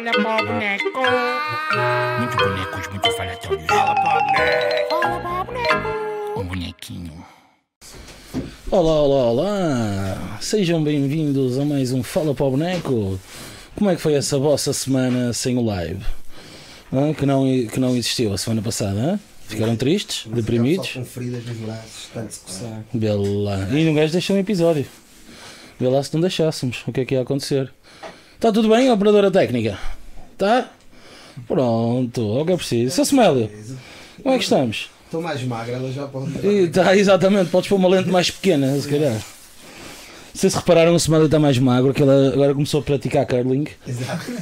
Fala para o boneco. Muito bonecos, muito falatórios. Fala para o boneco. Fala para o boneco. Um bonequinho. Olá, olá, olá! Sejam bem-vindos a mais um Fala para o Boneco. Como é que foi essa vossa semana sem o live? Que não existiu a semana passada, hein? Ficaram tristes? Deprimidos? Só com feridas nos braços, tanto se coçar. Vê lá. E um gajo deixou um episódio. Vê lá se não deixássemos. O que é que ia acontecer? Está tudo bem, operadora técnica? Tá? Pronto, é o que é preciso. Seu Smélio, como é que estamos? Estou mais magra, ela já pode. Tá, exatamente, podes pôr uma lente mais pequena, se calhar. Vocês repararam, o Smélio está mais magro, que ele agora começou a praticar curling. Exato.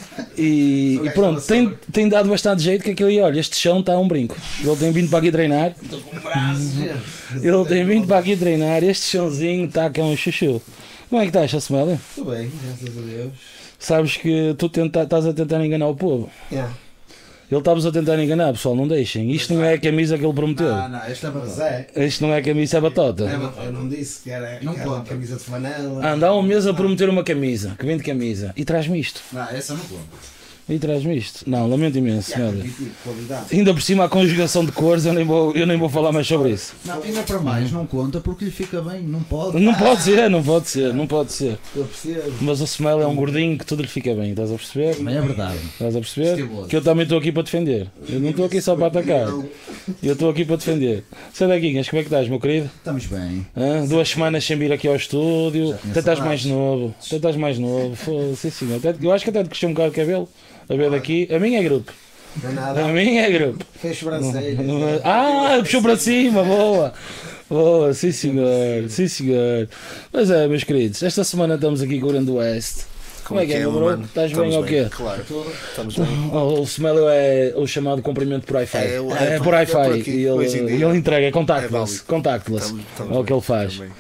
E pronto, tem dado bastante jeito que aquilo, olha, este chão está um brinco. Ele tem vindo para aqui treinar. Estou com braços. Ele tem vindo para aqui treinar, este chãozinho está cá um chuchu. Como é que estás, Smélio? Estou bem, graças a Deus. Sabes que tu estás a tentar enganar o povo. Yeah. Ele está-vos a tentar enganar, pessoal, não deixem. Isto não é a camisa que ele prometeu. Não, esta é Mas batata. é. Isto não é a camisa, é batota. Eu não disse que era Não aquela conta. camisa de flanela. Anda há um mês a prometer uma camisa, que vende camisa. E traz-me isto. Não, essa não conta. E traz-me isto. Não, lamento imenso, Smélio. E tipo, qualidade. Ainda por cima a conjugação de cores, eu nem vou falar mais sobre isso. Não, ainda para mais, não conta porque lhe fica bem, não pode. Não pode ser, não pode ser, não pode ser. Eu percebo. Mas o Smell é um gordinho que tudo lhe fica bem, estás a perceber? Mas é verdade. Estás a perceber? Estiloso. Que eu também estou aqui para defender. Eu não estou aqui só para atacar. Eu estou aqui para defender. Sadequinhas, como é que estás, meu querido? Estamos bem. Hã? 2 semanas sem vir aqui ao estúdio. tinha Até estás saudades. mais novo. Até estás mais novo. Sim, senhor. Eu acho que até te cresceu um bocado o cabelo. A ver daqui. A minha é grupo. Não é nada. A minha é grupo. Fez sobrancelhas. Puxou para cima, boa! Boa, sim senhor, sim senhor. Mas é, meus queridos, esta semana estamos aqui com o Grande Oeste. Como é que é, meu bro? mano? Estás Estamos bem ou quê? Claro, estamos bem. O Smélio é o chamado cumprimento por Wi-Fi. É por por Wi-Fi aqui, e hoje em dia. ele entrega, é É contactless. válido. Contactless. Estamos É o que bem, ele faz. também.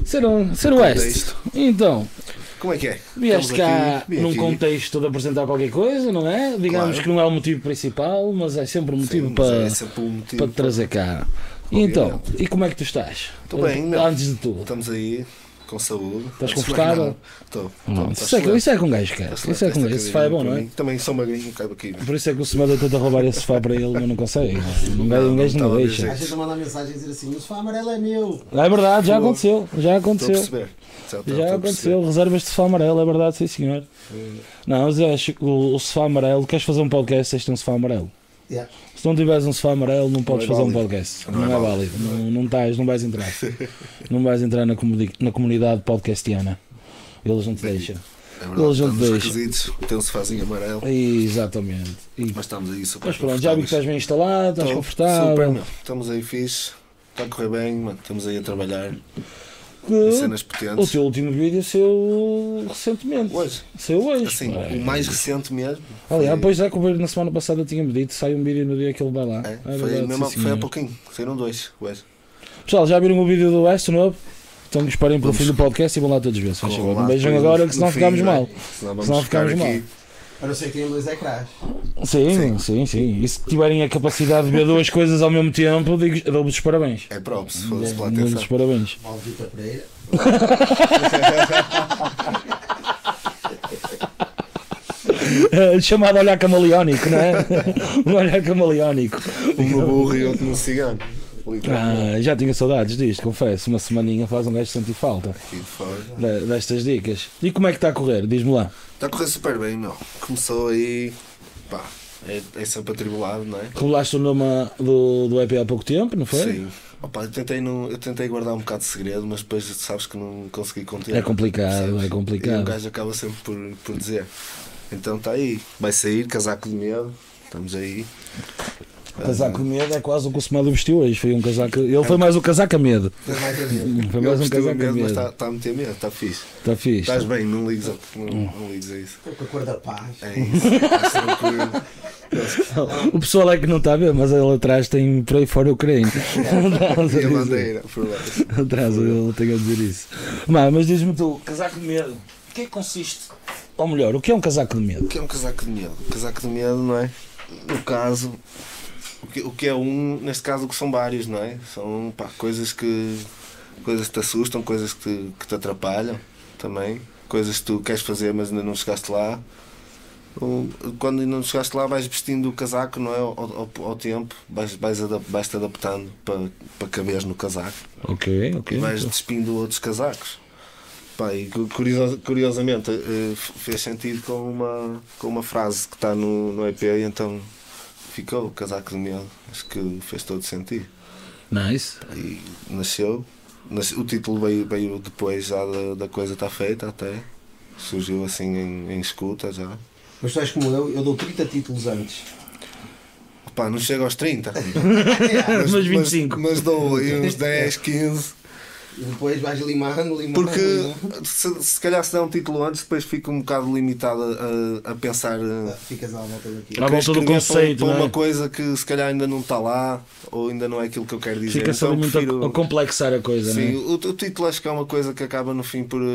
Ser Oeste. Contexto. Então, Como é que é? vieste Estamos cá aqui, vim num aqui. contexto de apresentar qualquer coisa, não é? Digamos Claro. que não é o motivo principal, mas é sempre um motivo Sim, mas para. é sempre um motivo Para te trazer cá. E então, e como é que tu estás? Estou bem, meu. Antes de tudo. Estamos aí, com saúde. Estás Antes de confortável? mais nada, Estou. Não, Está isso, é, excelente. isso é com um gajo, cara. Está Isso é com excelente. esse sofá é bom, Para não é? mim. Também sou magrinho, caibo aqui. Por isso é que o Semana tenta roubar esse sofá para ele, mas não consegue. Um gajo não estava a deixa. A gente manda mensagem a dizer assim: o sofá amarelo é meu. É verdade, já aconteceu. Já Estou a aconteceu. perceber. Já aconteceu. Reservas de sofá amarelo, é verdade, sim senhor. Não, mas eu acho que o sofá amarelo, queres fazer um podcast, tens de ter um sofá amarelo. Yeah. Se não tiveres um sofá amarelo, não podes Não é fazer um válido. podcast. Não Não é é válido. Não vais entrar. Não vais entrar na comunidade podcastiana. Eles não te deixam. É verdade, Eles não te estamos deixam. requisitos. Tem um sofazinho amarelo. Exatamente. Mas estamos aí super Mas pronto, já vi que estás bem instalado, estás Estou confortável. Super, meu. Estamos aí fixe. Está a correr bem, mano. Estamos aí a trabalhar em Que cenas o potentes. teu último vídeo saiu recentemente. Hoje, Saiu hoje. assim, pá. o mais recente mesmo. Aliás, depois já que na semana passada tinha-me dito, sai um vídeo no dia que ele vai lá. É, É foi, verdade, mesmo, sim, foi há senhor. pouquinho. Saíram 2 hoje. Pessoal, já viram o vídeo do West novo? Então esperem para o fim do podcast e vão lá todos ver. Se faz favor. Corram Não lá beijam depois agora no que senão fim, ficamos não é? mal. Senão vamos Senão ficar ficamos aqui. A não ser que tenham 2 ecrãs. Sim. E se tiverem a capacidade de ver duas coisas ao mesmo tempo, dou-vos os parabéns. É próprio, se fosse pela Dou-vos os atenção. parabéns. Maldita Pereira. Chamado olhar camaleónico, não é? Um olhar camaleónico. Uma burra e outro no cigano. Literalmente. Já tinha saudades disto, confesso. Uma semaninha faz um gajo sentir falta Aqui de fora. destas dicas. E como é que está a correr? Diz-me lá. Está a correr super bem, meu. Começou aí. Pá, é sempre atribulado, não é? Revelaste o nome do EP há pouco tempo, não foi? Sim. Opa, eu tentei guardar um bocado de segredo, mas depois sabes que não consegui conter. É complicado, Percebes? é E complicado. o gajo acaba sempre por dizer. Então está aí. Vai sair, casaco de medo. Estamos aí. Casaco de medo é quase o que o Semado vestiu hoje. Foi um casaco. Ele foi mais o casaco a medo. Tem mais a ver. Foi mais um vesti-o casaco a medo, mas medo. está a meter medo, está fixe. Está fixe. Estás bem, não ligues a isso. Estou com a cor da paz. É isso. Estás tranquilo. O pessoal é que não está a ver, mas ele atrás tem por aí fora o crânio. E a bandeira, por baixo. Atrás ele tem a dizer isso. Mas diz-me tu, casaco de medo. O que é que consiste? Ou melhor, o que é um casaco de medo? O que é um casaco de medo? O casaco de medo, não é? No caso, o que é um, neste caso, o que são vários, não é? São pá, coisas que te assustam, coisas que te atrapalham também, coisas que tu queres fazer mas ainda não chegaste lá, Quando não chegaste lá vais vestindo o casaco, não é? Ao tempo, vais-te adaptando para caberes no casaco. Ok. E vais despindo outros casacos. Pá, e curiosamente fez sentido com uma frase que está no EP, e então ficou o casaco de medo. Acho que fez todo sentido. Nice. E nasceu. O título veio depois já da coisa estar feita, até. Surgiu assim em escuta já. Mas tu és como eu dou 30 títulos antes. Pá, não chego aos 30. Mas 25. Mas dou aí uns 10, 15. E depois vais limando. Porque se calhar se der um título antes, depois fico um bocado limitado a pensar. Ficas à volta daquilo. À volta do conceito, para não é? uma coisa que se calhar ainda não está lá, ou ainda não é aquilo que eu quero dizer. Fica-se Então ali muito prefiro- a complexar a coisa, Sim, não é? o título acho que é uma coisa que acaba no fim por.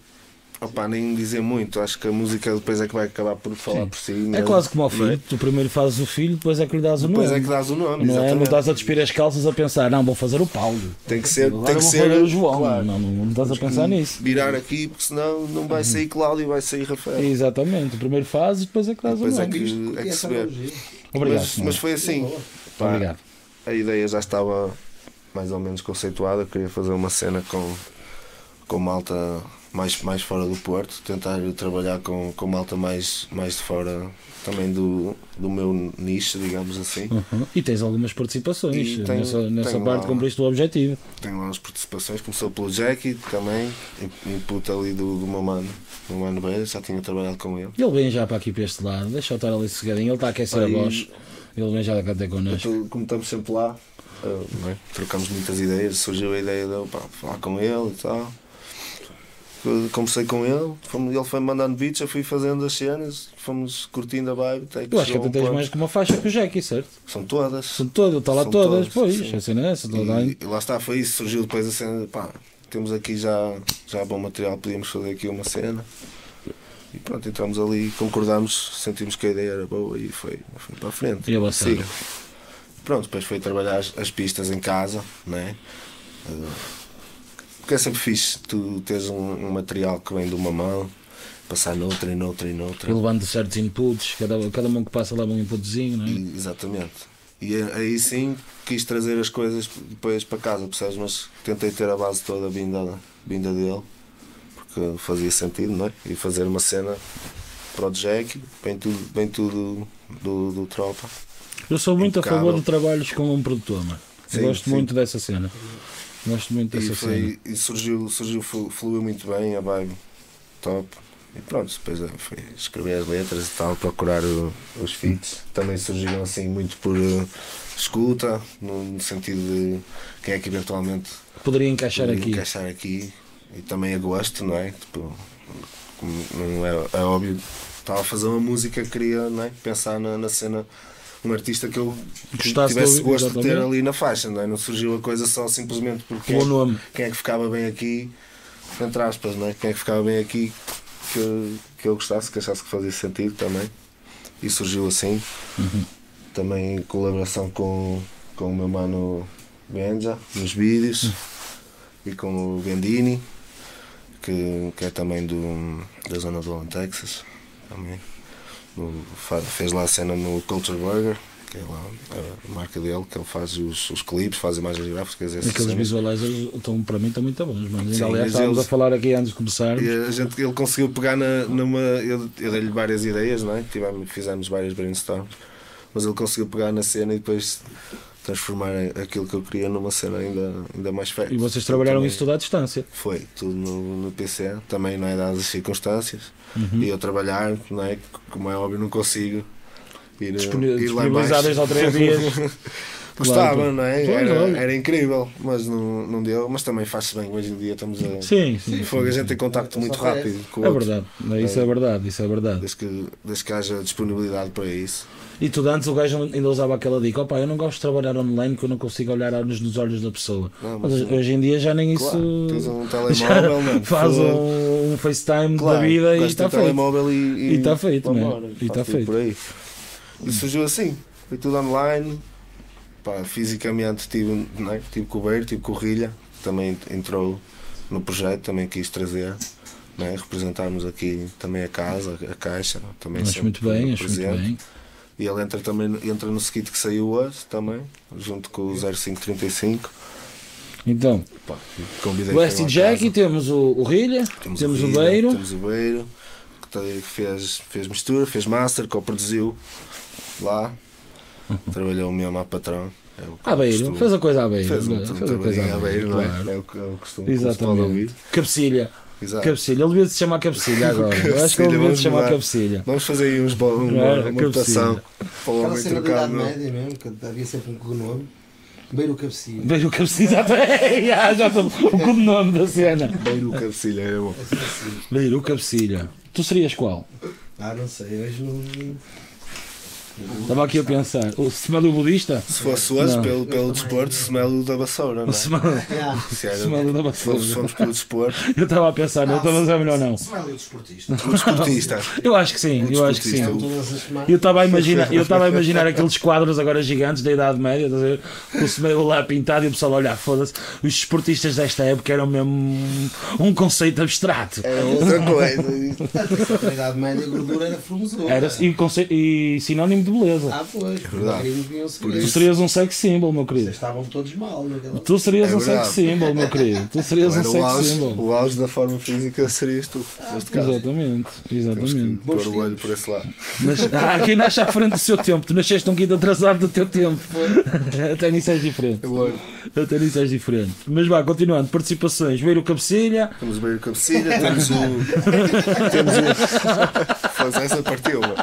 Nem dizer muito. Acho que a música depois é que vai acabar por falar por si. É mesmo. quase como ao Não é? filho. Tu primeiro fazes o filho, depois é que lhe dás o nome. Depois é que dás o nome. Não é? Não exatamente. estás a despir as calças a pensar, não, vou fazer o Paulo. Tem que ser. Agora Tem que vou ser fazer o João. claro. Não estás a pensar nisso. Virar aqui, porque senão não vai sair Cláudio, vai sair Rafael. Exatamente. Primeiro fazes, depois é que dás o Depois é nome. que se vê. Obrigado. Mas foi assim. Pá, Obrigado. a ideia já estava mais ou menos conceituada. Eu queria fazer uma cena com malta mais fora do Porto, tentar trabalhar com malta mais de fora também do meu nicho, digamos assim. Uhum. E tens algumas participações. E tenho nessa parte lá- cumpriste o objetivo. Tenho lá as participações, começou pelo Jackie também, input ali do meu mano Beira, já tinha trabalhado com ele. Ele vem já para aqui para este lado, deixa eu estar ali sossegadinho, ele está a aquecer Aí- a voz. Ele vem já até connosco. Como estamos sempre lá, não é? Trocamos muitas ideias, surgiu a ideia de eu, falar com ele e tal. Conversei com ele, ele foi-me mandando beats, eu fui fazendo as cenas, fomos curtindo a vibe. Até Eu acho que chegou até um tens ponto- mais que uma faixa que o Jackie, certo? São todas. São todas, está lá São todas, todas, pois, sim. a cena é essa, toda bem. E lá está, foi isso, surgiu depois a cena de temos aqui já bom material, podíamos fazer aqui uma cena. E pronto, entramos ali, concordámos, sentimos que a ideia era boa e foi para a frente. E avançaram. Siga. Pronto, depois foi trabalhar as pistas em casa, né? Porque é sempre fixe tu teres um material que vem de uma mão, passar noutra. E levando certos inputs, cada mão que passa leva um inputzinho, não é? Exatamente. E aí sim quis trazer as coisas depois para casa, percebes? Mas tentei ter a base toda vinda dele, porque fazia sentido, não é? E fazer uma cena para o Jack, bem tudo do Tropa. Eu sou muito a Impecável. favor de trabalhos com um produtor, mano. Eu Sim, gosto sim. muito dessa cena. Gosto muito dessa cena. E surgiu, fluiu muito bem, a vibe top. E pronto, depois foi escrever as letras e tal, procurar os feats. Também surgiram assim muito por escuta, no sentido de quem é que eventualmente Poderia encaixar poderia aqui. encaixar aqui. E também a gosto, não é? Tipo, como não é óbvio, estava a fazer uma música, queria, não é? Pensar na cena. Um artista que eu Gostasse tivesse de ouvir, gosto de ter exatamente. ali na faixa, não é? Não surgiu a coisa só simplesmente porque Pelo nome. quem é que ficava bem aqui, entre aspas, não é? Quem é que ficava bem aqui que eu gostasse, que achasse que fazia sentido também. E surgiu assim. Uhum. Também em colaboração com o meu mano Benja nos vídeos e com o Gandini, que é também da zona do Allen, Texas. Também. Fez lá a cena no Culture Burger, que é lá a marca dele, que ele faz os clipes, faz imagens gráficas. essas Aqueles cenas. visualizers estão, para mim estão muito bons, mas Sim, ainda aliás mas estávamos eles- a falar aqui antes de começar. E ele conseguiu pegar numa. Eu dei-lhe várias ideias, não é? Fizemos várias brainstorms, mas ele conseguiu pegar na cena e depois transformar aquilo que eu queria numa cena ainda mais fértil. E vocês trabalharam Também isso tudo à distância. Foi tudo no PC, também não é dadas as circunstâncias. Uhum. E eu trabalhar, não é? Como é óbvio, não consigo ir lá Disponibilizar 2 ou 3 dias. Gostava, Claro. não é? Pois, olha. Era incrível, mas não deu. Mas também faz-se bem, hoje em dia estamos a. Sim, sim. Fogo, a gente tem contacto muito rápido com o É outro, verdade, isso é verdade, isso é verdade. desde que haja disponibilidade para isso. E tu antes o gajo ainda usava aquela dica, opa, eu não gosto de trabalhar online porque eu não consigo olhar nos olhos da pessoa. Não, Mas mas hoje em dia já nem claro, tens isso. um telemóvel, mano, Faz fogo. um FaceTime Claro, da vida e gasta está o feito. telemóvel E tá feito, vamos man. embora, E tá faz tudo feito. por aí. E surgiu assim, foi tudo online. Pá, fisicamente tive com o Beiro, tive com o Rilha, que também entrou no projeto, também quis trazer. né? Representarmos aqui também a casa, a caixa. Também Acho muito bem, acho muito presente. bem. E ele entra no skit que saiu hoje também, junto com o 0535. Então, Pá, convidei West para ir lá a Jack, casa. temos o Rilha, temos o Rida, Beiro. Temos o Beiro, que fez mistura, fez master, co-produziu lá. Trabalhou mesmo à patrão. É o que Ah, Beiro, costumo. fez a coisa à Beiro. Fez um Fez a coisa trabalhinho à à Beiro, não é? claro. É o que eu costumo que se pode Exatamente. ouvir. Cabecilha. Exato. Cabecilha, ele devia se chamar Cabecilha agora. Eu acho que ele devia se Vamos chamar mudar. Cabecilha. Vamos fazer aí Claro, uma votação cabecilha. para o Aquela homem cena da trocar Idade o nome. Média mesmo, que havia sempre um cognome. Beiro Cabecilha. Vejo o Cabecilha, já estou o codinome da cena. Beiro Cabecilha, é bom. Vejo o Cabecilha. Tu serias qual? Não sei, hoje não. Estava aqui a pensar. O Semelo Budista? Se fosse hoje, Não. pelo desporto, Semelo da Vassoura, não O é? Semelo Se era- Semelo da se fomos Vassoura. pelo desporto, Eu estava a pensar, não estou a dizer melhor não. Se vai ler o desportista. o desportista. Eu acho que sim, eu acho que sim. desportista. Todas as semanas. Eu estava a imaginar aqueles quadros agora gigantes da Idade Média, estás a ver? Com o Semelo lá pintado e o pessoal a olhar, foda-se. Os desportistas desta época eram mesmo um conceito abstrato. É outra coisa. Na Idade Média a gordura era formosura. Era e sinónimo de beleza. Pois, verdade. deviam Por Tu ser. serias um sex symbol, meu querido. Vocês estavam todos mal naquela. Tu serias É um sex verdade. symbol, meu querido. Tu serias um Era sex symbol. o auge da forma física serias tu, neste caso. Exatamente, Temos que exatamente. pôr o olho por esse lado. Mas quem nasce à frente do seu tempo, tu nasceste um guido atrasado do teu tempo. Até nisso és diferente. O olho. Até nisso és diferente. Mas vá, continuando, participações. Veio o Cabecilha. Temos o Beiro Cabecilha, temos o. Faz essa partiu, mano.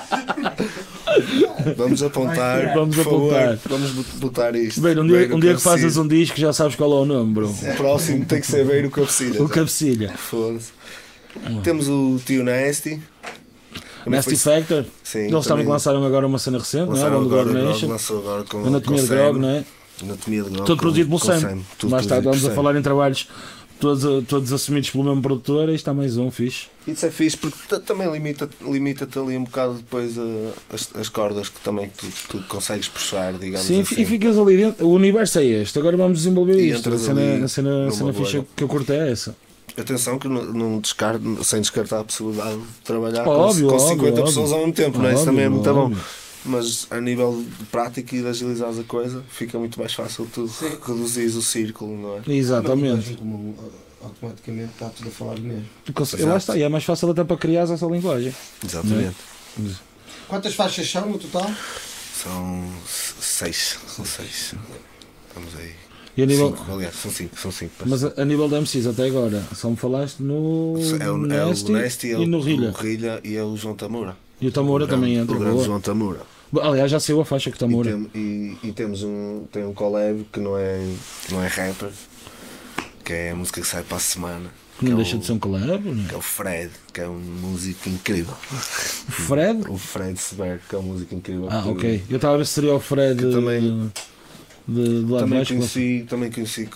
Vamos apontar. Vamos por favor. apontar. Vamos botar isto. Beiro, um Beiro dia que fazes Cabecilha. um disco já sabes qual é o nome, bro. O próximo tem que ser Beiro Cabecilha. O Cabecilha. Foda-se. Temos o Tio Nasty. Também Nasty foi- Factor. Sim, Eles também também lançaram agora uma cena recente, não é? lançaram O agora, God Nation. lançou agora com Anatomia de com Grog, Sam. não é? Anatomia de Grog. Todo produzido pelo com Sam. Tudo Lá está, produzido estamos por a Sam. falar em trabalhos todos assumidos pelo mesmo produtor. Aí está mais um, fixe. Isso é fixe porque também limita-te ali um bocado depois as cordas que também tu consegues puxar, digamos Sim, assim. e ficas ali dentro. O universo é este, agora vamos desenvolver E isto. entras A ali cena numa ficha bolha. que eu curto é essa. Atenção que não sem descartar a possibilidade de trabalhar Óbvio, com 50 óbvio, pessoas ao mesmo tempo, não é? Isso Óbvio, também é muito óbvio. bom. Mas a nível de prática e de agilizar a coisa, fica muito mais fácil tu reduzires o círculo, não é? Exatamente. Automaticamente está tudo a falar do mesmo. Lá está, e é mais fácil até para criar essa linguagem. Exatamente. Quantas faixas são no total? São 6. Estamos aí. E a nível, 5, aliás, são 5. mas a nível da MCs até agora, só me falaste no É o Nasty, e no Rilha. o Rilha e é o João Tamura. E o Tamura também entra. O grande Boa. João Tamura. Aliás, já saiu a faixa com o Tamura. E temos tem um collab que não é rapper, que é a música que sai para a semana. Que não é deixa de ser um collab, não é? Que é o Fred, que é um músico incrível. O Fred? O Fred Sever, que é um músico incrível. Ah, que- ok. Eu estava a ver se seria o Fred Que também- de lá de Também baixo. conheci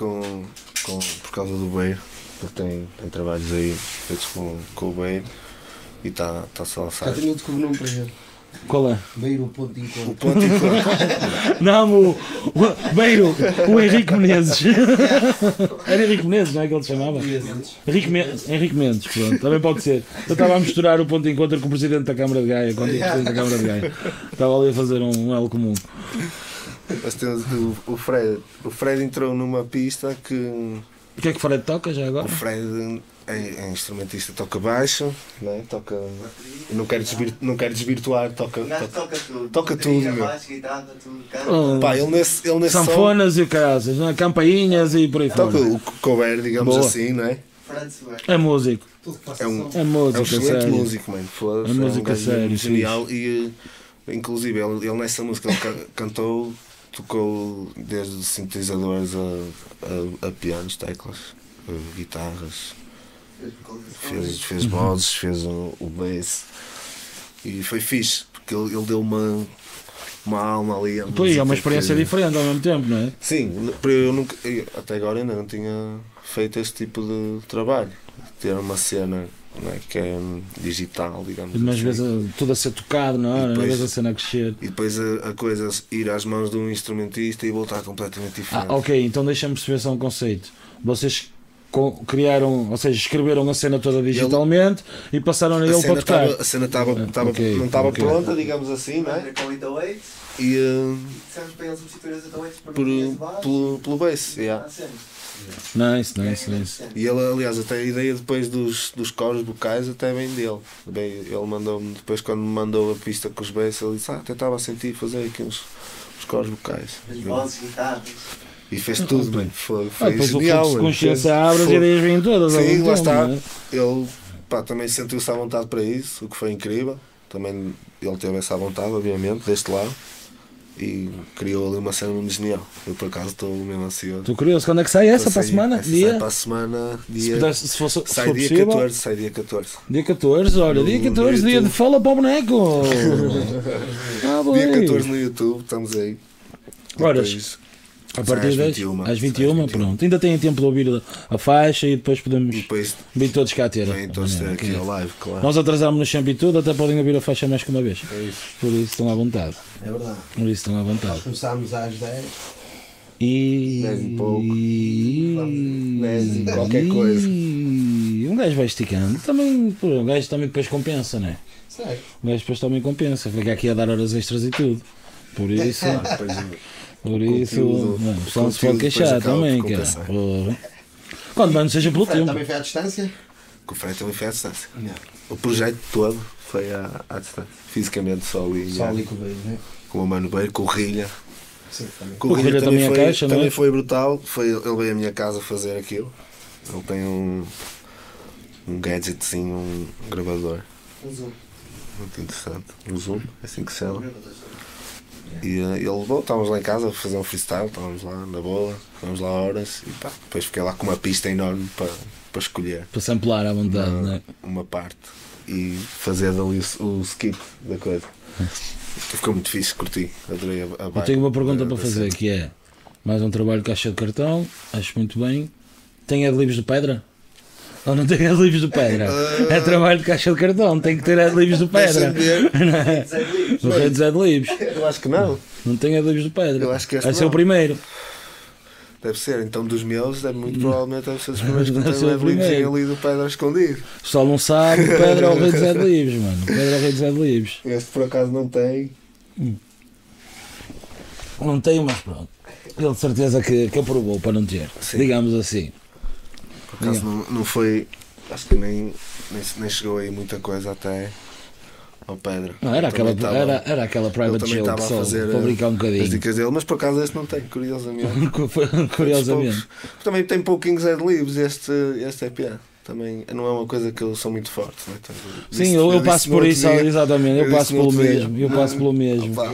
por causa do Beiro, porque tem trabalhos aí feitos com o Beiro e está só a Já sair. tenho outro cognome para ele. Qual é? Beiro o ponto de encontro. O ponto e ponto. Não, o Beiro, o Henrique Menezes. Era Henrique Menezes, não é que ele se chamava? Henrique Mendes, pronto, também pode ser. Eu estava a misturar o ponto de encontro com o Presidente da Câmara de Gaia, quando o Presidente da Câmara de Gaia. Estava ali a fazer um L comum. Mas temos o Fred. O Fred entrou numa pista que O que é que o Fred toca já agora? o Fred é instrumentista, toca baixo, né? Toca. Não quero desvirtuar, toca tudo. Toca tudo, meu. Baixo, guitarra, tudo. Oh, Pá, ele nesse som sanfonas e casas, não é? Campainhas e por aí toca fora. o cover, digamos Boa. assim, não é? É músico. É um É música, excelente sério. músico, mano. Foda-se, É música um gajo sério, genial. E inclusive ele nessa música ele cantou, tocou desde sintetizadores a pianos, teclas, guitarras, fez vozes, fez o bass e foi fixe, porque ele deu uma alma ali. à Pois, é uma música experiência que- diferente ao mesmo tempo, não é? Sim, eu até agora ainda não tinha feito este tipo de trabalho. Ter uma cena, não é, que é digital, digamos Mas assim. vezes tudo a ser tocado, não é? E Às depois- vezes a cena a crescer. E depois a coisa ir às mãos de um instrumentista e voltar completamente diferente. Ok, então deixa-me perceber só um conceito. Vocês criaram, ou seja, escreveram a cena toda digitalmente e passaram a ele para tocar. A cena estava Ok, não estava ok. pronta, digamos assim, não é? Com 808, E dissemos para ele substituir as 808 por pelo bass, yeah. Nice. E ele, aliás, até a ideia depois dos coros vocais até vem dele. Ele mandou-me, depois quando me mandou a pista com os bass, ele disse, até estava a sentir fazer aqui uns coros vocais. As vozes, guitarras. E fez tudo bem, foi Depois genial. o fluxo de mano. consciência Fez- abre, as foi- ideias vêm todas. ao Sim, mesmo lá tempo, está. não é? Ele também sentiu-se à vontade para isso, o que foi incrível. Também ele teve essa vontade, obviamente, deste lado. E criou ali uma cena muito genial. Eu por acaso estou mesmo ansioso. Estou curioso, quando é que sai essa para a semana? Essa Dia? sai para a semana. Se, Dia, pudesse, se for sai dia possível. 14. Sai dia 14. Dia 14, olha, dia No 14, dia de YouTube. Fala para o Boneco. Dia Bem. 14 no YouTube, estamos aí. Horas? Depois, A partir às das 21, às 21, pronto. Ainda têm tempo de ouvir a faixa e depois podemos E depois vir todos cá ter. vem todos ter Ok. aqui ao live, claro. Nós atrasámos-nos sempre e tudo, até podem ouvir a faixa mais que uma vez. É isso. Por isso estão à vontade. É verdade. Por isso estão à vontade. Começámos às 10. E. 10 e pouco. 10 e qualquer coisa. Um gajo vai esticando. Também, pô, um gajo também depois compensa, não é? Sério. O gajo depois também compensa. Fica aqui a dar horas extras e tudo. Por isso. Depois, Por O isso, conteúdo- não, o só não se pode conteúdo depois queixar acaba por também, cara. compensar. Porra. Quando menos seja pelo tempo. Também foi à distância? com o frete também foi à distância. Não. O projeto todo foi à distância. Fisicamente só ali. Só ali com o veio, não é? Com o Mano Beiro, com o Rilha. Sim, também. Com O Rilha também a caixa, não é? também foi brutal. Ele veio à minha casa fazer aquilo. Ele tem um gadgetzinho, um gravador. Um zoom. Muito interessante. Um Zoom, é assim que se chama. E ele levou, estávamos lá em casa a fazer um freestyle, estávamos lá na boa, estávamos lá horas e pá, depois fiquei lá com uma pista enorme para escolher Para samplar à vontade, não é? uma parte e fazer dali o skip da coisa. Ficou muito fixe, curti, adorei a Eu vibe tenho uma pergunta da- para da fazer cena. que é mais um trabalho de caixa de cartão, acho muito bem. Tem adlibs de pedra? Ou não tem adlibs de pedra? É trabalho de caixa de cartão, tem que ter adlibs de pedra. Deixa-me ver. Não é? O rei dos adlibs. Eu acho que não, Não tem adlibs de pedra. Eu acho que este Vai ser o não. primeiro. deve ser, então dos meus, muito provavelmente deve ser dos primeiros que Deve tem ser um o adlibzinho primeiro. ali do Pedra escondido. O pessoal não sabe, pedra é o rei dos adlibs, mano. Pedra é o rei dos adlibs. Este por acaso não tem. Não tem, mas pronto. Ele de certeza que aprovou para não ter. Sim. Digamos assim. Por acaso não foi. Acho que nem chegou aí muita coisa até ao Pedra. Não, era Também aquela, estava- era aquela ele private também show que estava a só fazer para brincar um as bocadinho. dicas dele, mas por acaso este não tem, curiosamente. Curiosamente. Poucos. Também tem pouquinhos adlibs este EP. Também não é uma coisa que eu sou muito forte. Não é? Então, Sim, eu passo por isso, exatamente. Eu Eu passo disse pelo no outro dia. mesmo. Eu passo pelo mesmo. Opa,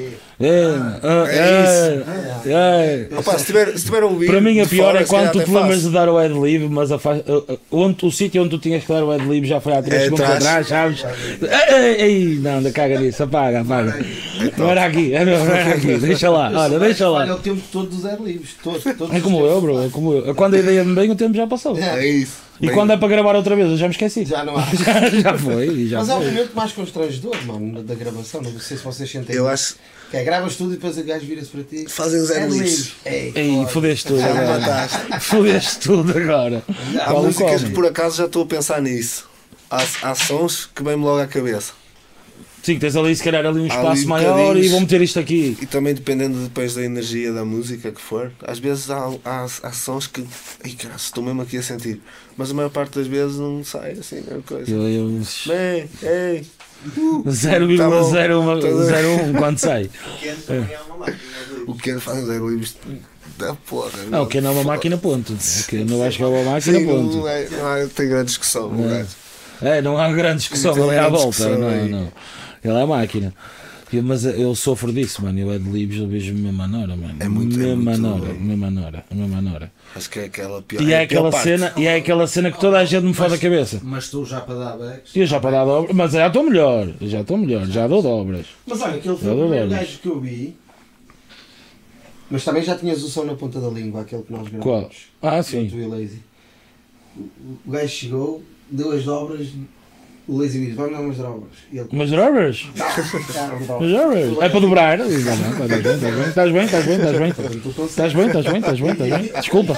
É. se tiver a ouvir. Para mim a de pior fora, é se calhar quando tu até te lembras faço. de dar o ad-lib, mas o sítio onde tu tinhas que dar o ad-lib já foi há 3 É segundos atrás. atrás, sabes? Ei, não, anda caga nisso, apaga. Não era aqui, não era aqui, deixa lá, olha, deixa Olha lá. o tempo todo dos ad-libs. Todos É como eu, bro, é como eu. Quando a ideia me vem, o tempo já passou. É isso. E Bem, quando é para gravar outra vez, eu já me esqueci. Já não há. Já foi, já Mas é o foi. momento mais constrangedor, mano, da gravação. Não sei se vocês sentem. eu acho Que é, gravas tudo e depois o gajo vira-se para ti. fazem os adlibs. Ei, Ei, fodeste tudo Já me agora. mataste. Fodeste tudo agora. Há Qual e músicas qual? que por acaso já estou a pensar nisso. Há sons que vêm-me logo à cabeça. Sim, tens ali se calhar ali um Há espaço ali maior bocadinhos. e vou meter isto aqui. E também dependendo depois da energia da música que for. Às vezes há sons que. Ai caralho, estou mesmo aqui a sentir. Mas a maior parte das vezes não sai assim, a coisa. Eu Bem, ei. 0,01 quando sai. Que antes também é uma máquina. O que é fazer adlibs da porra. Não, o que não é uma máquina, ponto. O que não vai chegar a uma máquina, Sim, ponto. não tem grande discussão. Não. o gajo. É, não há grande discussão Não tem ali à grande volta. discussão Não, aí. não. Ele é a máquina. Mas eu sofro disso, mano. Eu adlibs, eu vejo mesmo a nora, mano. É muito- é mesmo a muito- nora, mesmo a nora, mesmo a nora. Acho que é aquela pior. E é a pior aquela parte. cena, e é aquela cena que toda a gente me fode a cabeça. Mas tu já para dar backs. Eu já para dar dobras, mas já estou melhor, já dou dobras. Mas olha, aquele foi Eu o primeiro adoro. gajo que eu vi. Mas também já tinhas o som na ponta da língua, aquele que nós gravamos. Qual? Ah, O sim. Tu e Lazy. O gajo chegou, deu as dobras O Lazy diz, vamos dar umas drogas. E ele, Mas drogas? Mas drogas? É para dobrar? Estás bem? Desculpa.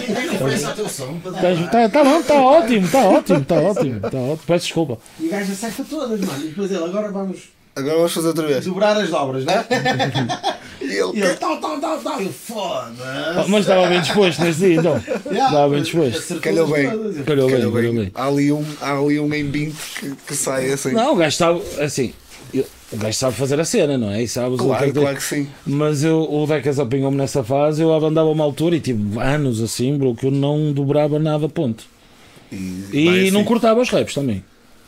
Está bom, está ótimo. Peço desculpa. E o gajo acerta todas, mano. E depois ele, agora vamos Agora vamos fazer outra vez. dobrar as dobras, não é? E E ele, tal. Eu, foda-se. Mas estava bem disposto nesse dia, então. Estava bem disposto. Acertou Calhou bem. todas. Calhou bem. Há ali um em 20 que sai assim. Não, o gajo sabe, assim, o gajo sabe fazer a cena, não é? E sabe o que é Claro que sim. Mas o Decas apanhou-me nessa fase, eu andava uma altura e tive anos assim, bro, que eu não dobrava nada, ponto. E não cortava os raps também.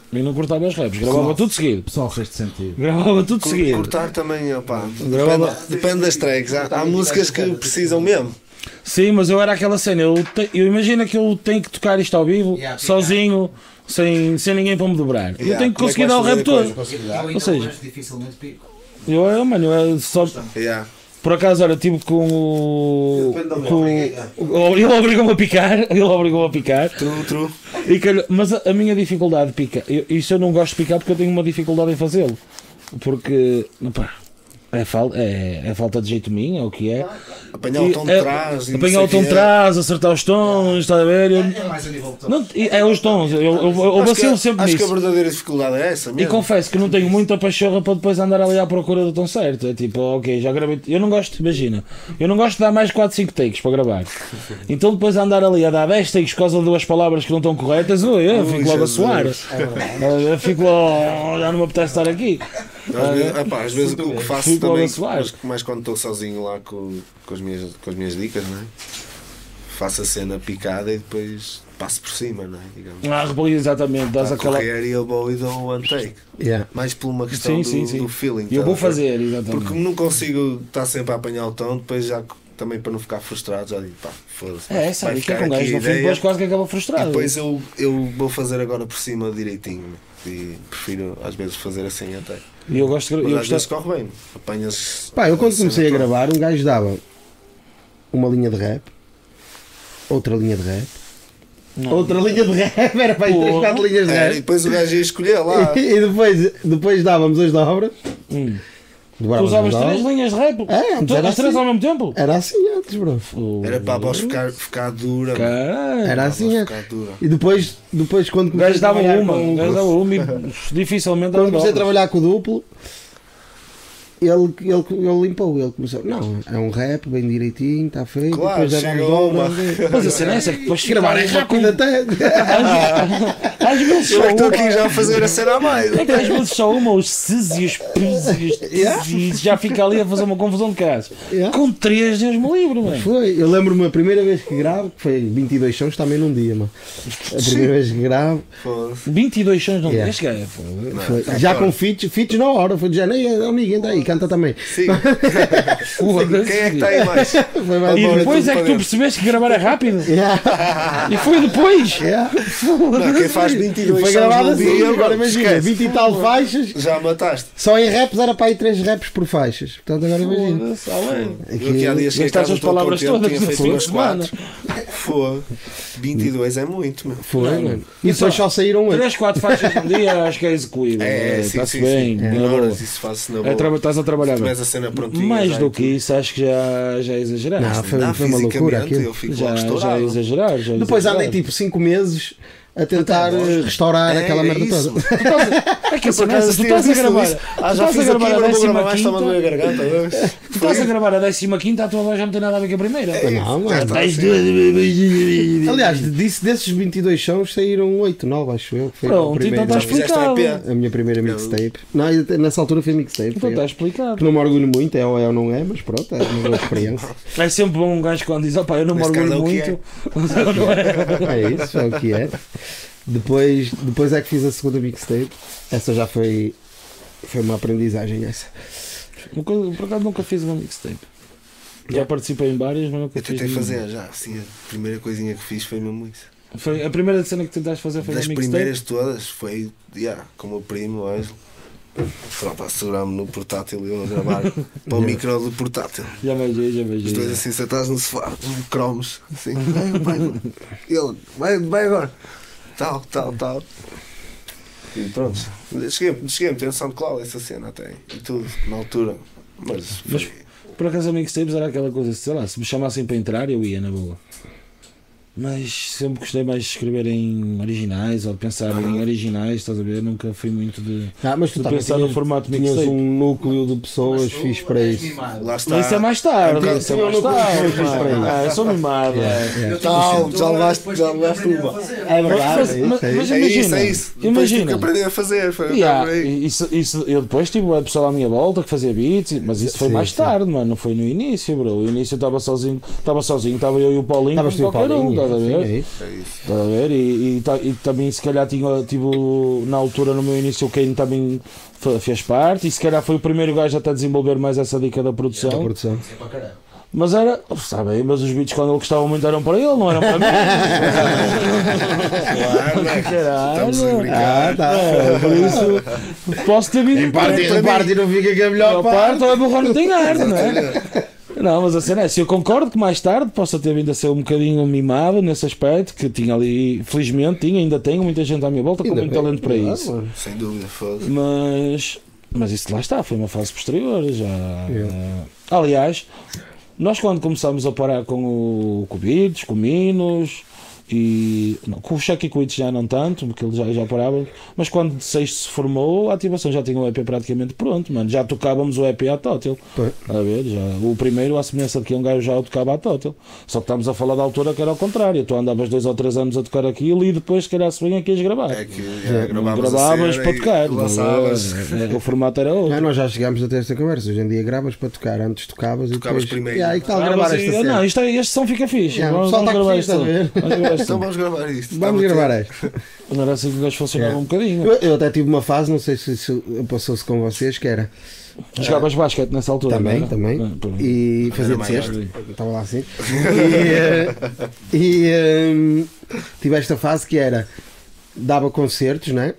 Gravava tudo seguido. Pessoal, fez-te sentido. Gravava tudo seguido. Cortar também, opá, Gravava- depende das tracks. Há músicas que precisam mesmo. Sim, mas eu era aquela cena, eu imagino que eu tenho que tocar isto ao vivo, Yeah, sozinho, sem ninguém para me dobrar. Eu Yeah, tenho que como é que conseguir dar o vais rap fazer todo. Eu ainda Ou seja- hoje dificilmente pico. Eu só. Yeah. Por acaso, olha, tive com o. Depende da com ele obrigou-me a picar. True. E mas a minha dificuldade de picar, isso eu não gosto de picar porque eu tenho uma dificuldade em fazê-lo. Porque, pá, é falta de jeito minha, é o que é. Apanhar o tom de trás. e não Apanhar sei o tom de quê. trás, acertar os tons, está a ver? É mais a nível de tom. Não, é os tons, eu vacilo sempre Acho que a nisso. verdadeira dificuldade é essa E mesmo. confesso que não tenho muita pachorra para depois andar ali à procura do tom certo. É tipo, ok, já gravei. Eu não gosto, imagina, eu não gosto de dar mais 4, 5 takes para gravar. Então depois andar ali a dar 10 takes por causa de duas palavras que não estão corretas, eu fico logo a Jesus. suar. Eu fico logo, já não me apetece estar aqui. Às vezes o que faço Fico logo também, a suar. mais quando estou sozinho lá com as minhas dicas, não é? Faço a cena picada e depois passo por cima, não é? Digamos. Exatamente, dás Está a aquela. correr e eu vou e dou um one take. Yeah. Mais por uma questão Sim. do feeling. E eu tá vou a ver? fazer, exatamente. Porque não consigo estar sempre a apanhar o tom, depois já também para não ficar frustrado, já digo, pá, foda-se. É, sabe, vai fica ficar com um aqui gajo a no fim, ideia. depois quase que acaba E frustrado. depois eu vou fazer agora por cima direitinho. E prefiro às vezes fazer assim até. E eu gosto de. Mas Eu às vezes gosto, corre bem. Apanhas. Pá, eu quando cena comecei a toda. gravar, um gajo dava uma linha de rap, outra linha de rap, não. outra linha de rap, era para aí 3, Porra. 4 linhas de E rap. depois o gajo ia escolher lá. E depois dávamos as dobras. Tu Dobrávamos usavas as 3 dobras. linhas de rap? É, antes era As 3 assim. ao mesmo tempo? Era assim antes, bro. Era para a voz ficar dura. mano. Caralho. Era Para a assim voz antes. ficar dura. E depois quando O comecei gajo a dava trabalhar uma, com- o gajo dava uma e dificilmente Quando dava comecei a duas. trabalhar com o duplo, ele limpou, ele começou, não, é um rap bem direitinho, está feito, Claro, depois já vamos chegou dobrar. uma. Mas a cena é essa, que depois Gravar é rápido até. Às vezes Eu só é que estou uma. aqui já a fazer a cena a mais. É que às vezes só uma, os cs e os ps e os ts, e já fica ali a fazer uma confusão de casos. Yeah. Com 3 Deus me livre, mano. Foi, eu lembro-me a primeira vez que gravo, que foi 22 sons também num dia, mano. A primeira vez que gravo, Foda-se. 22 sons não Yeah. este gajo é foda. foi, já com feats na hora, foi de janeiro, amigo, entra aí, canta também. Sim. Quem é que está aí mais? Foi mais E Agora depois tudo é que para tu dentro. percebeste que gravar é rápido? Yeah. E foi depois? Yeah. Não, quem faz 22 Foi sons gravado num assim, dia, agora mano, imagina, esquece. 20 e tal faixas, Já mataste. só em raps era para aí 3 raps por faixas. Portanto, agora imagina. Foda-se, além. Eu aqui há dias cheguei a Gastaste casa as todo palavras contente, todas tinha no feito fim de umas semana. 4. Foda. 22 é muito, meu. Foi, Não. mano. E depois só saíram 8. 3, 4 faixas num dia acho que é execuível. Está-se bem. Sim. na Em boa. horas isso faço na É, boa. estás a trabalhar bem. Mas a cena prontinha. Mais já do e que tudo. isso, acho que já é exagerado. Não, foi uma loucura fisicamente, aquilo. eu fico Já, logo já é estourado. exagerar. Já é Depois andei exagerado. tipo 5 meses a tentar restaurar aquela merda isso. toda. É que Por essa acaso, tu estás a gravar. Ah, Tu já estás a fiz aqui, gravar a agora vou gravar mais, 15ª. está-me a doer a garganta. Tu estás a gravar a 15ª, a tua voz já não tem nada a ver com a primeira. Não, mano. Estás Aliás, desses 22 sons saíram 8, 9, acho eu. que Foi Pronto, o primeiro- então está Já fizeste um explicado. EP. a minha primeira mixtape. Não, nessa altura foi mixtape. Então Foi. está explicado. Que não me orgulho muito, é ou não é, mas pronto, é uma boa experiência. É sempre bom um gajo quando diz: opá, eu não me Neste caso orgulho é o que muito. Mas eu não é. É isso, é o que é. Depois é que fiz a segunda mixtape. Essa já foi uma aprendizagem essa. Por acaso nunca fiz uma mixtape. Já participei em várias, mas nunca Eu fiz. tentei nenhuma. fazer já, assim, a primeira coisinha que fiz foi mesmo isso. Foi a primeira cena que tentaste fazer foi uma Das mixtape. primeiras todas foi, com o meu primo, o Ângelo. Pronto, a segurar-me no portátil e eu a gravar para o micro do portátil. Já beijei. Os dois assim sentados no sofá, cromos, assim, vai, ele, vai agora. Tal. E pronto, cheguei a meter no SoundCloud essa cena até, e tudo, na altura. Mas Por acaso a mixtapes era aquela coisa, sei lá, se me chamassem para entrar eu ia na boa. Mas sempre gostei mais de escrever em originais ou de pensar em originais, estás a ver? Nunca fui muito de Mas tu de também pensar no formato tinhas mixtape. um núcleo de pessoas fixe para isso. lá está. Mas isso é mais tarde, Então, isso é eu mais não tarde. consigo fazer para mano. isso. Ah, eu sou mimado. Tal, já levaste uma. É verdade, Mas É isso, imagina, é isso. Depois tive imagina. que aprender a fazer. Foi Yeah, por aí. isso, eu depois tive o pessoal à minha volta que fazia beats, mas isso foi Sim, mais sim. tarde, mano, não foi no início, bro. No início eu estava sozinho, estava eu e o Paulinho, Estavas tu como e o qualquer um, Paulinho. estás a Sim, ver? é isso. É isso. Estás a ver? E também se calhar tive na altura no meu início o Kane também fez parte e se calhar foi o primeiro gajo até a desenvolver mais essa dica da Da produção. produção. É para caralho. Mas era, sabe, mas os beats quando ele gostava muito eram para ele, não eram para mim. Claro, né? Caralho. Estamos a brincar. Tá. Por isso posso ter vindo Em parte não fica que é a a melhor parte. parte ou é burro não tem arte, não é? Não, mas a cena é, se eu concordo que mais tarde possa ter vindo a ser um bocadinho mimado nesse aspecto, que tinha ali, felizmente ainda tenho muita gente à minha volta com muito talento para isso. Sem dúvida, foda-se. Mas isso lá está, foi uma fase posterior já. Aliás, nós quando começámos a parar com o Beats, com o Minos e não, com o Chucky Quits já não tanto, porque ele já parava, mas quando o Sexto se formou, a ativação já tinha o EP praticamente pronto, mano. Já tocávamos o EP à Total. Pois. A ver, já, o primeiro, à semelhança de que um gajo já o tocava à Total. Só que estamos a falar da altura que era ao contrário. Tu andavas 2 ou 3 anos a tocar aquilo e depois, se calhar, se bem aqui a gravar. É que gravavas Gravavas para tocar, lançavas, o formato era outro. Nós já chegámos a ter esta conversa. Hoje em dia gravas para tocar, antes tocavas e Tocavas depois. primeiro. Yeah, e que tal Ah, gravar mas, esta cena? não, este som fica fixe. Yeah, vamos, o pessoal vamos está gravar fixe, este som. estás a ver? Vamos gravar este Então som. vamos gravar isto. Vamos gravar esta. Não era assim que o gajo funcionava um bocadinho. Eu até tive uma fase, não sei se isso passou-se com vocês, que era. Jogavas basquete nessa altura. Também, não era? também. Ah, pronto. E fazia de maior. cesto. Estava lá assim. Tive esta fase que era. Dava concertos, não é?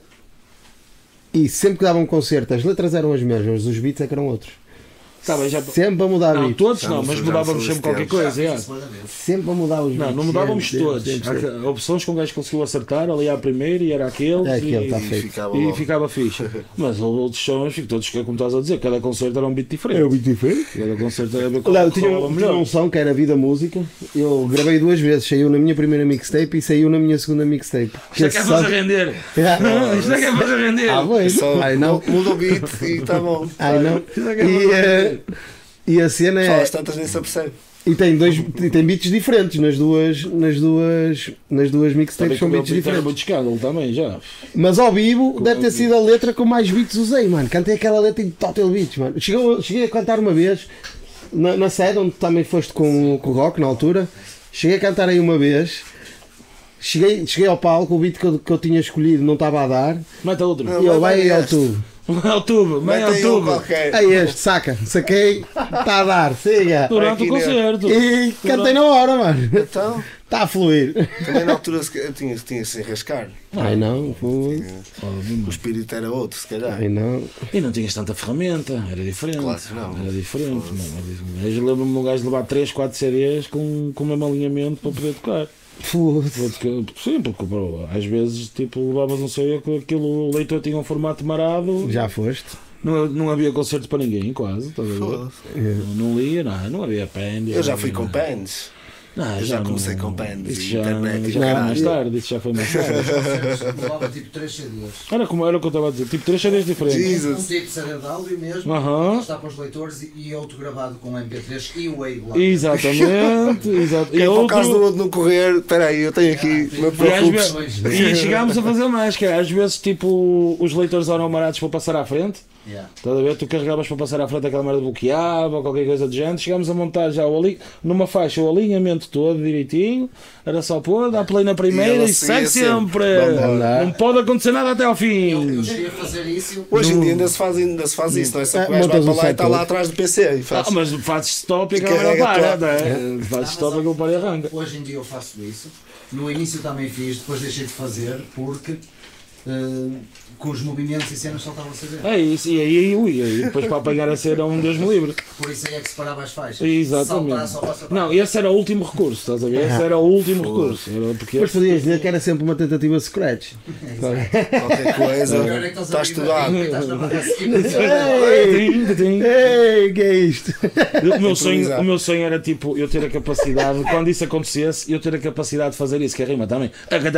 E sempre que dava um concerto, as letras eram as mesmas, os beats é que eram outros. Tá bem, já... Sempre a mudar Não, beats. todos Já não, não mas sou- mudávamos já não sempre sou qualquer desse coisa. Sempre a mudar os beats. Não, não mudávamos sempre, todos. sempre. Há opções que um gajo conseguiu acertar, ali à primeira e era aquele. É aquele, e, tá E feito. ficava e logo. ficava fixe. Mas outros sons, todos que como estás a dizer, cada concerto era um beat diferente. É muito diferente. Cada concerto era bem Olha, eu tinha um som que era Vida Música. Eu gravei 2 vezes. Saiu na minha primeira mixtape e saiu na minha segunda mixtape. Isto é que é para se render. Yeah. Isto é que é para se render. Ah, bem. Só Ai não. muda o beat e está bom. Ai não. Isto é que é para se render. E a cena Só é. às tantas nem se apercebe. E tem beats diferentes nas duas Também mixtapes, são com o meu beats beat era diferentes. muito escândalo também, já. Mas ao vivo deve ter sido a letra com mais beats usei, mano. Cantei aquela letra em total beats, mano. Cheguei a cantar uma vez na sede onde também foste com o Rock na altura. Cheguei a cantar aí uma vez. Cheguei ao palco, o beat que eu tinha escolhido não estava a dar. Mete outro. Não. E eu vai vai ao este. tubo. É o tubo, Mete é o aí um tubo. qualquer. É este, saca. Saquei, está a dar, siga. Durante o Aqui, né? concerto. E cantei na hora, mano. Então, Está a fluir. também na altura eu tinha que se enrascar. Ai não, foi. O espírito era outro, se calhar. Ai não. E não tinhas tanta ferramenta, era diferente. Claro que não. Era diferente, mano. Eu lembro-me um gajo de levar 3, 4 CDs com o mesmo alinhamento para poder tocar. Foda-se. Sim, porque bro, às vezes tipo, levavas um CD que aquilo, o leitor tinha um formato marado, Já foste? não havia concerto para ninguém, quase. Estás a ver? Foda-se. Não lia, não havia pen. Eu já fui com pens. Não, Eu já não- comecei com pens Isso e já, internet e já foi caralho. mais tarde, isso já foi mais tarde. Levava tipo 3 CDs. Era como era o que eu estava a dizer, tipo 3 CDs diferentes. Jesus. Um tipo de CD de áudio mesmo, Aham. está para os leitores e outro gravado com MP3 e o Wave lá. Exatamente, exato. Que é para o caso do outro não correr. Espera aí, eu tenho aqui. Não me E, às preocupes. vezes, e chegámos a fazer mais, que é, às vezes tipo os leitores eram marados para passar à frente. Yeah. Estás a ver? Tu carregavas para passar à frente aquela merda bloqueava ou qualquer coisa do género. Chegámos a montar já numa faixa o alinhamento todo direitinho. Era só pôr, dá play na primeira ela e segue seguia sempre. Vambora. Não pode acontecer nada até ao Eu fim. cheguei a fazer isso. Hoje em dia ainda se faz isso, não é? Só que o gajo vai montas para um lá e está setor. lá atrás do PC e faz. Mas fazes stop e E aquela merda carrega para. tudo. Não é? Fazes stop e aquilo para e arranca. Hoje em dia eu faço isso. No início também fiz, depois deixei de fazer porque com os movimentos e cenas só estava a saber. É isso, e aí depois para apanhar a cena um Deus me livre. Por isso aí é que separava as faixas. Exatamente. Saltar. Não, esse era o último recurso, estás a ver? Esse era o último recurso. Era porque Mas podias dizer que era sempre uma tentativa de scratch. Qualquer coisa, O pior é que estás está a estudado. estás na barra Ei, que é isto? O meu sonho era tipo eu ter a capacidade, quando isso acontecesse, eu ter a capacidade de fazer isso, que é rima também.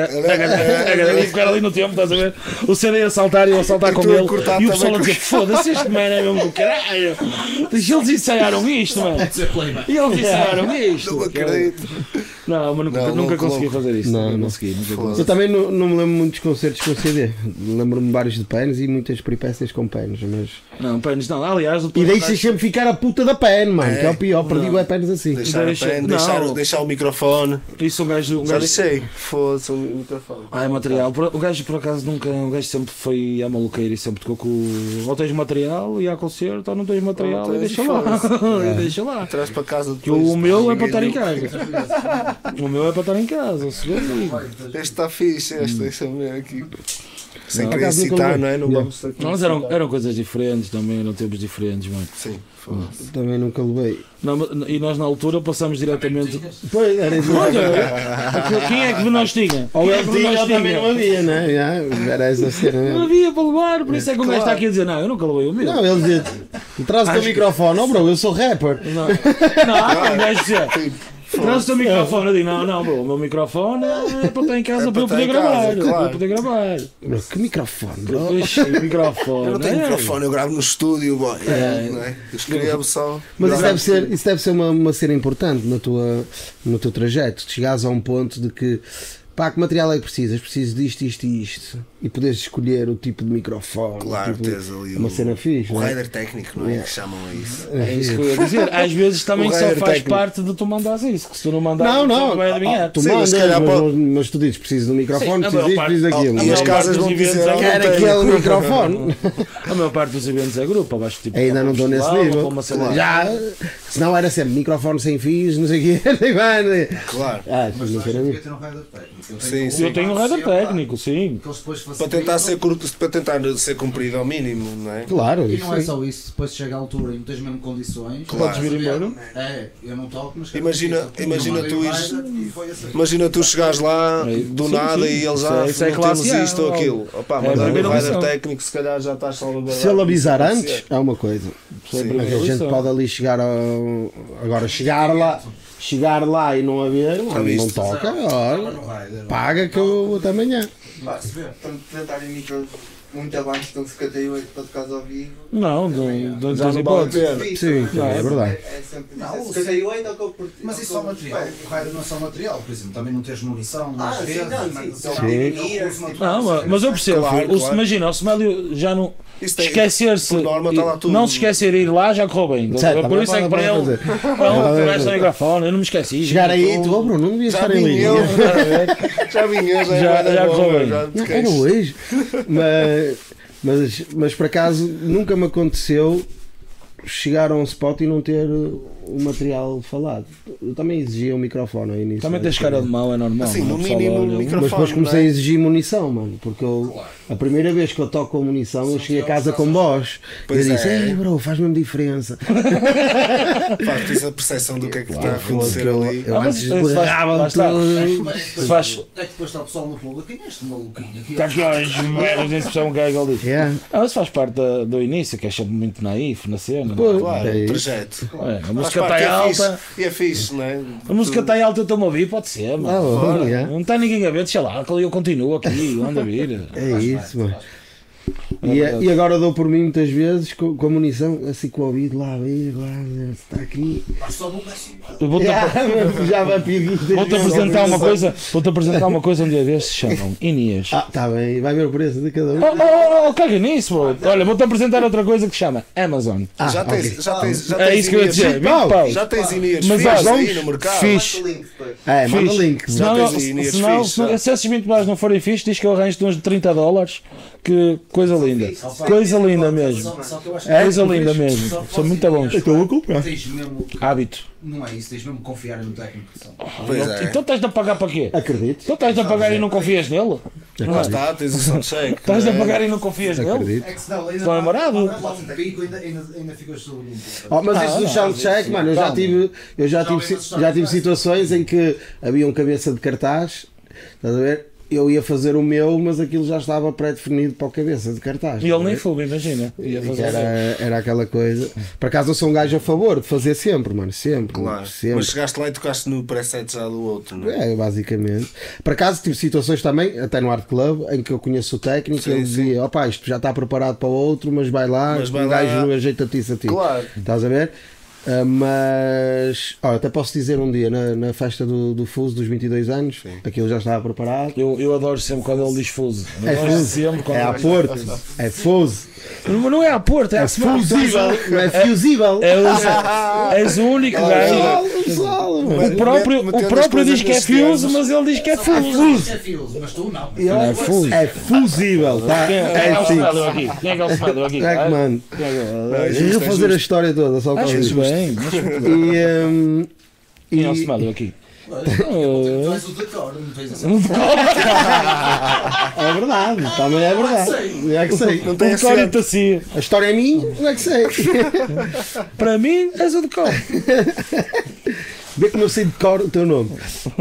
E ficar ali no tempo, estás a ver? O CD a saltar e eu a saltar com tu a ele. cortar E o também pessoal a com- dizer: foda-se, este man é mesmo do caralho. Eles ensaiaram isto, mano. E eles ensaiaram isto. Não acredito. Não, mas Não, nunca louco, consegui louco. fazer isso. Não, Nunca não. consegui. Eu também não me lembro muito dos concertos com CD. Lembro-me vários de pens e muitas peripécias com pens, mas... Não, pênis não. Aliás, E deixas sempre ficar a puta da pen, mano, que é o pior, perdi o pens assim. Deixar, Deixa- a pen, não. deixar o microfone. isso um gajo. Já deixei. Foda-se o microfone. Ah, é material. O gajo por acaso nunca. O gajo sempre foi à maluqueira e sempre tocou com o. Ou tens material e há concerto, ou não tens material Ou e tens deixa e lá. foda-se. E deixa lá. Traz para casa Que depois. o meu é para estar em Ninguém casa. O meu é para estar em casa. O segundo amigo. viu. Este está fixe, este deixa-me ver aqui. Sem Não, querer por acaso nunca citar, levei. não é? Não Yeah. vamos aqui Mas citar. eram coisas diferentes também, eram tempos diferentes, mano. Sim, foda-se. Também nunca levei. Não, e nós na altura passamos diretamente. Pois, era isso. Olha, quem é que de nós tinha? Ou Quem é ele que de tinha nós ou também não havia, né? Já, era essa cena Não mesmo. havia para levar, por isso é que o gajo está aqui a dizer: não, eu nunca levei o meu. Não, ele dizia, traz o teu microfone, oh bro, eu sou rapper. Não, o gajo dizia: traz o teu microfone. Eu digo: não, bro, o meu microfone é para estar em casa É para eu para poder estar em casa, gravar. Para claro. eu poder gravar. Bro, que microfone, bro? Ixi, o microfone. Eu não tenho é. microfone, eu gravo no estúdio, boy. É. Não é? Eu escrevo só. Mas gravo isso deve ser uma cena importante no teu trajeto. Chegares a um ponto de que, pá, que material é que precisas? Preciso disto, isto e isto. E poderes escolher o tipo de microfone. Claro, tipo, tens ali uma cena fixe, o não é? rider técnico, não é? Que chamam a isso. É isso que eu ia dizer. Às vezes também O só rider faz técnico. parte de tu mandares isso. Que se tu não mandares, Não, vai adivinhar. tu Sim, mas mandas, se calhar mas tu dizes preciso de um microfone, Sim, a preciso disto, maior preciso parte- daquilo. a E as maior casas parte vão dos dizer: eventos é "Ah, Quer não tenho." aquele microfone. A maior parte dos eventos é grupo. Abaixo, tipo, Ainda não estou nesse festival, ou nível. uma cena- Já, senão era sempre microfone sem fios, não sei o quê. Claro. Mas Não nós quero devia ver. ter um rider técnico. Sim, sim. Eu tenho um radar técnico, sim. Que eles depois Para facilitam. tentar ser cumprido ao mínimo, não é? Claro, E isso não é sim. só isso, depois chega à altura e não tens mesmo condições. Claro. Podes vir embora. É, eu não toco, mas Imagina eu tu ires- e foi assim. Imagina tu chegares lá É, do sim, nada sim. e eles Isso já é- isso é não classe temos A, isto ou logo. aquilo. Opa, É a mas o primeira rider lição. técnico se calhar já estás salvaguardado. Se ele avisar Pode antes, ser. é uma coisa. Foi a Sim. primeira A gente lição. pode ali chegar ao. Agora, chegar lá e não haver, não viste? toca, Estava olha, no rider. paga que eu vou até amanhã. Pá, se tentarem micros muito abaixo de um 58 para tocar ao vivo. Não, não Já tens não vale a hipótese. pena. Sim, Não, é verdade. É sempre Não, isso. 58 ou que eu curti. Mas isso é só material. O rider não é só material, por exemplo, também não tens munição, Ah, às sim, vezes, não, mas sim. o Sim. Não, mas eu percebo, Claro, filho. claro. Imagina, o Smélio já não. Isso tem- Esquecer-se. por norma está lá tudo. Não se esquecer de ir lá já correu bem. Certo, Por isso é que para pode ele. fazer. Não, tiveste o microfone, eu não me esqueci. Chegar aí, tu, oh Bruno, não devias Já estar em vim eu, linha. já vim eu, Já era bom, correu bem. já te Não, queixo. era hoje. Mas por acaso nunca me aconteceu chegar a um spot e não ter o material falado. Eu também exigia um microfone ao início. Também tens cara de mal, é normal. Assim, não? no O pessoal mínimo, olha, o microfone. Mas depois comecei não é? a exigir munição, mano, porque a primeira vez que eu toco com munição eu cheguei a casa com voz. Eu Pois disse, é. ei bro, faz mesmo diferença. Pá, tens a percepção do que é que está a acontecer eu, ali. eu Ah, mas antes isso faz- esborrava lá está. tudo. Se faz. É que depois está o pessoal no público. Quem é este maluquinho aqui? Está aqui hoje, merdas, nem se percebe um gag ali. Yeah. Ah, isso faz parte do início, que é sempre muito naif na cena. Pô, Claro, é o isso. trajeto. É, a Faz música parte, está é fixe. alta. E é fixe, não é? A música está alta, eu estou-me a ouvir, pode ser, mano. Ah, bom, Bora. yeah. Não está ninguém a ver, deixa lá, que eu continuo aqui, anda a vir. É isso, mano. E agora dou por mim muitas vezes com a munição, assim com o ouvido lá a ver, agora está aqui. Só vou assim. Eu Vou-te Já vai pedir. vou-te apresentar uma coisa, vou-te apresentar uma coisa um dia destes, se chamam Inês. Ah, está bem, vai ver o preço de cada um. Caga nisso, bro. Olha, vou-te apresentar outra coisa que se chama Amazon. Ah, Já ok. tens, já tens, já É tens isso que eu ia Inês. dizer, 20 Pau. paus. Já tens Inês Mas fixes olha, aí no mercado. fixe. Manda o link depois. É, manda Fixe. link. Senão, tens aí Inês fixe, já. se esses 20 paus não forem fixos, diz que eu arranjo-te uns de $30 que Coisa linda. Coisa linda mesmo. Só que eu acho Coisa que linda mesmo. São muito bons. Estou a comprar. tens mesmo. Hábito. Não é isso, tens mesmo que confiar no técnico. Pois é. Então estás a pagar para quê? Acredito. Então estás a pagar e não confias nele? Lá está, tens o soundcheck. Estás a não é? pagar e não confias nele? Acredito. É que senão ainda Estão amarado? um pico ainda ficas sobre um Oh, mas isso do soundcheck, mano, eu já tive situações em que havia um cabeça de cartaz, estás a ver? Eu ia fazer o meu, mas aquilo já estava pré-definido para o cabeça de cartaz. E ele nem fuga, imagina. Ia fazer Era aquela coisa. Por acaso eu sou um gajo a favor de fazer sempre, mano. Sempre. Claro. Sempre. Mas chegaste lá e tocaste no preset já do outro, não é? É, basicamente. Por acaso tive situações também, até no Art Club, em que eu conheço o técnico e ele dizia: opá, isto já está preparado para o outro, mas vai lá, Mas vai o lá. gajo ajeita-te isso a ti. Claro. Estás a ver? Mas olha, até posso dizer um dia na festa do Fuso dos 22 anos, aquilo já estava preparado. Eu adoro sempre quando ele diz fuso. É Adoro Fuso, sempre quando é ele a diz Porto, é Fuso, Não é a Porto, é a fusível, não é fusível. És o único gajo. O próprio diz que é fuso, mas ele diz que é fuso. É fios, mas tu não. É fuso. É fusível, tá? Quem é É o assim. Smedley aqui? Quem é que é o Smedley aqui? É que, mano, eu vou fazer a história toda, só para Acho isso. bem. Quem é o Smedley aqui? Tu és o decor, não tens assim. É verdade, também é verdade. É que sei. Não tem O decor acento. assim. A história é minha, não é que sei. Para mim, és o decor. Vê que não sei de cor o teu nome.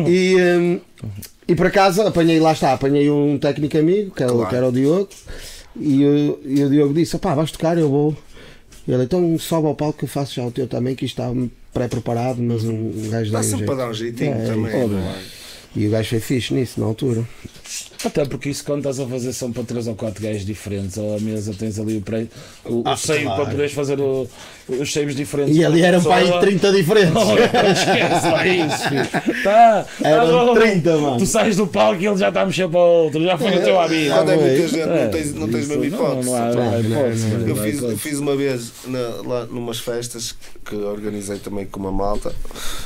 E por acaso apanhei um técnico amigo, que era o Diogo, e o Diogo disse: opá, vais tocar, eu vou. E ele, então sobe ao palco que eu faço já o teu também, que isto está pré-preparado, mas um gajo dá Dá um sempre jeito. para dar um jeitinho É, também. é, não é? E o gajo foi fixe nisso, na altura. Até porque isso quando estás a fazer são para 3 ou 4 gajos diferentes, ou à mesa tens ali o seio claro. para poderes fazer os seios diferentes. E ali eram para aí 30 diferentes. Esquece lá isso, filho. Tá, Eram 30, mano. Tu sais do palco e ele já está a mexer para o outro, já foi o teu amigo. Quando é muita é. gente, não tens mesmo hipótese. Não há hipótese. não, mano, Eu não há hipótese. fiz uma vez lá numas festas que organizei também com uma malta.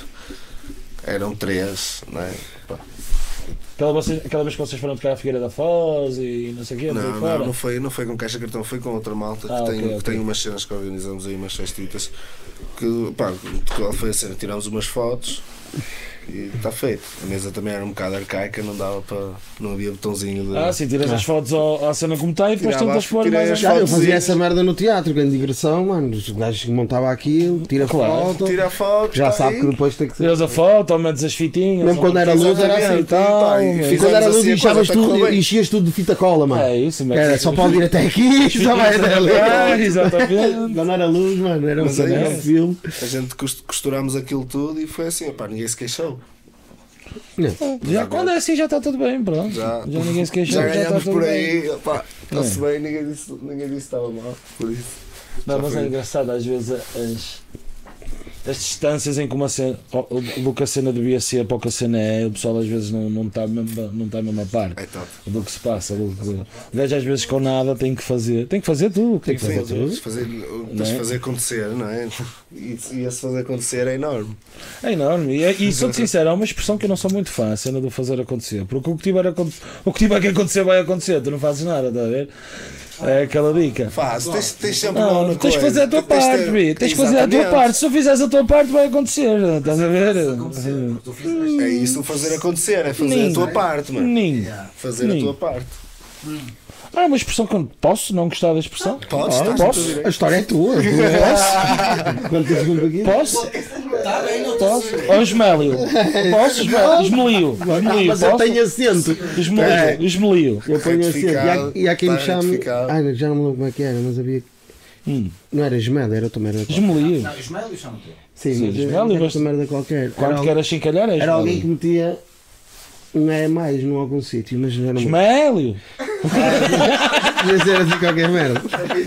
Eram 3, não é? Pá. Aquela vez que vocês foram tocar a Figueira da Foz e não sei o quê, por aí fora. Não foi com Caixa Cartão, foi com outra malta Ah, que tem ok. umas cenas que organizamos aí, umas festitas. Que pá, qual foi a cena? Tirámos umas fotos e está feito. A mesa também era um bocado arcaica, não dava para. Não havia botãozinho de. Sim, tiras as fotos à cena como está e depois Tirava tentas pôr tirei mais as Já, eu fotos fazia e- essa merda no teatro, grande digressão, mano. Os gajos que montavam aquilo, tira foto, Tira a foto, já tá sabe aí. que depois tem que ser. Tiras a foto, ou metes as fitinhas. Mesmo ou- quando era luz era assim e Exatamente, tal. pá, e E fizemos quando era luz assim a enchias coisa, tá tudo, bem. enchias tudo de fita cola, mano. É isso, Que era só pode ir até aqui, só vai até ali. Exatamente. Quando era luz, mano, era um Mas é isso. filme. A gente costurámos aquilo tudo e foi assim, pá, ninguém se queixou. Já, quando é assim já está tudo bem, pronto. Já ninguém se queixou, já já está ganhamos tudo por bem. aí, pá, está-se bem, ninguém disse que estava mal, por isso. Não, Já mas foi. é engraçado às vezes as distâncias em que uma cena, do que a cena devia ser para o que a cena é, o pessoal às vezes não está a mesma parte É top. do que se passa. O gajo às vezes com nada tem que fazer tudo o que tem que fazer. Tens de fazer acontecer, não é? E esse fazer acontecer é enorme. É enorme. E sou sincero, é uma expressão que eu não sou muito fã, a cena do fazer acontecer. Porque o que tiver que acontecer vai acontecer, tu não fazes nada, está a ver? É aquela dica. Faz, tens sempre mão Não, na tens que coisa. fazer a tua parte, Bi. Tens que fazer a tua parte. Se tu fizeres a tua parte, vai acontecer. Estás a ver? É isso, fazer acontecer, é fazer Nem. a tua parte, mano. Nem. Fazer Nem. a tua parte. É uma expressão que eu posso não gostar da expressão. Podes, estás posso. no teu direito. A história é tua. Posso? Quanto tempo segundo aqui? Posso? Está bem, não Posso? Ou esmélio? Posso? Esmelio? Mas eu tenho acento. Esmelio. Eu ponho acento. retificado, E há quem me está chame. retificado. Ai, já não me lembro como é que era, mas havia. Não era Gemel, era outra merda qualquer. Esmelio. Não, os médios são o quê? Sim, Sim, mas Gemel, era mas- outra merda qualquer. Quando quer achincalhar é Era alguém que esmelio. metia um é mais num algum sítio, mas já não me Esmelio. deve ser assim qualquer merda.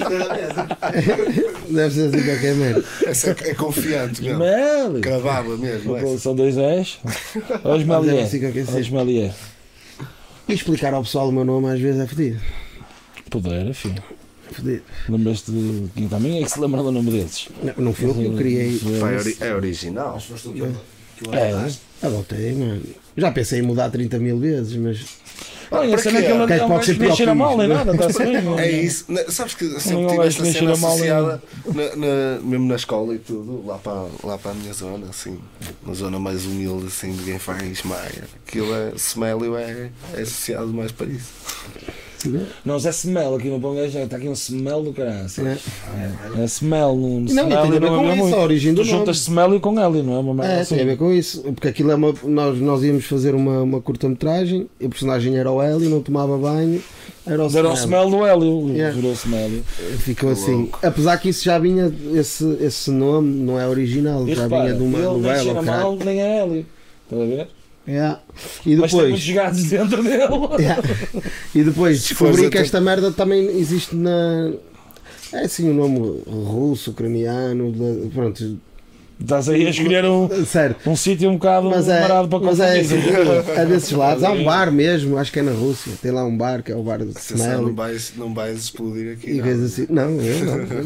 Deve ser assim qualquer merda. Essa é confiante mesmo. Esmelio. Cravava mesmo. essa. São dois és. Ou esmelié. Deve ser qualquer Ou coisa. esmelié. E explicar ao pessoal o meu nome às vezes é fedido. Poder, filho. É fedido. Lembras-te de quem também é que se lembra do nome desses? Não fui eu que eu criei. Pá, é original. Mas foste tu que o É. abordaste. Adotei, mano. Já pensei em mudar 30 mil vezes, mas Olha, a para cena quê? é que ele Que não pode ser vai mexer a pior que mal nem isto, nada, está-se bem. não É isso. Sabes que eu sempre Não tive vais essa mexer cena a mal associada, mesmo na escola e tudo, lá para a minha zona, assim, uma zona mais humilde, assim, ninguém faz maia. Aquilo é, Smélio é associado mais para isso. Não, é smell aqui no Pongas, está aqui um smell do caralho. É. É smell, Não, e tem a ver com é isso, muito. a origem Tu do nome. juntas smell com Hélio, não é? Uma merda É, assim. tem a ver com isso, porque aquilo é uma. Nós íamos fazer uma curta-metragem, e o personagem era o Hélio, não tomava banho, era o Era o Smell. smell do Hélio, Yeah. virou smell. Ficou assim. Apesar que isso já vinha, esse nome não é original, E já repara, vinha de uma ele nem novela. cheira ou mal, caralho. nem é Hélio. Estás a ver? Yeah. E Mas tem muitos depois, gatos dentro dele. yeah. E depois Se fores descobri a que esta merda também existe na. É assim o nome russo, ucraniano, pronto, Estás aí a escolher certo. um sítio um bocado Mas parado para mas é, confundir. assim, é desses lados. Há um bar mesmo, acho que é na Rússia. Tem lá um bar que é o bar de Atenção, Smell. não vais explodir aqui. E não. coisas assim. Não, eu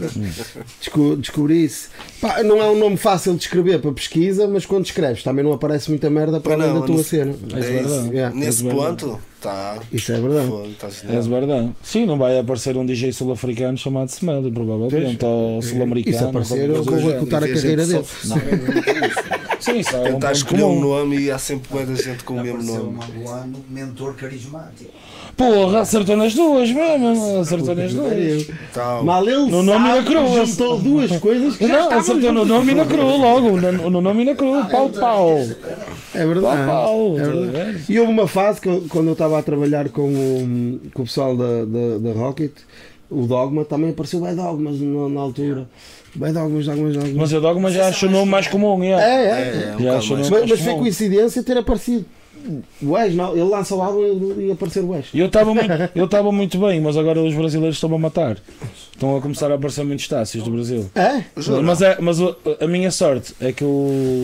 não. Descobri isso. Pá, não é um nome fácil de escrever para pesquisa, mas quando escreves também não aparece muita merda para Pois além não, da tua não- cena. É isso, verdade. Yeah. Nesse É verdade. ponto, tá. Isso é verdade. Tá É verdade. Sim, não vai aparecer um DJ sul-africano chamado Smelly, provavelmente, ou sul-americano. Isso aparecer, ou eu qualquer vou coisa do boicotar a Tem gente carreira que dele. sofre. Sim, isso é um Tentar ponto escolher um comum. nome e há sempre muita gente com o mesmo Apareceu nome. um angolano, mentor carismático. Porra, acertou nas duas mesmo, acertou nas duas. Tal. Mal ele No nome sabe da cruz. que juntou duas coisas que já Não, estavam acertou no juntas. nome e na cru, logo, no nome e na cru, pau, pau. É verdade. Pau, É estás a verdade. ver? E houve uma fase que quando eu estava a trabalhar com o pessoal da Rocket, o Dogma também apareceu bem Dogmas na altura. Bem Dogmas. Mas o Dogma já achou o nome mais comum, é. É. Um Já bocado achou mais. nome Mas mais foi comum. coincidência ter aparecido o Wes, não? Ele lança o álbum e aparecer o Wes. Eu estava muito bem, mas agora os brasileiros estão a matar. Estão a começar a aparecer muitos Tássios do Brasil. É? Mas a minha sorte é que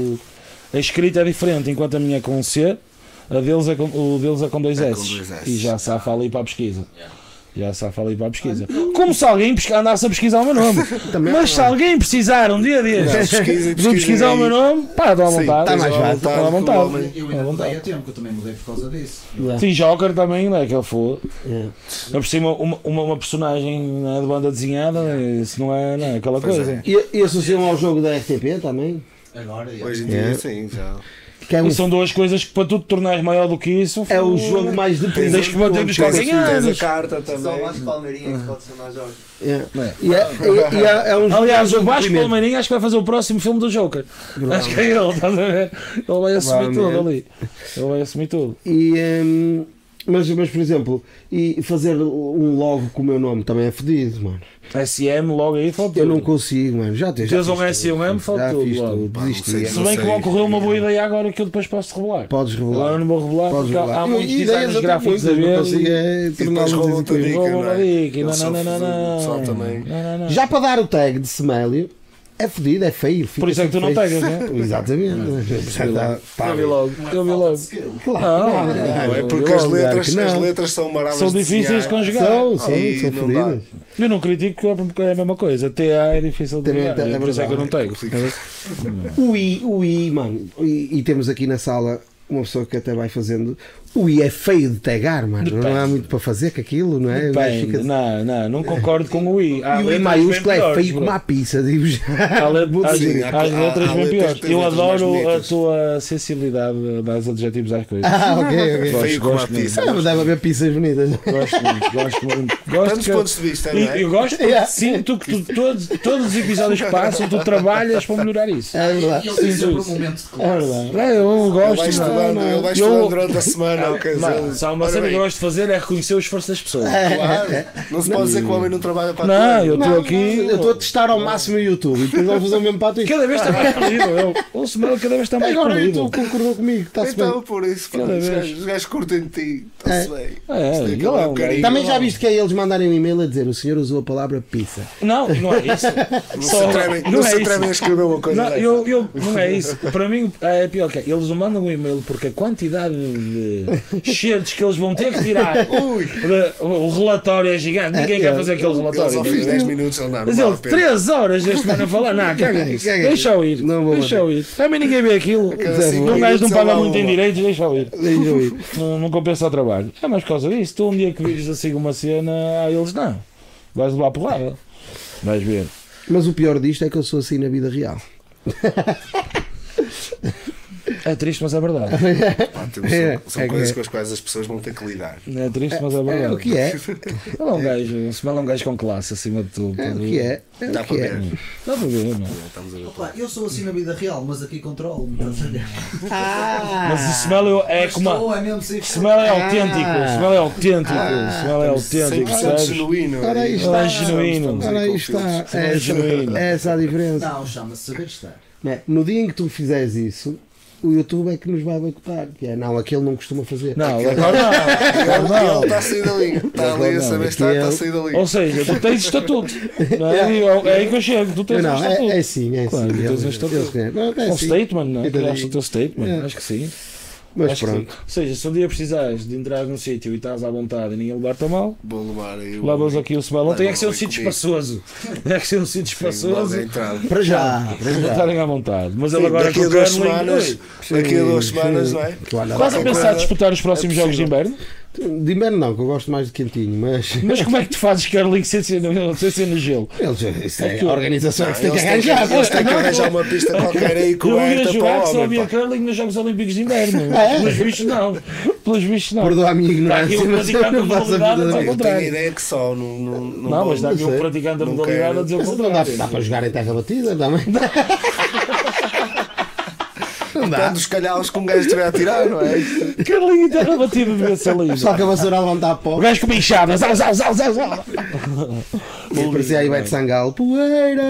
a escrita é diferente, enquanto a minha é com C, o deles é com dois É com S. dois S. E já safa ali para a pesquisa. Já safa ali para a pesquisa. Como se alguém andasse a pesquisar o meu nome. Também Mas se alguém precisar um dia destes de pesquisar o meu nome, pá, dá à Sim, vontade. tá mais tens à fácil. Dá à que o vontade. homem- Eu À ainda vontade. mudei a tempo, que eu também mudei por causa disso. Sim, Joker também, não é que ele for. É. Por cima, uma personagem de banda desenhada, isso não é aquela Pois coisa. E associam ao jogo da RTP também? Agora, Hoje em É. dia, sim, já. Que é, E são duas coisas que para tu te tornares maior do que isso. é o jogo mais dependente. Tens que bater nos Tens a calcanhares. carta Só também. mais Palmeirinha que pode ser mais jovem. É. É. E é um Aliás, jogo o Vasco deprimente. Palmeirinho acho que vai fazer o próximo filme do Joker. Acho que é ele, estás a ver? Ele vai assumir tudo Provavelmente. ali. Ele vai assumir tudo. Mas, por exemplo, e fazer um logo com o meu nome também é fedido, mano. SM logo aí falta Eu não tudo. consigo, mano. Já Tens fiz um tudo. SM, falta Já tudo fiz logo. tudo. Pá, não Desisti. sei. Se bem que me ocorreu uma boa ideia agora que eu depois posso revelar. Podes Agora revelar. não vou revelar Podes porque revelar. há muitos Ideias designers eu tenho gráficos a muitas, não ver. consigo é depois torná-los roubam-te a executivos. dica, Vou não é? dica, Eles só não. também. Não. Já para dar o tag de Smélio, é fedido, é feio. fica Por isso é que tu não feio. pegas, não é? Exatamente. Eu vi logo. Eu vi logo. Claro. Não, é eu porque vi as logo, letras, claro que as não. letras são maravilhosas. São difíceis de conjugar. São E não dá. fedidas. Eu não critico porque é a mesma coisa. TA é difícil de Também ligar. é Por isso é que eu não verdade. tenho. O I, mano, e temos aqui na sala uma pessoa que até vai fazendo. O I é feio de tagar, mano. Não há muito para fazer com aquilo, não é? O gajo Depende. fica- Não concordo com o I. Há E o I letras maiúsculo bem é piores, feio como bro. a pizza, digo já. Há Sim, há- letras há bem letras piores. que têm Eu letras mais adoro a bonitas. tua sensibilidade a dar os adjetivos às coisas. Ah, ok. Feio como a gosto mesmo. pizza. Ah, mas deve haver pizzas bonitas. Gosto muito. Gosto Tantos que- pontos de vista, não E é? eu gosto porque Yeah. sinto que todos os episódios que passam, tu trabalhas para melhorar isso. É verdade. Ele tem Sim, sempre isso. um momento de É classe. verdade. Eu Ele gosto. vai estudando, ele vai Eu- estudando durante a semana. quer dizer, Mano, só uma ora cena que bem, eu gosto de fazer é reconhecer o esforço das pessoas. Claro, não se pode dizer que o homem não trabalha para a Não, coisa. eu estou aqui. Eu estou a testar ao máximo o YouTube e depois vamos fazer o mesmo para a Twitch. Cada vez está mais polido. O Smell cada vez está mais Agora o polido. YouTube concordou comigo, está-se bem. Então, por isso, pá, Cada os vez. gajos- os gajos curtem de ti. Está-se bem. É, Isto ele aquilo é um um carinho. gajo. Também já viste que é eles mandarem um e-mail a dizer o senhor usou a palavra pizza. Não é isso. Não se atrevem, não não se é atrevem a isso. escrever uma coisa Não, dessa. não é isso. Para mim é pior que é. Eles não mandam um e-mail porque a quantidade de certos que eles vão ter que tirar. O relatório é gigante, ninguém quer fazer aquele Eu relatório. só fiz 10 minutos a andar. Mas ele, 3 horas este ano a falar, não, caga nisso. Deixa-o ir. Deixa-o ir. Também ninguém vê aquilo. Um gajo não paga muito em direitos, deixa-o ir. Não compensa o trabalho. É mais por causa disso. Tu um dia que vires assim uma cena, a eles não. Vais levar porrada. Vais ver. Mas o pior disto é que eu sou assim na vida real. É triste, mas é verdade. Pá, são coisas com as quais as pessoas vão ter que lidar. É triste, mas é verdade. É o que é. Ele é um gajo, o Smell é um gajo com classe acima de tudo. É o que é. É Dá o para que é. ver. Dá para ver, não é? Estamos a ver. Opa, eu sou assim na vida real, mas aqui controlo-me. Mas o Smell é como. Estou, é mesmo sem O Smell é autêntico. O Smell é autêntico. O Smell é autêntico. 100% Sabes? genuíno. Ora, aí Ele está. é genuíno. Ora, aí está. É genuíno. É essa a diferença. Não, chama-se saber estar. No dia em que tu fizeres isso, o YouTube é que nos vai boicotar. Que é, não, aquele não costuma fazer. Não, agora Ele não. está a sair dali. Está ali a saber estar, está a sair dali. Ou seja, tu tens estatuto. Não é? É aí que eu chego. Tu tens um Não, estatuto. é sim, é Claro, sim. tu tens um Eles estatuto. conhecem. Não, é Um sim. statement, não é? Entendi. Criaste o teu statement. É. Acho que sim. Mas Acho que pronto. sim. Ou seja, se um dia precisares de entrar num sítio e estás à vontade e ninguém levar-te a mal, Vou levar aí o. levas aqui o smell. Não tem que ser um Leva sítio comigo. espaçoso. Tem que ser um sítio Logo espaçoso. a entrada. Para já. Para estarem à vontade. Mas ele agora Daqui com a o 2 curling, semanas. Daqui a 2 semanas, não é? estás a pensar em disputar os próximos jogos de inverno? De inverno não, que eu gosto mais de quentinho, mas. Mas como é que tu fazes curling sem ser no gelo? Isso é que- a organização que se tem que Eles têm que arranjar. eles têm que arranjar uma pista qualquer aí Eu ia coberta para jogar que o só homem. havia pá. curling nos Jogos Olímpicos de Inverno. É? Pelos bichos não. Pelos bichos não. Perdoa a minha Está aqui ignorância, um mas eu praticante não de faço a modalidade, vida mas ao Eu tenho a contrário. ideia que só Não, mas está aqui um sei. praticante da Não modalidade quero. a dizer o Não dá, contrário. dá para jogar em terra batida também. Não dá. Depende dos calhaus que um gajo estiver a tirar, não é? Curling e terra batida devia ser lindo. Só que a vassoura a levantar pó. O gajo com bichada. Zau, zau, zau, zau, zau. E parecia aí Ivete Sangalo. Poeira!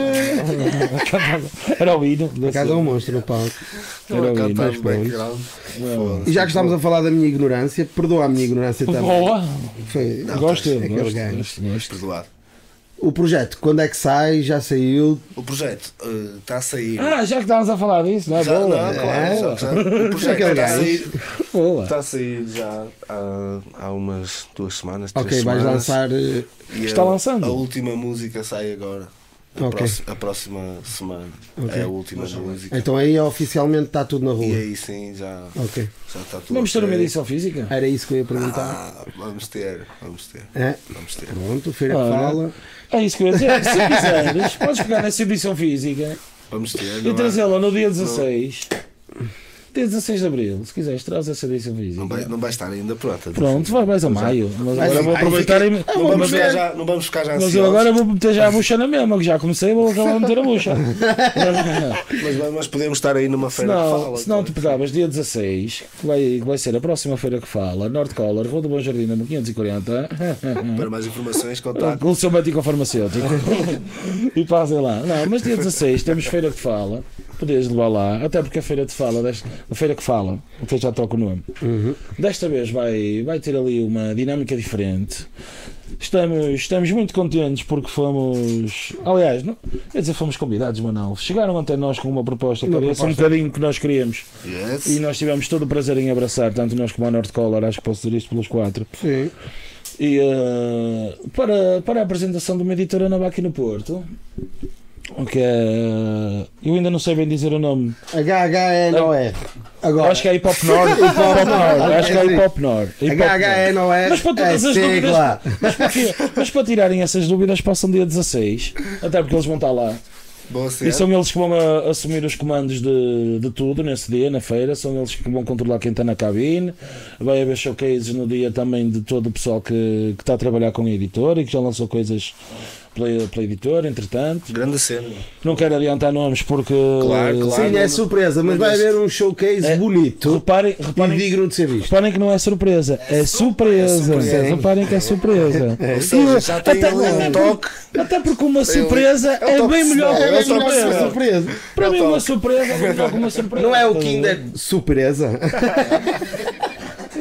Era o hino. Por acaso é um monstro no palco. Era o hino. Cantar mas no pronto. background. E já que estamos a falar da minha ignorância, perdoa a minha ignorância também. Boa. Foi. Gosto dele. aquele Gosto, gajo. gosto. Perdoado. O projeto, quando é que sai? Já saiu? O projeto está a sair. Ah, já que estávamos a falar disso, não é? Já, Boa. não, claro, já. O projeto Aquele está a gajo. sair. Boa. Está a sair já há umas 2 semanas. 3 Ok, vais semanas. lançar. E Está lançando? A última música sai agora. Ok. A próxima semana. Ok. É a última música. Então aí oficialmente está tudo na E rua. aí sim já Ok. está tudo. Vamos ter uma ok. edição física? Era isso que eu ia perguntar. Ah, vamos ter. É? Vamos ter. Pronto, feira que Olha. fala. É isso que eu ia dizer. Se quiseres, podes pegar nessa edição física Vamos ter. e não é? trazê-la no dia 16. Dia 16 de Abril, se quiseres, traz essa edição física. Não vai estar ainda pronta. Pronto, vai mais a maio. Mas agora vou aí aproveitar e. Não vamos mas- ficar já, não vamos ficar já Mas eu ansiosos. agora vou meter já a bucha na mesma, que já comecei, vou acabar de meter a bucha. Mas podemos estar aí numa feira que fala. Se não te pegavas dia 16, que vai ser a próxima feira que fala, North Collar, Rua do Bom Jardim, número 540, Para mais informações, contacte. com o seu médico farmacêutico. E passem lá. Não, mas dia 16 temos feira que fala, podes levar lá, até porque a feira que fala, até já toca o nome. Desta vez vai ter ali uma dinâmica diferente. Estamos muito contentes porque fomos. Aliás, não, quer dizer, fomos convidados, mas não. Chegaram até nós com uma proposta que era esse um bocadinho que nós queríamos. Yes. E nós tivemos todo o prazer em abraçar, tanto nós como a North Collar, acho que posso dizer isto pelos 4. Sim. E para a apresentação de uma editora nova aqui no Porto, que é. Eu ainda não sei bem dizer o nome. HHNOR. Agora. Acho que é Hip Hop Nord. Hip Hop Nord. Acho que é Hip Hop Nord. Hip Hop Nord. HHNOR. Mas para todas as dúvidas, sigla. mas para tirarem essas dúvidas, passam dia 16, até porque eles vão estar lá. Boa E cena. são eles que vão assumir os comandos de tudo nesse dia, na feira. São eles que vão controlar quem está na cabine. Vai haver showcases no dia também de todo o pessoal que está a trabalhar com a editora e que já lançou coisas pela editora, entretanto. Grande cena. Não quero adiantar nomes porque. Claro. Sim, é surpresa, mas vai haver um showcase bonito Reparem, e digno de ser visto. reparem que não é surpresa, é surpresa. Reparem que é surpresa. Ou seja, já tem até- ali um toque. Até porque uma surpresa É o é toque bem melhor que final, uma é o toque surpresa. final. Surpresa. Para mim, uma surpresa é bem melhor que uma surpresa. Não é o Kinder surpresa.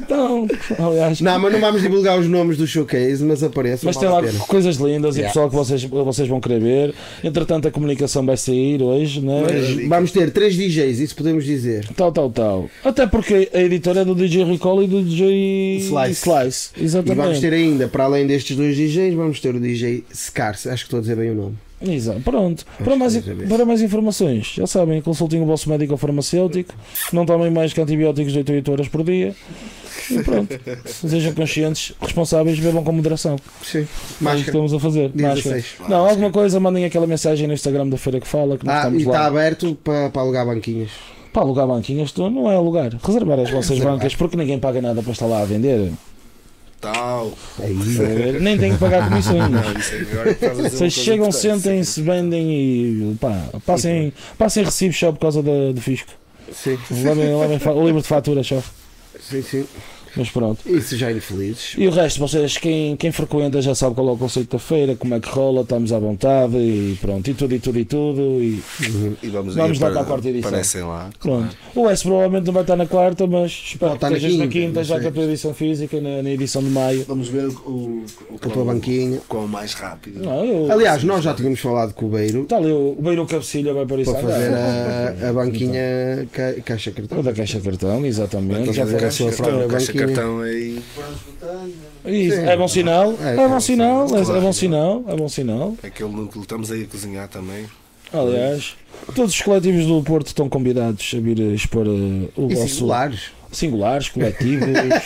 Então, aliás. Não, mas não vamos divulgar os nomes do showcase, mas apareçam. Mas tem lá coisas lindas e Yeah. pessoal que vocês vão querer ver. Entretanto, a comunicação vai sair hoje, né? Vamos ter 3 DJs, isso podemos dizer. Tal. Até porque a editora é do DJ Recall e do DJ Slice. E Exatamente. vamos ter ainda, para além destes 2 DJs, vamos ter o DJ Scarce. Acho que estou a dizer bem o nome. Exato. Pronto. Para mais informações, já sabem, consultem o vosso médico ou farmacêutico. Não tomem mais que antibióticos de 8 a 8 horas por dia. E pronto. Sejam conscientes, responsáveis, bebam com moderação. Sim. É o que Máscara. estamos a fazer. 16. Não, alguma coisa, mandem aquela mensagem no Instagram da Feira que fala que nós E estamos está lá. aberto para alugar banquinhas. Para alugar banquinhas, não é alugar. Reservar as vossas bancas, porque ninguém paga nada para estar lá a vender. Tal. Nem tem que pagar comissões. Não, isso é melhor que estás a dizer uma Vocês coisa chegam, importante. sentem-se, vendem e pá, passem recibos só por causa do fisco. Sim. Levem o livro de fatura só. Sim. Mas pronto. Isso já é infelizes. E o resto, vocês, quem frequenta já sabe qual é o conceito da feira, como é que rola, estamos à vontade e pronto, e tudo. E E vamos Vamos aí lá para a quarta edição. Aparecem lá. pronto. O S provavelmente não vai estar na quarta, mas espero Pode que estar na estejas na quinta, quinta, não já sei. com a tua edição física, na edição de maio. Vamos ver o A tua banquinha. quão mais rápido. Não, Aliás, nós já tínhamos falado com o Beiro está ali o Beiro Cabecilha vai para isso para fazer a banquinha caixa cartão. O da caixa de cartão, exatamente. Já fazer foi a sua Cartão, própria caixa banquinha. cartão aí. Isso, Sim. é bom sinal, É, é bom sinal, claro. é bom sinal, é bom sinal. Aquele núcleo, estamos aí a cozinhar também. Aliás, todos os coletivos do Porto estão convidados a vir expor o E vosso singulares. singulares, coletivos.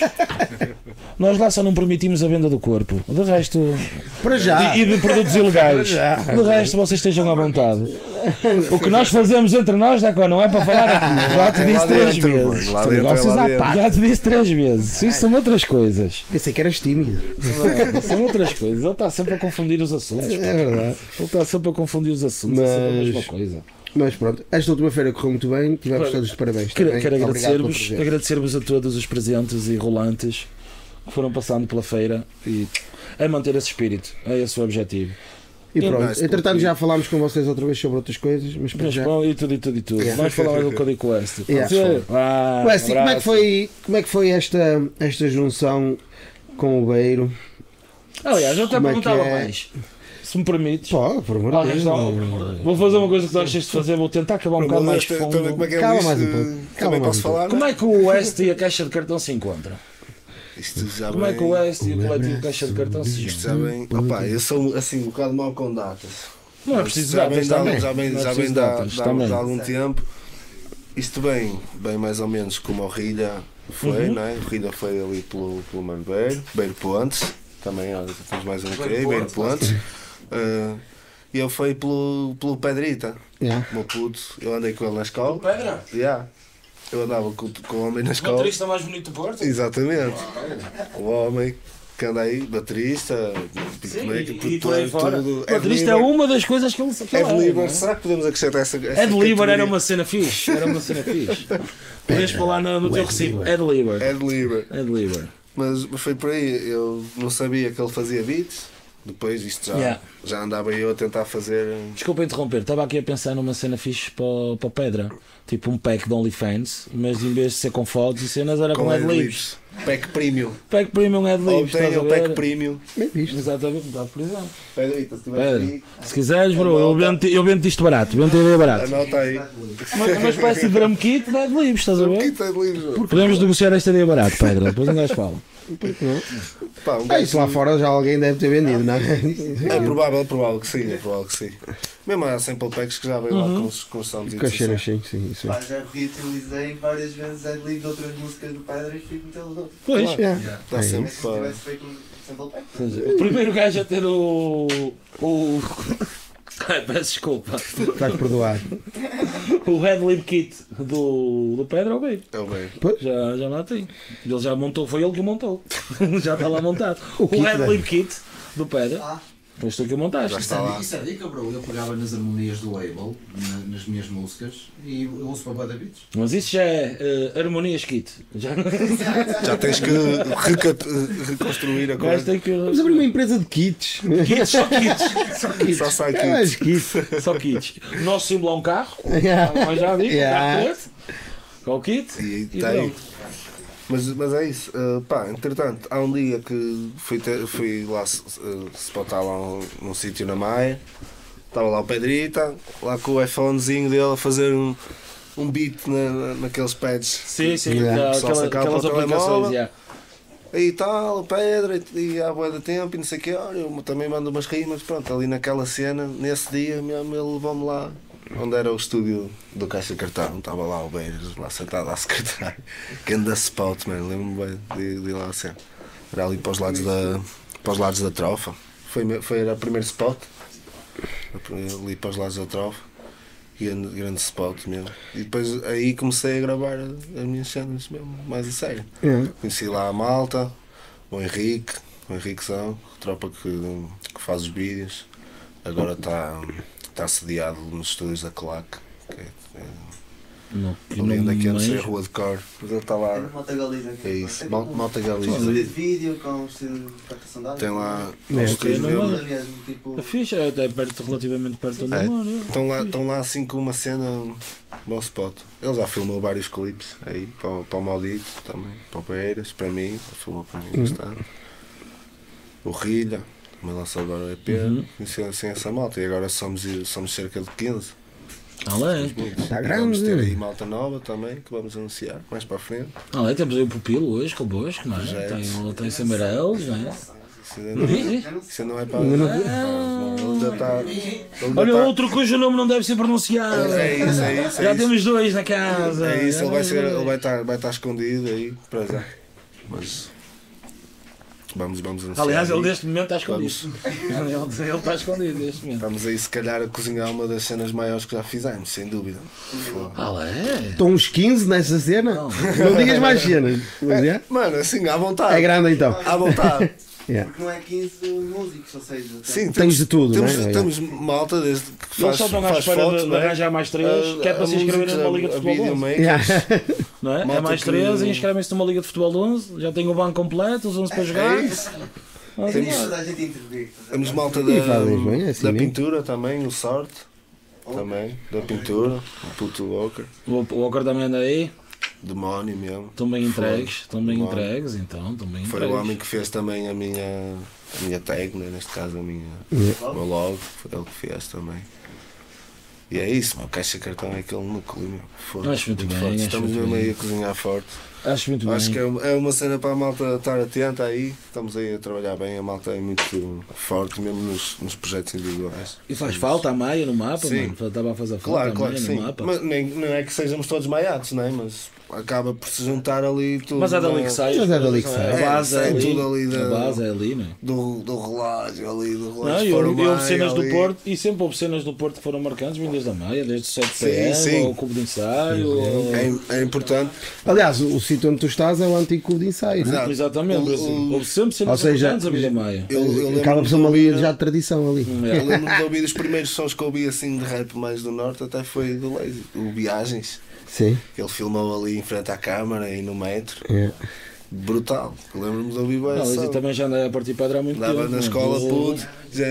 Nós lá só não permitimos a venda do corpo. De resto, Para já. e de produtos ilegais. De resto, vocês estejam à vontade. O que nós fazemos entre nós, não é para falar aqui. Já te disse Lá 3 dentro, vezes. lá São dentro, negócios lá à dentro. parte. Já te disse 3 vezes. Isso são outras coisas. Pensei que eras tímido. Não, são outras coisas. Ele está sempre a confundir os assuntos. É verdade. Ele está sempre a confundir os assuntos. É sempre a mesma coisa. Mas pronto, esta última feira correu muito bem. Tivemos todos de parabéns. Quero também. Obrigado pelo agradecer-vos presente. a todos os presentes e rolantes que foram passando pela feira e a manter esse espírito. É esse o objetivo. E pronto, Mas, entretanto porque- já falámos com vocês outra vez sobre outras coisas, mas para Mas, já. bom, e tudo. Yeah. Vamos falar mais um bocadinho com o West. Pode Yeah. ser? Wes, e Abraço. como é que foi esta junção com o Beiro? Aliás, eu até Como é que perguntava é? mais. Se me permites. Pô, por amor Ah, de Deus. então, vou fazer uma coisa que tu achas de fazer, vou tentar acabar um bocado mais Também fundo. como é que é Calma isto? mais um pouco. Também Calma mais posso um pouco. falar? Como é que o West e a caixa de cartão se encontram? Isto já Como é bem- que o West e o coletivo caixa de cartão se Isto juntam? já bem. Opa, eu sou assim um bocado mau com datas. Não é preciso já datas bem, também. já bem, Não é já preciso bem datas também. dá algum tempo. Isto bem mais ou menos como o Rilha foi, Uhum. não é? O Rilha foi ali pelo Mano Beiro Pontes, também olha, temos mais um aqui, Beiro Pontes. E ele foi pelo Pedrita, Yeah. o meu puto, eu andei com ele na escola. Pedra? Yeah. Eu andava com o homem na O escola. motorista mais bonito do Porto? Exatamente. O homem que anda aí, baterista, Sim, beatmaker, e por aí fora. tudo. O baterista é uma das coisas que ele É não Liber, é? será que podemos acrescentar essa Ed Liber categoria? era uma cena fixe. Era uma cena fixe. Podias falar no teu recibo. Ed Liber. Ed Liber. Ed Liber. Mas foi por aí, eu não sabia que ele fazia beats. Depois isto Yeah. já andava eu a tentar fazer. Desculpa interromper, estava aqui a pensar numa cena fixe para o Pedra. Tipo um pack de OnlyFans, mas em vez de ser com fotos e cenas era com adlibs. Pack Premium. Pack Premium adlibs, estás Ontem a o Pack ver? Premium. Bem visto. Exatamente, dá por exemplo. Pedrita, se tiver Pedra, aqui, se quiseres, bro, eu vendo isto barato, vendo ideia barato. anota aí. Uma espécie de drum kit de adlibs, estás a ver? Quita de livro. Podemos negociar esta ideia barato, Pedra, depois um gajo fala. Pá, um Isso lá fora já alguém deve ter vendido, não é? É provável que sim, é provável que sim. Mesmo há sample packs que já veio lá com os sounds e Com as tudo cenas, assim. sim, isso. Pá, já reutilizei várias vezes a de outras músicas do Pedro e fico muito louco. Pois, Yeah. Dá sempre Se para. tivesse feito um sample pack. o primeiro gajo a ter o. Ai, peço desculpa. Estás perdoado. O Headlib Kit do Pedro é o Beiro. É o bem. Já lá tem. Ele já montou, foi ele que o montou. Já está lá montado. O kit Headlib Kit do Pedro. Ah. Foste tu que o montaste. Já está lá. Isso é dica, bro. Eu pegava nas harmonias do Abel, nas minhas músicas, e eu uso para bada beats. Mas isso já é harmonias kit. Já Já tens que reconstruir a o gajo coisa. tem que. Vamos abrir uma empresa de kits. Kits, só kits. Só kits. Só sai É mais aqui. kits. Só kits. O nosso símbolo é um carro. Yeah. Mas já vi, Yeah. carro preto. Com o kit. E E tem. pronto. Mas é isso. Pá, entretanto, há um dia que fui lá spotar lá num sítio na Maia. Estava lá o Pedrita, lá com o iPhonezinho dele a fazer um beat naqueles pads. Sim, Yeah. aquelas aplicações. Yeah. Aí tal, o Pedro, e há boa de tempo e não sei o que, olha, eu também mando umas rimas, pronto, ali naquela cena, nesse dia mesmo, ele levou-me lá, onde era o estúdio do Caixa Cartão, estava lá o Beiras, lá sentado à secretária, que anda spot, man, lembro-me bem de ir lá a cena. Era ali para os lados da Trofa, era o primeiro spot, ali para os lados da Trofa, grande spot mesmo. E depois aí comecei a gravar as minhas cenas mesmo, mais a sério. Conheci lá a malta, o Henriquezão, tropa que faz os vídeos, agora está sediado nos estúdios da Clac, que é ali onde é que antes é a Rua de Cor, mas ele está lá. Malta Galiza. É isso, Malta Um Galiza. estúdio de vídeo com estilo de captação de áudio. Tem lá É, os estúdios ok, mesmo. não Aliás, tipo, A ficha é até relativamente perto do É. demónio. Estão lá assim com uma cena, bom spot. Ele já filmou vários clipes aí, para o Maldito também, para o Pereiras, para mim, filmou para mim bastante. O Rilha, também lançou agora o EP, conheceu assim essa malta e agora somos cerca de 15. Está E vamos ter aí grande. malta nova também, que vamos anunciar mais para a frente. Temos aí o Pupilo hoje, convosco, não é? Projetos. Tem Samarelos, não é? Isso não é para. Ainda não- Ele já está. Olha, outro cujo nome não deve ser pronunciado. É isso, é isso. Já É isso. temos dois na casa. É isso, Já ele vai estar escondido aí, para já. Mas. Vamos anunciar. Aliás, ele aí. neste momento está escondido. Ele está escondido neste momento. Estamos aí, se calhar, a cozinhar uma das cenas maiores que já fizemos, sem dúvida. É? Estão uns 15 nessa cena? Não digas mais cenas. Mas é? Mano, assim, à vontade. É grande então. À vontade. Yeah. porque não é 15 músicos, ou seja, Sim, Tens de tudo, temos, não é? temos malta desde que Eles faz, só estão à faz espera fotos, de não é? arranjar mais três, que é para se inscreverem numa Liga de Futebol 11. Yeah. Não é? É Malta mais que- três e inscrevem-se numa Liga de Futebol 11. Já tem o banco completo, os 11 para jogar. É isso. Mas, Temos- toda a gente intervir. Temos malta E fazem bem, é assim da mesmo. pintura também, o Sorte. Também, da pintura, o Puto Walker. O Walker também anda aí. Demónio mesmo. Estão bem entregues. Estão bem Demónio. entregues, então. Estão bem Foi o entregues. homem que fez também a minha tag, né? Neste caso o meu logo, foi ele que fez também. E é isso, meu, Caixa Cartão é aquele núcleo, meu. Foda-se, Acho muito bem, forte. acho Estamos muito mesmo bem. aí a cozinhar forte. Acho muito Acho que bem. é uma cena para a malta estar atenta aí. Estamos aí a trabalhar bem, a malta é muito forte mesmo nos projetos individuais. E faz falta a Maia no mapa, Sim. mano. Estava a fazer falta Claro, a claro Maia que no sim. mapa. Mas não é que sejamos todos maiados, não é? Mas acaba por se juntar ali tudo. Mas é dali que sai. Mas é dali que sai. A base é É ali. tudo ali da- A base é ali, não é? Do relógio ali, do relógio. Não, e formai houve cenas do ali. Porto, e sempre houve cenas do Porto que foram marcantes, vindas da Maia, desde o 7 Sim, PM, sim. ao Cubo de Ensaio. É importante. Aliás, o sítio onde tu estás é o antigo clube de ensaio. Não é? Exato. Exatamente, houve sempre Ou cenas seja, marcantes a vida Maia. Eu lembro-me Acaba por ser de uma ouvir- linha já de tradição ali. Eu lembro-me de ouvir os primeiros sons que eu ouvi assim de rap mais do norte, até foi do Lazy, o Viagens, Sim. que ele filmou ali em frente à câmara e no metro. É. Brutal. Eu lembro-me de ouvir bem. Não, mas eu também já andei a partir pedra há muito tempo. Andava na mano. escola, Eu- puto,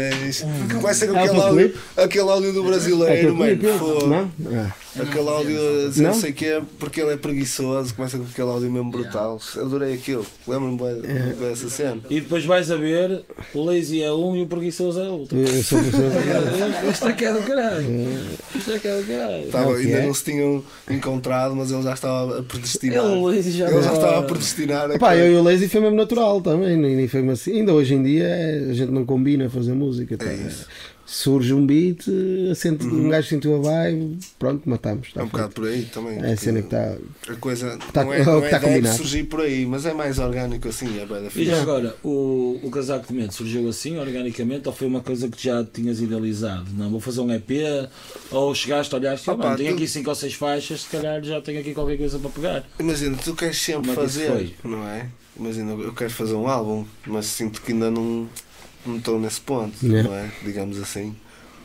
começa com É o aquele teu áudio, clipe? aquele áudio do É brasileiro, teu clipe, mano. Fogo. não? Ah. Aquele áudio a dizer Não? não sei o quê, porque ele é preguiçoso, começa com aquele áudio mesmo brutal. Eu adorei aquilo, lembro-me bem dessa cena. E depois vais a ver, o lazy é um e o preguiçoso é outro. Eu sou professor. Isto é que é do caralho. Isto é que é do caralho. Estava, o que ainda é? não se tinham encontrado, mas ele já estava a predestinar. Ele, o lazy já Ele já estava- estava a predestinar. Pá, eu e o Lazy foi mesmo natural também, nem foi assim. Ainda hoje em dia a gente não combina fazer música. Tá? isso. Surge um beat, um gajo sentiu a vibe, pronto, matamos. É um bocado por aí também. É a cena que está. A coisa Tá- não é o não que tá deve combinado. surgir por aí, mas é mais orgânico assim, é bem da E fixe. já agora, o casaco de medo surgiu assim, organicamente, ou foi uma coisa que já tinhas idealizado? Não, vou fazer um EP, ou chegaste, olhaste, Opa, mano, tenho tu- aqui 5 ou 6 faixas, se calhar já tenho aqui qualquer coisa para pegar. Imagina, tu queres sempre Como é que isso fazer, foi? não é? Imagina, eu quero fazer um álbum, mas sinto que ainda não estou nesse ponto, Yeah. não é? Digamos assim.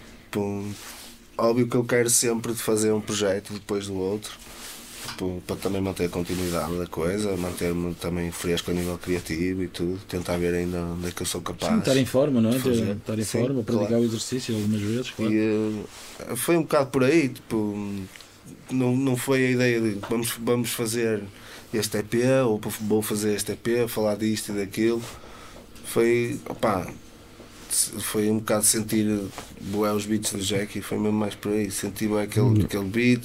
Óbvio que eu quero sempre de fazer um projeto depois do outro, para também manter a continuidade da coisa, manter-me também fresco a nível criativo e tudo, tentar ver ainda onde é que eu sou capaz. Sim, estar em forma, não é? fazer. Estar em Sim, forma, praticar claro. o exercício algumas vezes, claro. E foi um bocado por aí, tipo, não foi a ideia de vamos fazer este EP, ou vou fazer este EP, falar disto e daquilo. Foi, opá, foi um bocado sentir bué os beats do Jackie, foi mesmo mais por aí, senti bué aquele beat.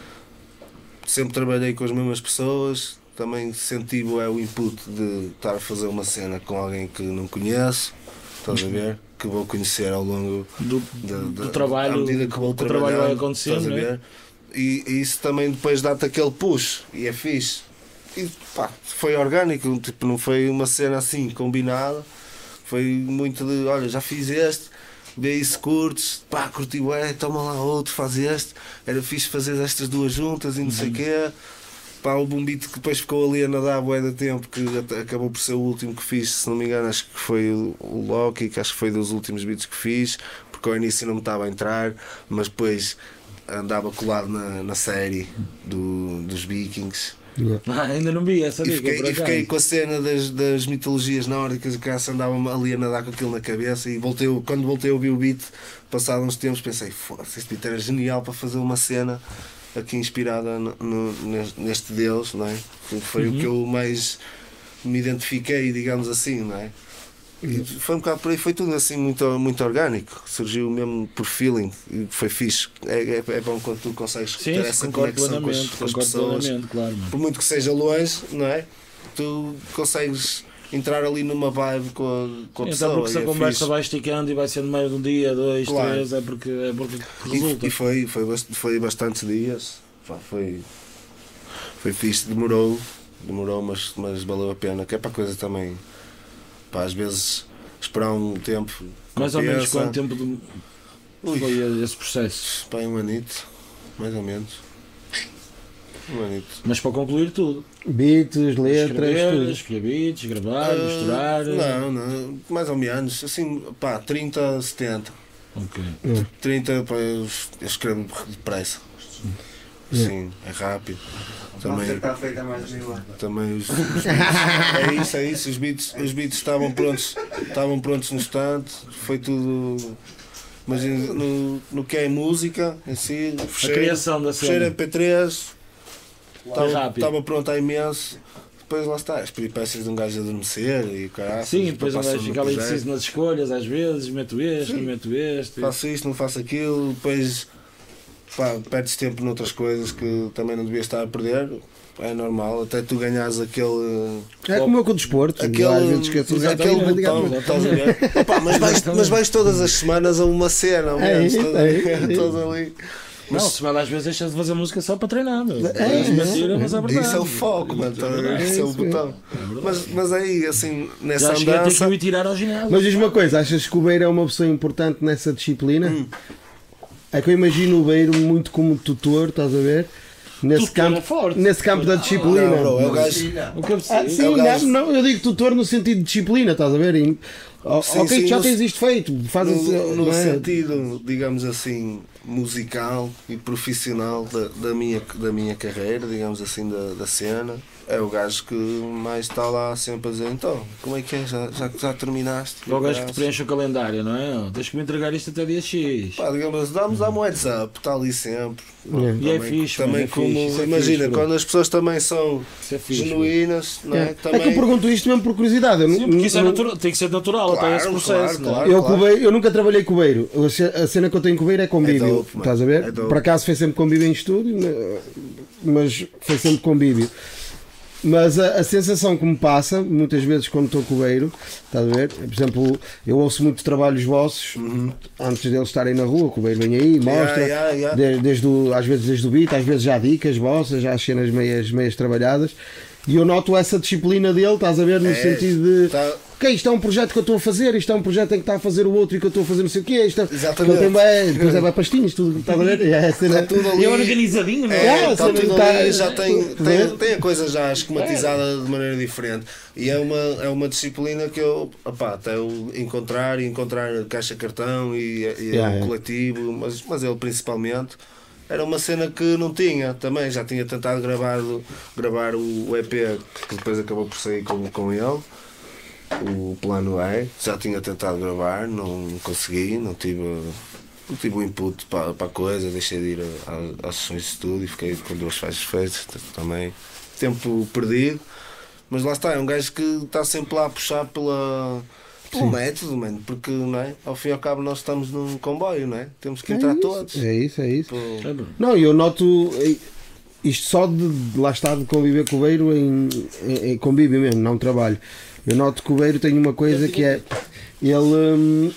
Sempre trabalhei com as mesmas pessoas, também senti bué o input de estar a fazer uma cena com alguém que não conheço, estás a ver? Que vou conhecer ao longo do trabalho, à medida que vou o trabalho vai trabalhando, acontecendo, estás a não é? ver? E isso também depois dá-te aquele push, e é fixe. E pá, foi orgânico, tipo, não foi uma cena assim combinada, foi muito de, olha, já fiz este, vê aí se curtes, pá, curti, toma lá outro, faz este, era fixe fazer estas duas juntas e não sei o quê. Pá, houve um beat que depois ficou ali a nadar bué de tempo, que acabou por ser o último que fiz, se não me engano, acho que foi o Loki, que acho que foi dos últimos beats que fiz, porque ao início não me estava a entrar, mas depois andava colado na série dos Vikings. Ainda não vi essa E dica, por fiquei acaso. com a cena das mitologias nórdicas, que andava ali a nadar com aquilo na cabeça, e quando voltei a ouvir o beat, passado uns tempos, pensei, foda-se, este beat era genial para fazer uma cena aqui inspirada neste Deus, não é? Foi o que eu mais me identifiquei, digamos assim, não é? E foi um bocado por aí, foi tudo assim muito, muito orgânico, surgiu mesmo por feeling e foi fixe. É bom quando tu consegues ter essa conexão com as pessoas, claro, mano. por muito que seja longe, não é? Tu consegues entrar ali numa vibe com a pessoa. Então, porque se a conversa fixe. vai esticando e vai sendo meio de um dia, dois, Claro. três, é porque resulta. E foi bastantes dias. Pá, foi fixe, demorou, mas valeu a pena, que é para a coisa também. Pá, às vezes esperar um tempo. Mais ou menos compensa. quanto tempo foi esse processo? Pá, um anito, mais ou menos. Um anito. Mas para concluir tudo. Beats, letras, tudo. Escolher beats, gravar, misturar. Não, mais ou menos, assim, pá, 30, 70. Ok. 30, pá, eu escrevo depressa. Sim, é rápido. Também, Está feita mais de 1000 anos. também os beats, é isso, os beats estavam prontos no instante, foi tudo. Mas no que é música, em si, A criação da fechei cena. MP3, rápido. estava pronto há imenso. Depois lá está, as peripécias de um gajo adormecer e caralho. Sim, depois um gajo fica ali indeciso nas escolhas, às vezes, meto este, não meto este. Faço isto, não faço aquilo, depois pá, perdes tempo noutras coisas que também não devias estar a perder. É normal, até tu ganhares aquele. É como eu com o desporto. Às vezes esqueço aquele botão, estás a ver? Opa, mas vais todas as semanas a uma cena, todas ali. Não, se vai às vezes deixas de fazer música só para treinar. mentira, mas é verdade. Isso é o foco, mano, estás a ver? Isso é o botão. Mas aí, assim, nessa Já cheguei a ter que andança. o ir tirar ao ginásio. Mas diz uma coisa, achas que o Beiro é uma pessoa importante nessa disciplina? É que eu imagino o Beiro muito como tutor, estás a ver? Nesse Tutor é campo, forte. nesse campo da disciplina. Não, bro, é o gajo. O que eu Ah, preciso. sim, É o gajo- não, eu digo tutor no sentido de disciplina, estás a ver? Ok, sim, já no- tens isto feito, fazes. No não é? sentido, digamos assim, musical e profissional da minha carreira, digamos assim, da cena, é o gajo que mais está lá sempre a dizer, então, como é que é? Já terminaste? É o gajo que te preenche o calendário, não é? Tens que me entregar isto até dia X. Pá, digamos, dá-me um WhatsApp, está ali sempre. E é fixe, também mano, é como, fixe, isso é imagina, fixe, bro. quando as pessoas também são Isso é fixe, genuínas, não é? É que eu Também, pergunto isto mesmo por curiosidade. Sim, porque isso é natural, tem que ser natural até esse processo. não é? Eu, com o Beiro, eu nunca trabalhei com o Beiro. A cena que eu tenho com o Beiro é convívio. É dope, mano. Estás a ver? É dope. Por acaso foi sempre convívio em estúdio, mas foi sempre convívio. Mas a sensação que me passa, muitas vezes quando estou com o Beiro, estás a ver? Por exemplo, eu ouço muito trabalhos vossos antes deles estarem na rua, que o Beiro vem aí, mostra, às vezes desde o beat, às vezes já dicas vossas, já as cenas meias trabalhadas. E eu noto essa disciplina dele, estás a ver, no sentido de ok, isto é um projeto que eu estou a fazer, isto é um projeto em que está a fazer o outro e que eu estou a fazer não sei o quê, isto é, Exatamente. que ele tem depois é pastinhas, tudo, estás a ver? É a cena, Está tudo ali. E é organizadinho, não é? É, Está tudo tá- ali, já tem Vê? a coisa já esquematizada de maneira diferente. E é uma disciplina que eu, opá, até eu encontrar caixa cartão e o coletivo, mas ele principalmente. Era uma cena que não tinha também, já tinha tentado gravar o EP que depois acabou por sair com ele, o Plano E, já tinha tentado gravar, não consegui, não tive o input para a coisa, deixei de ir às sessões de estúdio, fiquei com 2 faixas feitas também. tempo perdido. Mas lá está, é um gajo que está sempre lá a puxar pelo método, mano, porque não é? Ao fim e ao cabo nós estamos num comboio, não é? Temos que entrar todos. É isso. Pô, Não, eu noto isto só de lá estar de conviver com o Beiro em convívio mesmo, não trabalho. Eu noto que o Beiro tem uma coisa que é ele.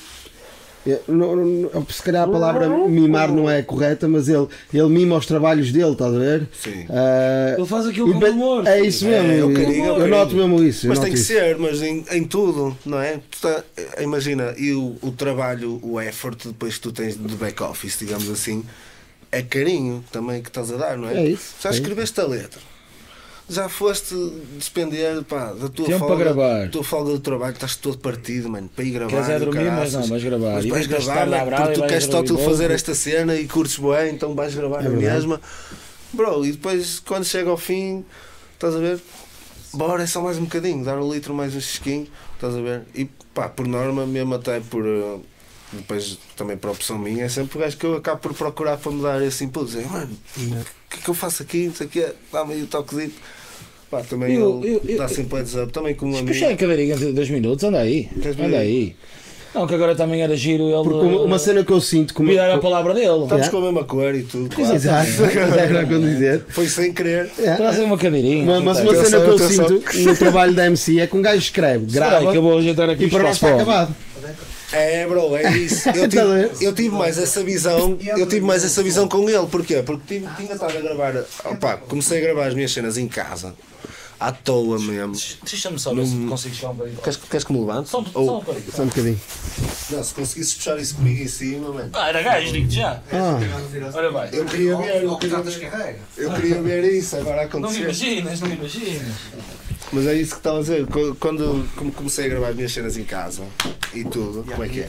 Se calhar a palavra mimar não é correta, mas ele mima os trabalhos dele, estás a ver? sim. Ele faz aquilo com amor. É isso mesmo, É o eu carinho. noto mesmo isso. Mas tem que ser, mas em tudo, não é? Imagina, e o trabalho, o effort depois que tu tens de back-office, digamos assim, é carinho também que estás a dar, não é? É isso. Já escreveste a letra, já foste despender da tua Tempo folga, para gravar. tua folga do trabalho, estás todo partido, mano, para ir gravar. Queres é e o dormir, mas caraças. não, vais gravar. Mas E vais vais gravar, estar lá mano, bravo porque e tu vais queres só tu ouvir fazer bom. esta cena e curtes bem, então vais gravar na verdade. mesma. Bro, e depois quando chega ao fim, estás a ver? Bora, é só mais um bocadinho, dar um litro mais um chisquinho, estás a ver? E pá, por norma, mesmo até por. Depois também por opção minha, é sempre o gajo que eu acabo por procurar para me dar esse impulso. Mano, o que é que eu faço aqui? Não sei o que é, dá-me aí o toquezito. Pá, também ele dá sempre heads up, também com um amigo. Puxei a cadeirinha de 2 minutos, anda aí. Queres ver Anda aí? aí. Não, que agora também era giro ele. Porque uma cena que eu sinto como. Virar a palavra dele. Estamos com a mesma cor e tudo. Claro. Exato, era o que eu ia dizer. Foi sem querer. Trazem uma cadeirinha. Mas uma Atenção, cena que eu atenção. sinto no trabalho da MC é que um gajo escreve, Espera aí, grava que eu vou ajeitar aqui e os para nós está passos. acabado. É, bro, é isso. Eu tive mais essa visão. Eu tive mais essa visão com ele. Porquê? Porque tinha estado a gravar. Opa, comecei a gravar as minhas cenas em casa. À toa mesmo. Deixa-me só ver se consigo chegar um bocadinho. Queres que me levante? Só um bocadinho. Só um bocadinho. Não, se conseguisses puxar isso comigo em cima, mano. Ah, era gajo, digo-te já. Ah, Olha vai. Eu queria ver, eu queria ver isso agora a Não me acontecer. imaginas, não me imaginas. Mas é isso que estava a dizer. Quando comecei a gravar as minhas cenas em casa e tudo, como é que é?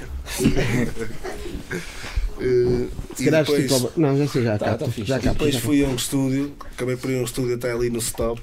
se E calhar depois, tipo, não, já sei, já Tá, capto. tá fixe. Já capto. depois já fui a um estúdio, acabei por ir a um estúdio até ali no stop.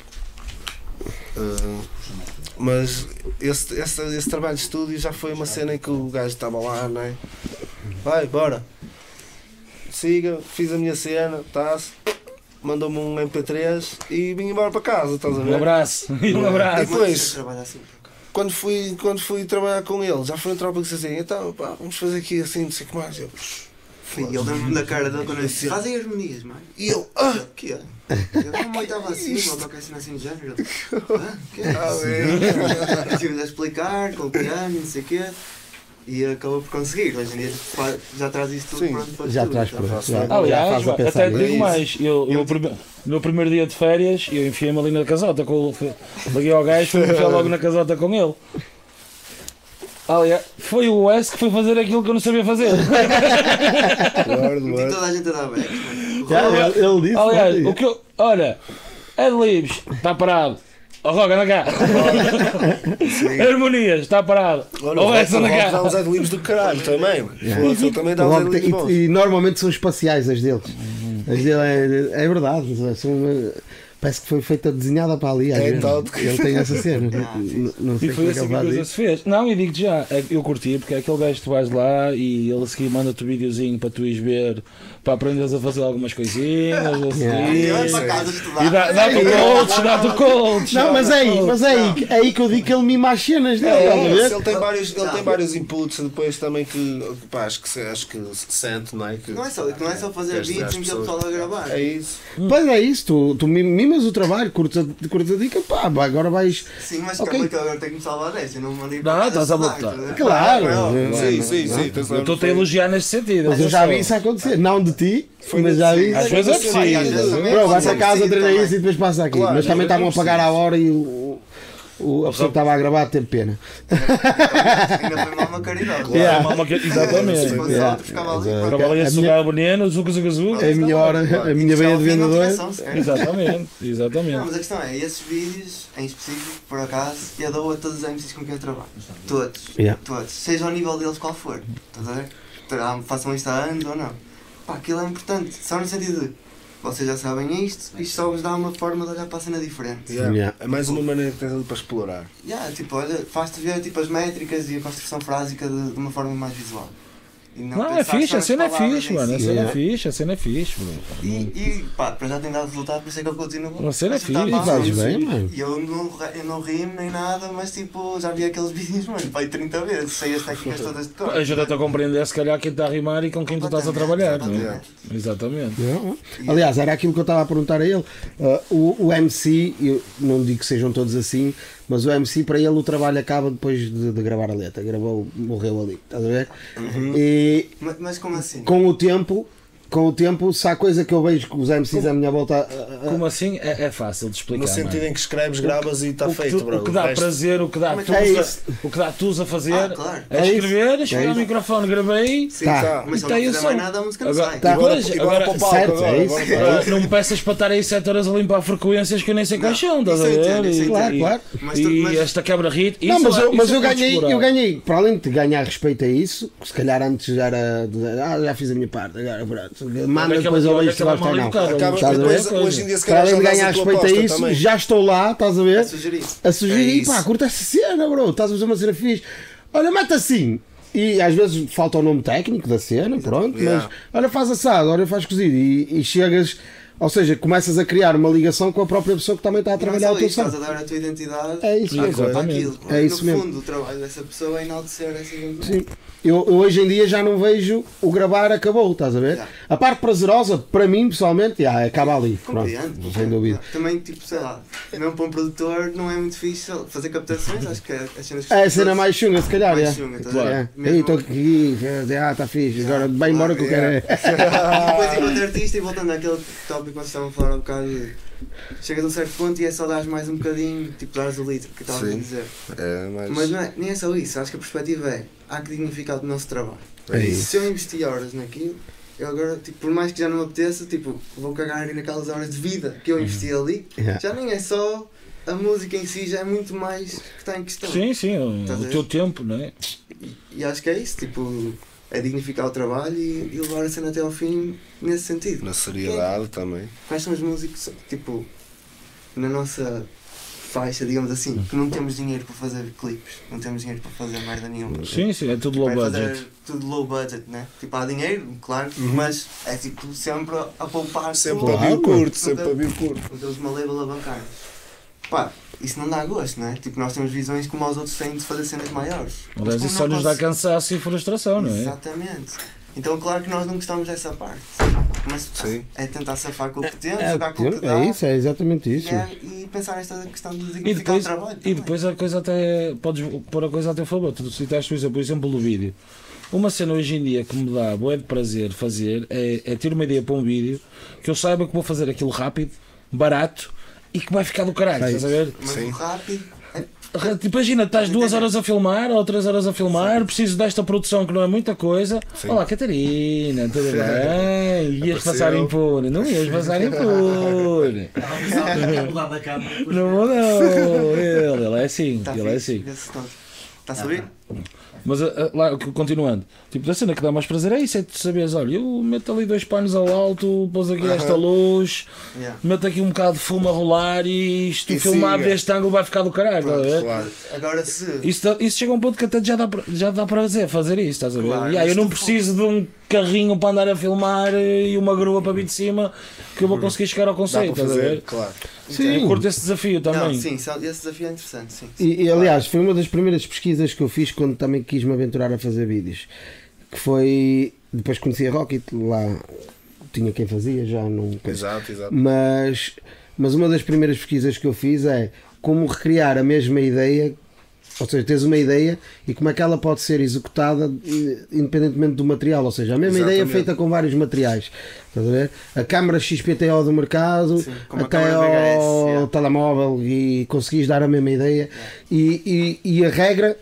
Mas esse trabalho de estúdio já foi uma cena em que o gajo estava lá, não é? Vai, bora. Siga, fiz a minha cena, tá-se. Mandou-me um MP3 e vim embora para casa, estás a ver? Um abraço. Um E abraço. depois, quando fui trabalhar com ele, já foi um tropa que disse assim, então pá, vamos fazer aqui assim, não sei o que mais. E ele deu-me na cara dele quando eu disse: fazem as harmonias, mano. E eu, O que é? Eu não estava assim, ou qualquer cena assim de género. Ele: o que é? Estive a explicar com o piano, não sei o quê. E acabou por conseguir. Hoje em dia já traz isso tudo Sim, pronto para Já tudo. traz para já Aliás, faz a pensar até te nisso. digo mais, no primeiro dia de férias, eu enfiei-me ali na casota, liguei ao gajo, fui enfiar logo na casota com ele. Aliás, foi o Wes que foi fazer aquilo que eu não sabia fazer. Meti toda a gente a dar back, mano. Já, ele disse. Aliás, pode ir. o que eu. Olha, Ed Libs, está parado. Oh, Roga, anda cá. Harmonias, está parado. Olha, Oh, o Wes, anda dá cá. uns adlibs do caralho também. Foda-se, ele também dá uns Logo adlibs bons. e normalmente são espaciais as deles. As dele é verdade. Parece que foi feita desenhada para ali. às É vezes. tal. Ele tem essa cena. Não E sei foi como é que assim ele que a faz coisa isso. se fez. Não, e digo-te já, eu curti, porque é aquele gajo que tu vais lá e ele a seguir manda-te o videozinho para tu ires ver, para aprenderes a fazer algumas coisinhas, a seguir. E vai para casa estudar. E dá-te o coach, dá-te o coach. Não, mas é aí que eu digo que ele mima as cenas dele. estás a ver? Ele tem vários inputs depois também que pá, acho que se sente, não é? Que Não é só fazer Teste beats às em que o pessoas. pessoal a gravar. É isso. Pois é isso, tu mimas o trabalho, curta a dica, pá, agora vais. Sim, mas Ok. calma que eu agora tenho que me salvar dessa. Eu não mandei Não, para estás a estudar, botar. estás a ver? Claro, Sim. Eu estou-te a elogiar neste sentido. mas eu já vi isso acontecer, não de ti, mas já vi. Às vezes é Às vezes preciso. também Bro, vai pode para ser casa, preciso treina também. isso e depois passa aqui. Claro, Mas também às vezes estavam a é pagar a hora e a pessoa que estava a gravar teve pena. Ainda foi mal uma caridade. Exatamente. Se fosse Yeah. outro, ficava ali. Exato. Ficava ali a sugar o veneno, zuca. É a minha hora, a minha veia de vendedor. Exatamente, Não, exatamente. mas a questão é, esses vídeos, em específico, por acaso, eu dou a todos os MCs com quem eu trabalho. Todos. Yeah. Todos. Seja ao nível deles qual for. Estás a ver? Façam isto há anos ou não. Pá, aquilo é importante. Só no sentido de, vocês já sabem isto só vos dá uma forma de olhar para a cena diferente. Yeah. É mais uma maneira que tens ali para explorar. Tipo, olha, faz-te ver tipo, as métricas e a construção frásica de uma forma mais visual. E Não, é pensar fixe, só a nas cena é palavras fixe, em mano. A si. cena é fixe, a cena é fixe, bro. E pá, para já tem dado resultado, por isso é que eu continuo. A cena é chutar fixe. para a E fazes frente. bem, mano. E eu não rimo nem nada, mas tipo, já vi aqueles vídeos, mano, pai 30 vezes, sei as técnicas todas de cor. Ajuda-te a compreender se calhar quem está a rimar e com quem tu estás a trabalhar, não é? Exatamente. Exatamente. Não. Aliás, era aquilo que eu estava a perguntar a ele. O MC, eu não digo que sejam todos assim, mas o MC, para ele, o trabalho acaba depois de gravar a letra. Gravou, morreu ali, estás a ver? E Mas como assim? com o tempo, se há coisa que eu vejo que os MCs à minha volta. Como assim? É fácil de explicar. No sentido mano. em que escreves, gravas e está O que feito, tu- bro. O que dá resto- prazer, o que dá Como é que tusa, é isso? o que dá tusa a fazer Ah, claro. é É isso. escrever, chegar É ao isso. microfone, gravei. Sim, Tá. mas se E eu tá não aí o fizer mais som. nada, a música não Agora- sai. Tá. Agora, Pois, agora agora- para o palco, certo, agora, é isso. agora para o palco. Não me peças para estar aí 7 horas a limpar frequências que eu nem sei quais são, estás a isso eu ver? entendo, isso eu Claro, claro. Mas E tu- mas- esta quebra-rit. Não, mas eu ganhei. ganhei, para além de ganhar respeito a isso, que se calhar antes já era já fiz a minha parte, agora pronto, manda depois ao lixo se vais estar não. Acaba, Estás a ver? depois, hoje em dia, se Para calhar, além de já dás ganhar a tua respeito a aposta isso, também. já estou lá, estás a ver? a sugerir. A sugerir, É pá, isso. curta essa cena, bro, estás a fazer uma cena fixe. Olha, mete assim. E às vezes falta o nome técnico da cena, pronto, Yeah. mas olha, faz assado, olha, faz cozido e chegas, ou seja, começas a criar uma ligação com a própria pessoa que também está a E não trabalhar só o teu isso, estás som. a dar a tua identidade. É isso Sim, mesmo. exatamente. àquilo. É isso No mesmo. fundo, o trabalho dessa pessoa é enaltecer essa identidade. Sim. Eu hoje em dia já não vejo o gravar acabou, estás a ver? Já. A parte prazerosa, para mim pessoalmente, acaba ali. Pronto, Compreendo. sem dúvida. Também, tipo, sei lá, mesmo para um produtor não é muito fixe fazer captações, acho que as cenas que É a os cena produtores- mais chunga, se calhar. mais é. chunga, estás a Claro. ver? É. Mesmo- Ei, estou aqui, está fixe, agora vai embora que eu quero. E depois, enquanto artista, e voltando àquele tópico que vocês estavam a falar há um bocado, chegas a um certo ponto e é só dares mais um bocadinho, tipo, dares o litro, que estavas a Sim. dizer. É, Mas não é, nem é só isso, acho que a perspectiva é, há que dignificar o nosso trabalho. É isso. Se eu investi horas naquilo, eu agora, tipo, por mais que já não me apeteça, tipo, vou cagar ali naquelas horas de vida que eu investi ali, Yeah. já nem é só a música em si, já é muito mais que está em questão. Sim, sim, Estás a o ver? teu tempo, não é? E acho que é isso, tipo, é dignificar o trabalho e levar a cena até ao fim nesse sentido. Na seriedade também. Quais são os músicos, tipo, na nossa faixa, digamos assim, que não temos dinheiro para fazer clipes, não temos dinheiro para fazer merda nenhuma. Sim, sim, é tudo low Vai budget. fazer tudo low budget, né? Tipo, há dinheiro, claro, mas é tipo sempre a poupar Sempre tudo. a bio curto, sempre a bio curto. Não temos uma label a bancar. Pá, isso não dá gosto, não é? Tipo, nós temos visões como os outros têm de fazer cenas maiores. Aliás, Mas como isso só não nos dá cons- cansaço e frustração, não é? Exatamente. Então, claro que nós não gostamos dessa parte. Mas Sim. é tentar safar com o que temos, É, jogar com o que dá. é isso, é exatamente isso. E pensar nesta questão de E dignificar depois, o trabalho. e também. depois a coisa até. Podes pôr a coisa a teu favor. Tu citaste o exemplo do vídeo. Uma cena hoje em dia que me dá bué de prazer fazer é ter uma ideia para um vídeo que eu saiba que vou fazer aquilo rápido, barato e que vai ficar do caralho, É estás a ver? Mas Sim. o rápido. Tipo, imagina, estás 2 horas a filmar ou 3 horas a filmar, preciso desta produção que não é muita coisa. Sim. Olá, Catarina, tudo bem? Ias Apareceu. passar impune, não ias passar impune. mudar da câmara. Não mudou, ele é assim, Tá ele é fixe, assim. vê-se tanto. Está a saber? Mas lá, continuando, tipo, a cena que dá mais prazer é isso, é tu saberes, olha, eu meto ali 2 panos ao alto, pôs aqui esta luz, Yeah. meto aqui um bocado de fumo a rolar e isto E filmado siga. deste ângulo vai ficar do caralho, estás a ver? Claro. Agora se. Isso chega a um ponto que até já dá prazer fazer isso, estás a ver? Claro, E aí, eu mas não tu preciso de um carrinho para andar a filmar e uma grua para vir de cima que eu vou conseguir chegar ao Dá conceito, para estás a fazer, ver? claro. Eu curto esse desafio Não, também. sim, esse desafio é interessante, sim. E, aliás, foi uma das primeiras pesquisas que eu fiz quando também quis me aventurar a fazer vídeos. Que foi. Depois conheci a Rocket, lá tinha quem fazia, já não. Exato, exato. Mas uma das primeiras pesquisas que eu fiz é como recriar a mesma ideia, ou seja, tens uma ideia e como é que ela pode ser executada independentemente do material, ou seja, a mesma ideia Exatamente. feita com vários materiais. Estás a ver? A câmara XPTO do mercado, Sim, como a até câmara ao VHS, yeah. telemóvel e conseguis dar a mesma ideia. E a regra,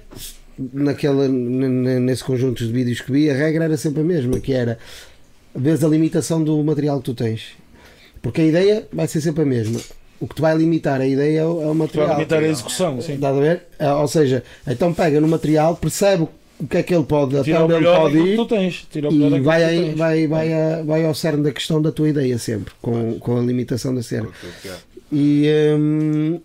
nesse conjunto de vídeos que vi, a regra era sempre a mesma, que era vês a limitação do material que tu tens. Porque a ideia vai ser sempre a mesma. O que te vai limitar a ideia é o Para material. limitar a execução, sim. Estás a ver? Ou seja, então pega no material, percebe o que é que ele pode, até Tira o onde ele melhor pode daquilo que ir tu tens. Tira o melhor e daquilo vai, que tu aí, tens. vai ao cerne da questão da tua ideia sempre, com a limitação da cena. Yeah. E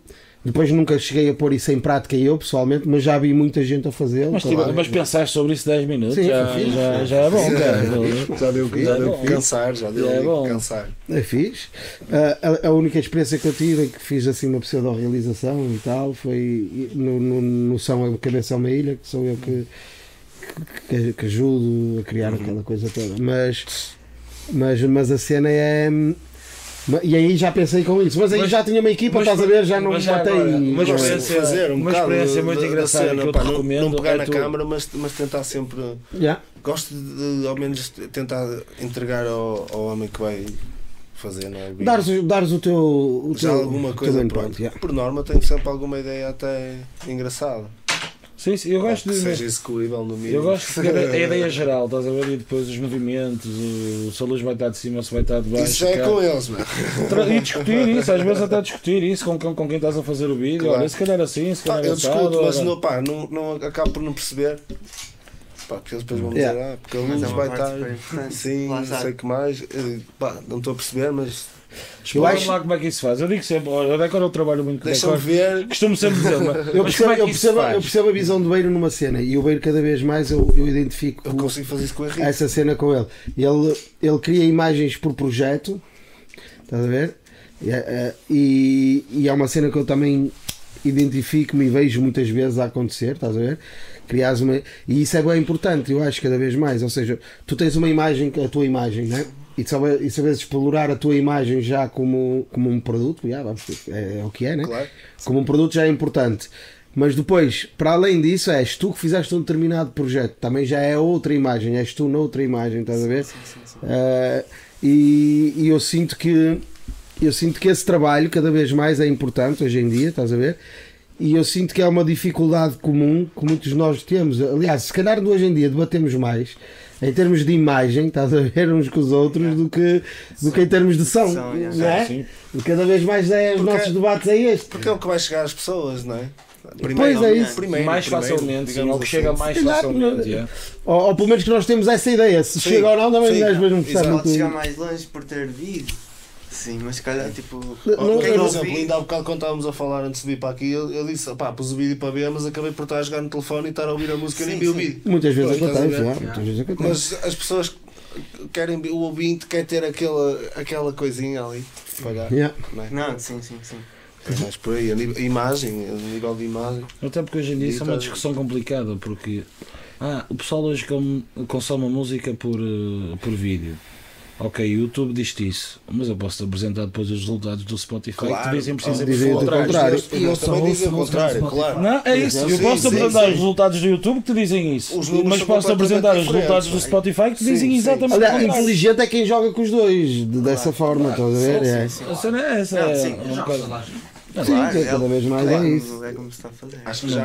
Depois nunca cheguei a pôr isso em prática eu pessoalmente, mas já vi muita gente a fazê-lo. Mas pensaste sobre isso 10 minutos, Sim, já é bom, cara. Já deu Já é deu bom. que cansar, já deu Já é que bom. cansar. É fixe. A única experiência que eu tive, que fiz assim uma pseudo-realização e tal, foi no São a Cabeça é uma Ilha, que sou eu que ajudo a criar aquela coisa toda. Mas a cena é. E aí já pensei com isso, mas aí já tinha uma equipa, estás a ver, já não mas já matei. agora, uma Gosto de experiência- fazer uma bocado experiência muito da engraçada cena, que eu pá, te não recomendo pegar é na tu- câmara, mas tentar sempre. Yeah. Gosto de ao menos tentar entregar ao homem que vai fazer, não é? Dares o teu. Já alguma teu coisa, input, pronto. yeah. Por norma tenho sempre alguma ideia até engraçada. Sim, eu gosto que de. seja execuível no mínimo. Eu gosto de ter a ideia geral, estás a ver? E depois os movimentos, se a luz vai estar de cima ou se vai estar de baixo. Isso já é cara. com eles, mano. E discutir isso, às vezes até discutir isso com quem estás a fazer o vídeo. Claro. Olha, se calhar assim, se Pá, calhar eu assado, discuto, mas olha. não acabo por não perceber. Pá, porque eles depois vão dizer, Yeah. porque a Mas luz é uma vai parte estar. super importante. Sim, Lá não está. sei o que mais. Pá, não estou a perceber, mas Explica-me lá como é que isso se faz. Eu digo sempre, olha, agora eu trabalho muito com deixa-me decor. ver. Costumo sempre dizer, mas Eu mas como é percebo, que eu, isso se percebo, faz? eu percebo a visão do Beiro numa cena e o Beiro cada vez mais eu identifico Eu consigo fazer isso com o Henrique. essa cena com ele. Ele cria imagens por projeto, estás a ver? E é uma cena que eu também identifico-me e vejo muitas vezes a acontecer, estás a ver? Criares uma. E isso é bem importante, eu acho, cada vez mais. Ou seja, tu tens uma imagem, a tua imagem, né? E saberes explorar a tua imagem já como um produto, é o que é, né? Claro. Como um produto já é importante. Mas depois, para além disso, és tu que fizeste um determinado projeto, também já é outra imagem, és tu noutra imagem, estás a ver? Sim. E eu sinto que esse trabalho cada vez mais é importante hoje em dia, estás a ver? E eu sinto que é uma dificuldade comum que muitos de nós temos. Aliás, se calhar hoje em dia debatemos mais em termos de imagem, estás a ver, uns com os outros, do que em termos de som, Som, yeah. não é? Sim. E cada vez mais os nossos debates é este. Porque é o que vai chegar às pessoas, não é? Pois é isso. Mais facilmente, sim, digamos ou que assim. chega mais Exato. facilmente. Yeah. Ou pelo menos que nós temos essa ideia. Se Sim, chega ou não, também sim, às vezes não percebe exato. Pode chegar muito. mais longe por ter vídeo. Sim, mas se calhar tipo. Não, quem Por não exemplo, ouvi- ainda há bocado quando estávamos a falar antes de vir para aqui, eu disse, pá, pus o vídeo para ver, mas acabei por estar a jogar no telefone e estar a ouvir a música e nem Sim, vi o sim. vídeo. Muitas vezes Estás a acontece, ver? já, muitas vezes acontece. Mas as pessoas querem, o ouvinte quer ter aquela coisinha ali para dar. Yeah. Não é? Não, sim. É mais por aí, a imagem, a nível de imagem. Até porque hoje em dia isso é uma discussão complicada, porque o pessoal hoje consome a música por vídeo. Ok, o YouTube diz-te isso, mas eu posso-te apresentar depois os resultados do Spotify que te dizem precisamente dizem o o contrário. contrário. E eles também dizem o contrário, claro. Não, é isso. Eu Sim, posso sim, apresentar sim. os resultados do YouTube que te dizem isso, Os números mas são posso apresentar os completamente resultados do diferentes. Spotify que te Sim, dizem sim. exatamente o Aliás, contrário. inteligente é quem joga com os dois, dessa forma, estás a ver? É. A cena é essa. Não, é sim, um bocado- Sim, cada vez mais é isso. É como se está a fazer. Acho que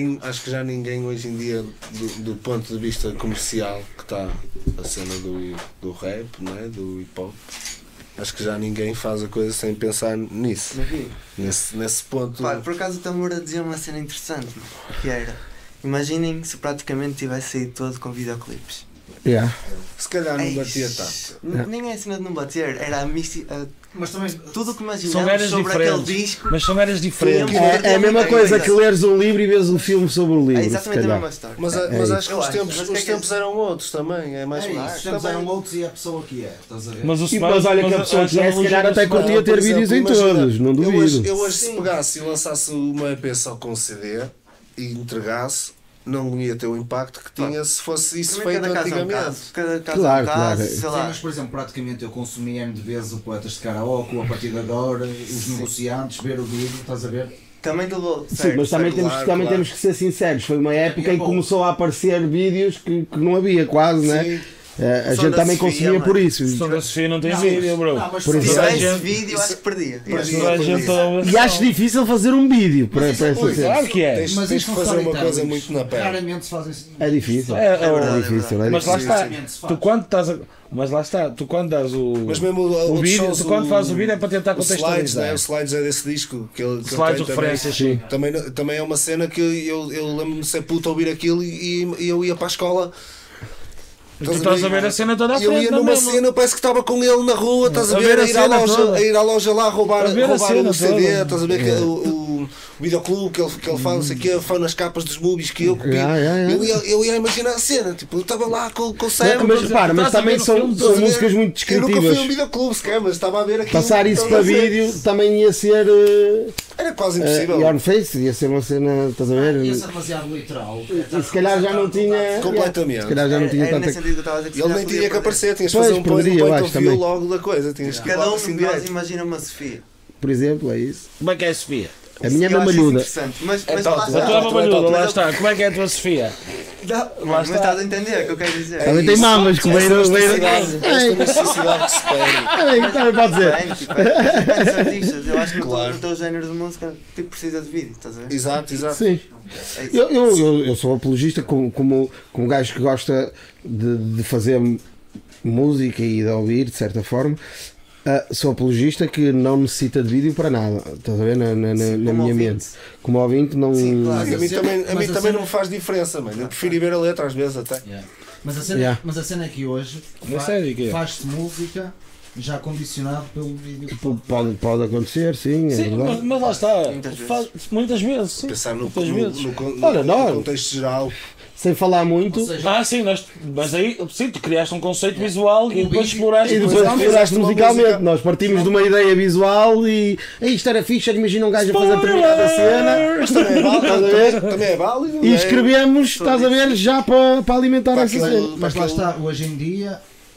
já ninguém hoje em dia, do ponto de vista comercial, que está a cena do rap, não é? Do hip hop, acho que já ninguém faz a coisa sem pensar nisso. Não vi. Nesse ponto. Pá, por acaso o Tamura dizia uma cena interessante, que era: imaginem se praticamente tivesse saído todo com videoclipes. Yeah. Se calhar não Eish. batia tanto. Nem é a cena de não bater, era Mas também. tudo o que São imaginamos eras sobre aquele diferentes, disco. mas são eras diferentes. É a mesma coisa que leres um livro e vês um filme sobre o livro. É se exatamente a calhar. mesma história. Mas isso. acho que Eu os acho, tempos, mas o que os é que tempos eram outros também. É mais É isso, os tempos eram outros e a pessoa que é, estás a ver? Mas o E mas olha que a pessoa que é, se calhar até curtia. curtia ter Por exemplo, vídeos em imagina, todos, não Eu hoje, duvido. se pegasse e lançasse uma EP só com CD e entregasse, não ia ter o impacto que tinha se fosse isso Também feito cada caso é um antigamente. caso. Cada caso Claro, é um caso, claro. sei Sim, lá. mas por exemplo, praticamente eu consumi M de vezes o Poetas de Karaoke, o A Partir de Agora, os negociantes, ver o vídeo, estás a ver? Também levou. Sim, mas também, claro, também claro. temos que ser sinceros. Foi uma época É em que bom. começou a aparecer vídeos que não havia quase, né? Sim. A Som gente da também Sofia, consumia mano. por isso. São da Sofia não tem Não, vídeo, bro. Não, mas Por Se isso- Toda a tivesse gente- vídeo, acho que perdia. Toda a gente E acho difícil fazer um vídeo para essa Claro cena. que é. Tens Mas de isso são fazer uma coisa storytellings. muito na pele. Raramente se fazem. É difícil. É, verdade, é difícil. É Mas lá difícil. está. Tu quando estás a... Mas lá está, tu quando dás Mas mesmo o vídeo, shows, tu quando fazes o vídeo é para tentar o slides, contextualizar. né? O slides é desse disco que ele Slides tem de também. referências, sim. Também é uma cena que eu lembro-me de ser puto a ouvir aquilo e eu ia para a escola. Tu estás a ver a cena toda à Eu frente, ia não é numa mesmo? cena, parece que estava com ele na rua, estás a A ver, ver a a cena toda. ir à loja lá roubar A ver a o cena CD, toda. estás a ver que o videoclube que ele fala, não sei o quê, fala nas capas dos movies que eu copiei. Eu ia imaginar a cena, tipo, eu estava lá com o Sam. Mas repara, mas também são músicas muito Eu nunca fui a um descritivas. videoclube sequer, mas estava a ver aquilo. Passar isso para vídeo também ia ser. Era quase impossível. E on face, ia ser uma cena, estás a ver? Ia ser demasiado literal. E se calhar já não tinha. Completamente. Se calhar já não tinha Era tanta. nesse sentido que eu estava a dizer que Ele nem tinha que aparecer, tinhas de fazer um point eu of acho view também. logo da coisa. Tinhas que cada um assim de nós direto. imagina uma Sofia. Por exemplo, é isso. Como é que é a Sofia? A minha é Eu acho isso mamalhuda. interessante, mas É lá top, A está. tua mamalhuda, lá Mas está. Como é que é a tua Sofia? Mas estás a entender o que eu quero dizer. Também tem mamas, que veio. Esta necessidade que se perde. Também pode dizer. Bem, tipo, é dos artistas. Eu acho que no teu género de música tipo, precisa de vídeo, estás a ver? Exato. Sim. É isso. Eu sou apologista como um gajo que gosta de fazer música e de ouvir, de certa forma. Sou apologista que não necessita de vídeo para nada, estás a ver? Na minha ouvinte. mente. Como ouvinte, não. Sim, claro. A mim também não me faz diferença, mano. Eu prefiro ir ver a letra às vezes até. Mas a cena, Yeah. mas a cena é que hoje Não sei o que é. faz-se música já condicionado pelo vídeo. Pode acontecer, sim, é Sim, verdade. mas lá está. Muitas vezes. Muitas vezes, sim. Pensar no Muitas vezes. Olha, não. contexto geral. Sem falar muito. Ou seja, Sim, mas aí sim, tu criaste um conceito visual e depois vídeo. exploraste E depois musicalmente. exploraste uma musicalmente. música. Nós partimos de uma ideia visual e isto era fixe, imagina um gajo a fazer determinada cena. Estás a ver? Também é válido. E escrevemos, estás a ver, já para alimentar essa aquilo- cena. mas lá está, hoje em dia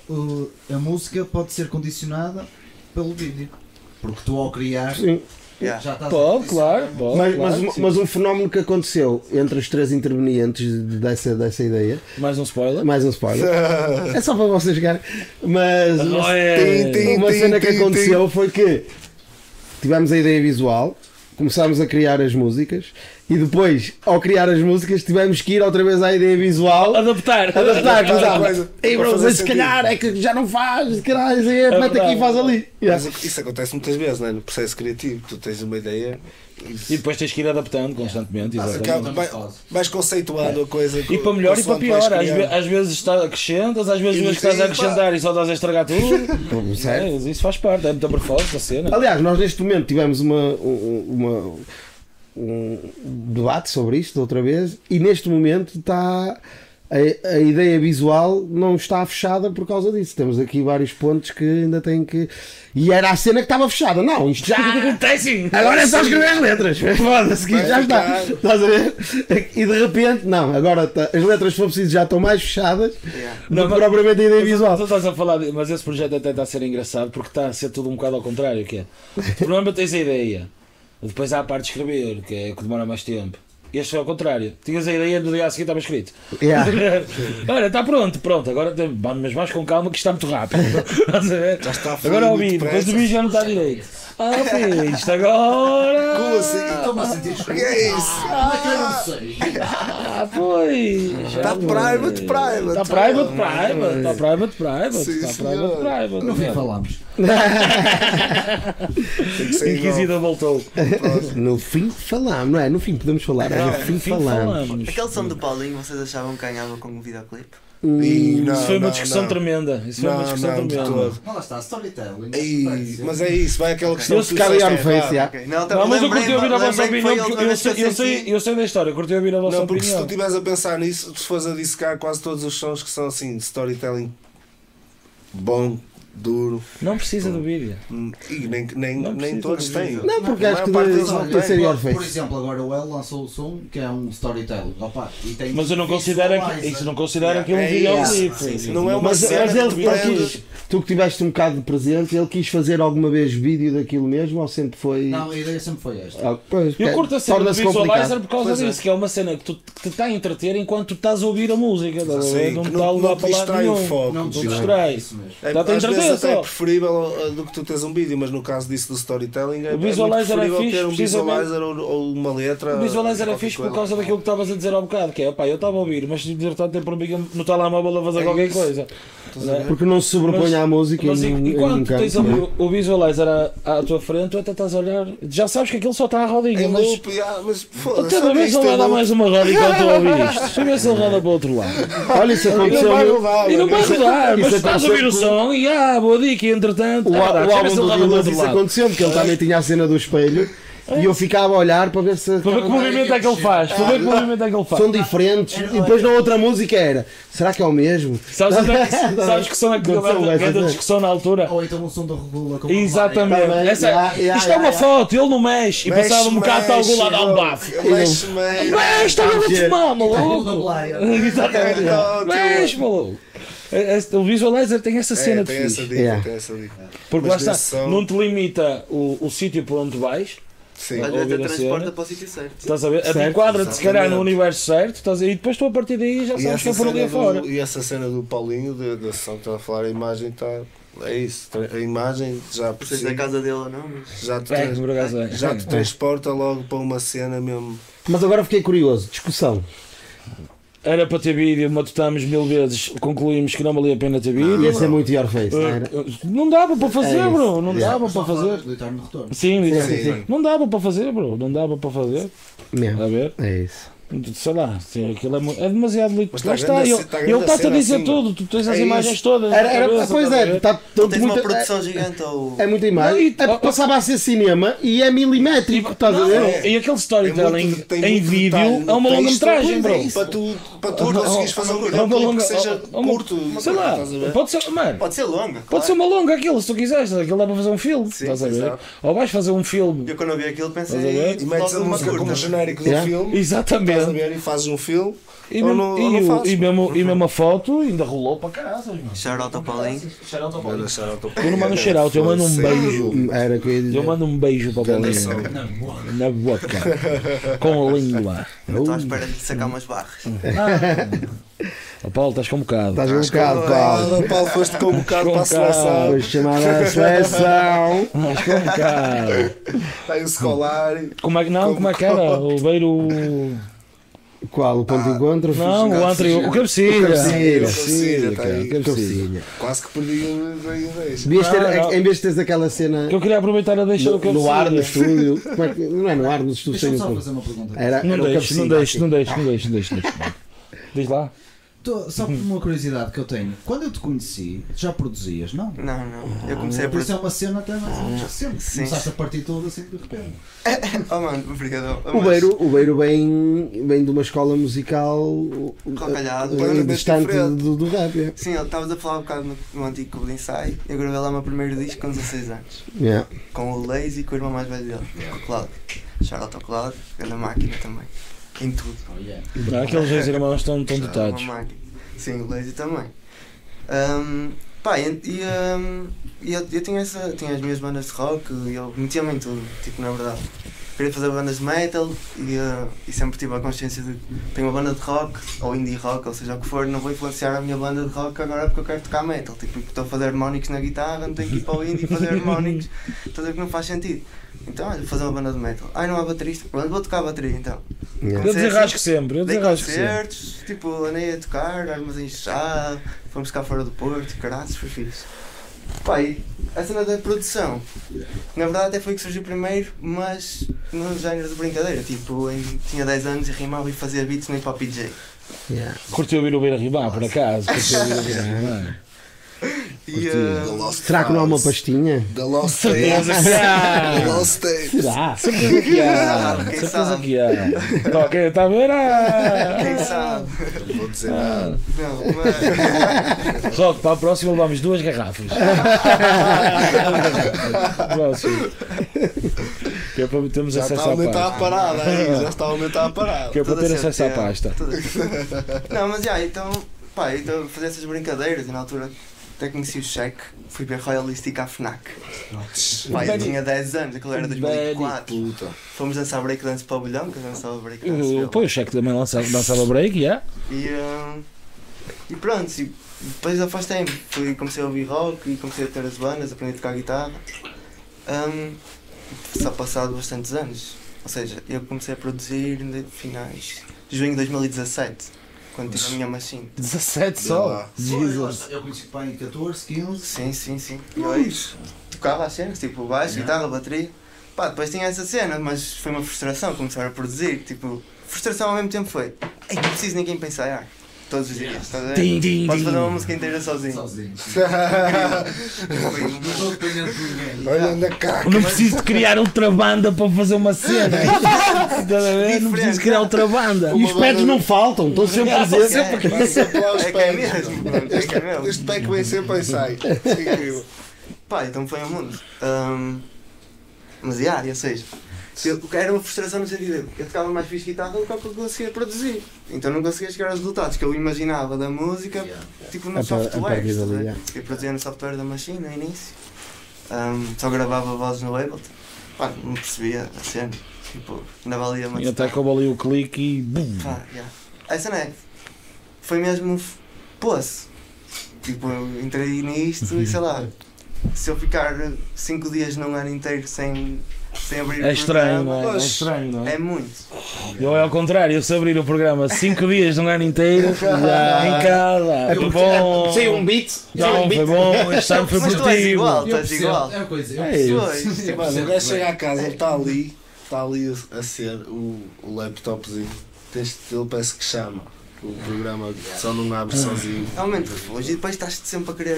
a música pode ser condicionada pelo vídeo. Porque tu ao criar Sim. Yeah. já estás Pode, claro. Pode, claro, sim. Mas um fenómeno que aconteceu entre os três intervenientes dessa ideia, Mais um spoiler. mais um spoiler, é só para vocês jogarem, mas É. uma cena que aconteceu foi que tivemos a ideia visual, começámos a criar as músicas e depois, ao criar as músicas, tivemos que ir outra vez à ideia visual. Adaptar. Adaptar, a sabe? coisa, Ei, para bro, fazer mas se sentido. calhar é que já não faz, caralho, mete aqui verdade. e faz ali. Yeah. Mas isso acontece muitas vezes, não é? No processo criativo. Tu tens uma ideia E depois tens que ir adaptando constantemente. Exatamente. acaba, vais conceituando a coisa. E para melhor e para consoante vais pior. criando. Às vezes acrescentas, às vezes E vês que estás a sim, acrescentar e só estás a estragar tudo. Certo. É, isso faz parte, é muita propósito da cena. Aliás, nós neste momento tivemos um debate sobre isto outra vez e neste momento está a ideia visual não está fechada por causa disso. Temos aqui vários pontos que ainda têm que. E era a cena que estava fechada. Não, isto já. Tem sim! Agora é só escrever as letras. Foda-se, que isto já está. Estás a ver? E de repente, não, agora as letras, se for preciso, já estão mais fechadas Yeah. do Não, que mas- propriamente a ideia visual. Tu estás a falar, mas esse projeto até está a ser engraçado porque está a ser tudo um bocado ao contrário. Que é, primeiro tens a ideia, depois há a parte de escrever, que é que demora mais tempo. Este foi ao contrário. Tinhas a ideia do dia a seguir estava escrito. Yeah. Olha, está pronto. Agora mas mais com calma que isto está muito rápido. Estás a ver? Já está a fluir Agora muito ouvi, depois depressa. o bicho já não está direito. Fiz isto agora. Como assim? Estou-me a sentir O que é isso? Como é que eu não sei? Pois. Está private. Está private. Está private. Sim, Está senhor. private. No fim falámos. Tem que sair Inquisida voltou. No fim falámos, não é? No fim podemos falar, mas no fim falamos. Aquele som do Paulinho, vocês achavam que ganhava com o videoclipe? Isso foi uma discussão tremenda. Isso foi uma Não, discussão de tremenda. todo. Lá está, storytelling. Ei, mas é isso, vai aquela questão Eu que se tu calhar disseste on face, errado. já. Ok. Não, mas eu curti ouvir a vossa lembrei que foi opinião, a porque última vez que eu senti. sei da história, curti ouvir a vossa Não, porque se tu opinião. estiveres a pensar nisso, se fores a dissecar quase todos os sons que são assim, de storytelling bom, duro, Não precisa do vídeo. e nem Não precisa todos de têm. Não, porque A acho que maior parte deles não não tem têm. ser your Por face. exemplo, agora o El lançou o som que é um storytelling. Opa, e tem Mas eu não considero isso não considero aquilo um É videoclipe. isso. Não é uma Mas cena que ele depende. quis, tu que tiveste um bocado de presente, ele quis fazer alguma vez vídeo daquilo mesmo ou sempre foi. Não, a ideia sempre foi esta. Ah, pois, Eu curto a cena do torna-se visualizer complicado. por causa Pois é. disso, que é uma cena que te está a entreter enquanto tu estás a ouvir a música. estás a ver? Sim, Não que está a não levar te para lado distrai o nenhum. foco. Não te te distrai. Isso mesmo. É, Dá-te a às vezes entreter até é só. preferível do que tu tens um vídeo, mas no caso disso do storytelling é O visualizer muito é preferível fixe, ter um precisamente. visualizer ou uma letra. O visualizer era qualquer fixe por coisa. causa daquilo que estavas a dizer há bocado, que é, pá, eu estava a ouvir, mas de repente tem por mim no telemóvel a fazer É qualquer isso. coisa. Estás a ver? Porque não se sobrepõe Mas- à música Mas em enquanto campo, tens não é? ali o visualizer à tua frente, tu até estás a olhar, já sabes que aquilo só está à rodinha, Em mas loop, mas foda-se. cada vez isto ele é vai dar loop. mais uma roda enquanto eu ouvi isto. Deixa eu ver se ele roda para o outro lado. Olha, isso E não vai aconteceu. rodar, E não mano. vai rodar, mas isso estás a aconteceu ouvir o som e boa dica, entretanto. O deixa eu ver álbum se do ele roda para o Dillas outro isso lado. aconteceu, porque ele também tinha a cena do espelho E eu ficava a olhar para ver se Para ver que movimento é que ele faz. Para ver que movimento é que ele faz. são diferentes. E depois na outra música era: será que é o mesmo? Sabes que são aquela grande discussão na altura? Ou então o som da regula com Exatamente. Também, Isto é uma foto, ele não mexe. E passava um bocado para algum lado a dar um bafo. Mexe. Mexe, está a fumar, maluco. playa. Exatamente. Mexe, maluco. O visualizer tem essa cena de Tem essa fixe. dica, tem essa dica. Porque Mas lá está, esse som- não te limita o sítio por onde vais. Sim. Às Ouvir vezes a até transporta cena. para o sítio certo. Estás a ver? Certo, Até enquadra-te se calhar no exatamente. universo certo. Estás a ver? E depois tu a partir daí já E sabes que é essa, por ali cena afora. e essa cena do Paulinho, da sessão que estão a falar, a imagem está. É isso. A imagem já por Não sei se si, é a casa dele ou não, mas. já te, É, por acaso é. já te transporta logo para uma cena mesmo. Mas agora fiquei curioso. Discussão. Era para ter vídeo, matutamos 1000 vezes, concluímos que não valia a pena ter vídeo. Ia ser muito your face, não era? Não dava para fazer, É isso. bro. Não Yeah. dava para fazer. Do eterno retorno. Sim, Sim. não dava para fazer, bro. Não dava para fazer. Mesmo. A ver? É isso. Sei lá, sim, aquilo é demasiado Mas líquido. está Lá está, grande ele a- está grande ele está-te a cena dizer acima. tudo. Tu tens as É imagens isso. todas. na Era, cabeça, pois estás a é, ver? está Não todo tens uma muito. produção gigante ou. É muita Não, imagem. e- Passava a ser cinema e é milimétrico, estás a ver? E aquele storytelling tem em muito vídeo detalhe no é uma texto, longa-metragem, bro. Para tu conseguires fazer um É uma videoclipe longa- que seja uma- curto. Sei lá, estás a ver? pode ser, mano, Pode ser longa. pode ser uma longa aquilo, se tu quiseres. Aquilo dá para fazer um filme, Sim, estás a ver? exato. Ou vais fazer um filme. Eu quando eu vi aquilo pensei. Estás a ver? E metes a logo numa música como curta. genérico do Yeah. filme. Estás a Exatamente. ver? E fazes um filme. E Ou mesmo, não- ou não fazes. e mesmo a foto ainda rolou para caraças, mano. Shout out ao Paulinho. Vai deixar ao teu Eu não mando um shout-out, eu mando um beijo. Era o que eu ia dizer. Eu mando um beijo para o Grande Paulinho. som. Na boca. Com a língua. Eu estou à espera de sacar umas barras. Ó Paulo, estás com um bocado. Estás um bocado, Paulo. Paulo, foste com um bocado para a Com um bocado. seleção. Vou chamar a seleção. Estás com um bocado. Tem o Scolari. Como é que não? Como é que era? O Beiro. Qual? O ponto de encontro? Não, o anterior. O Cabecilha. Cabecilha, tá cara, aí. Cabecilha. Quase que perdi a ideia. Devias ter, Não. em vez de teres aquela cena Que eu queria aproveitar a deixar o Cabecilha. no ar, no estúdio. Como é que, não é no ar, nos estúdios. Deixa-me tem só no- fazer uma pergunta. Era Não o deixes, não Cabecilha. deixes. Diz lá. Só por uma curiosidade que eu tenho. Quando eu te conheci, já produzias, não? Não, não. Eu comecei a Por isso produzir. é uma cena até mais ou menos recente. Sim. Começaste a partir tudo assim de repente. Oh mano, obrigado. O Beiro vem de uma escola musical Rocalhado. Completamente distante diferente. do rap. Yeah. Sim, estavas a falar um bocado no antigo clube de ensaio. Eu gravei lá o meu primeiro disco com 16 anos. Yeah. Com o Lazy e com o irmão mais velho dele, com o Cláudio. Shout out ao Cláudio, grande máquina também. Em tudo. Aqueles dois irmãos estão Uma dotados. máquina. Sim, o Lazy também. Pá, eu tinha as minhas bandas de rock e eu metia-me em tudo, tipo, na verdade. Queria fazer bandas de metal e sempre tive a consciência de que tenho uma banda de rock, ou indie rock, ou seja o que for, não vou influenciar a minha banda de rock agora porque eu quero tocar metal. Tipo, estou a fazer harmónicos na guitarra, não tenho que ir para o indie fazer harmónicos, estou a dizer que não faz sentido. Então, olha, vou fazer uma banda de metal. Ai, não há baterista? Pronto, vou tocar a bateria então. Yeah. Eu desenrasco sempre, eu Dei desenrasco sempre. concertos, tipo, andei a tocar, armazém chá, fomos cá fora do Porto, caraças, foi fixe. Pá, e a cena da produção, na verdade até foi que surgiu primeiro, mas no género de brincadeira, tipo, tinha 10 anos e rimava e fazia beats no Hip Hop PJ. Yeah. Curtiu ouvir o Beira Rimar, por acaso. Curtiu ouvir o Beira Rimar. E, Será que não há uma pastinha? The Lost Certeza Tapes. que há. The Lost Tapes. Será? Certeza que há. Quem Certeza sabe? que há. Tá, ok, está a ver? quem sabe? Não vou dizer nada. Não, mas... Rock, para a próxima levamos 2 garrafas. Próximo. Que é para termos Já acesso está a à aumentar a pasta. parada aí. Já está a aumentar a parada. Que é para Toda ter acesso à certeza, pasta. toda certeza. Não, mas já, então, pá, então fazia essas brincadeiras e na altura até conheci o Cheque, fui ver Royalistic à FNAC. Pá, eu tinha 10 anos, aquilo era 2004. Puta. Fomos dançar breakdance para o Pavilhão, que eu dançava breakdance. Pô, o Cheque também dançava break, já? E pronto, e depois afastei-me, comecei a ouvir rock e comecei a ter as bandas, aprendi a tocar guitarra. Só passado bastantes anos, ou seja, eu comecei a produzir em finais de junho de 2017, quando tive a minha machine. 17 Vê só. lá. Jesus. Eu conheci o pai em 14, 15. Sim. E eu tocava as cenas, tipo baixo, guitarra, bateria. Pá, depois tinha essa cena, mas foi uma frustração começar a produzir. Tipo, frustração ao mesmo tempo foi: ei, não preciso de ninguém para ensaiar. todos os dias, estás a ver? Tim, tim, Podes fazer uma tim. música inteira sozinho. Sozinho. Foi Não estou dependendo de ninguém. Olha, anda cá. Não preciso de criar outra banda para fazer uma cena. Estás a ver? Não preciso criar outra banda. E os pets não faltam, estão sempre presentes. Vai sempre lá os É que é pés. mesmo, pronto, é que é mesmo. Este pack vem sempre e sai. Incrível. Pá, então foi ao mundo. Mas, ou seja, era uma frustração no sentido de eu tocava mais fixe guitarra do que eu conseguia produzir. Então não conseguia chegar aos resultados que eu imaginava da música, tipo no software. Eu produzia no software da Machine no início. Só gravava vozes no Ableton. Pá, não percebia a cena. Tipo, ainda valia muito. E até que eu ali o clique e bum. Pá, essa não é. Foi mesmo poço. Tipo, eu entrei nisto e sei lá. Se eu ficar 5 dias num ano inteiro sem abrir É o estranho, programa, não é? É estranho, não é? é muito. Eu é ao contrário, se abrir o programa 5 dias num ano inteiro, já em casa, foi bom. Saiu um beat. Não, foi bom, este ano foi Mas tu és igual, produtivo. tu és igual. É uma coisa, eu É percebo. isso. Mano, o gajo chega à casa, ele está ali a ser o laptopzinho. Ele parece que chama. O programa só não abre sozinho. Realmente, hoje e depois estás sempre a querer.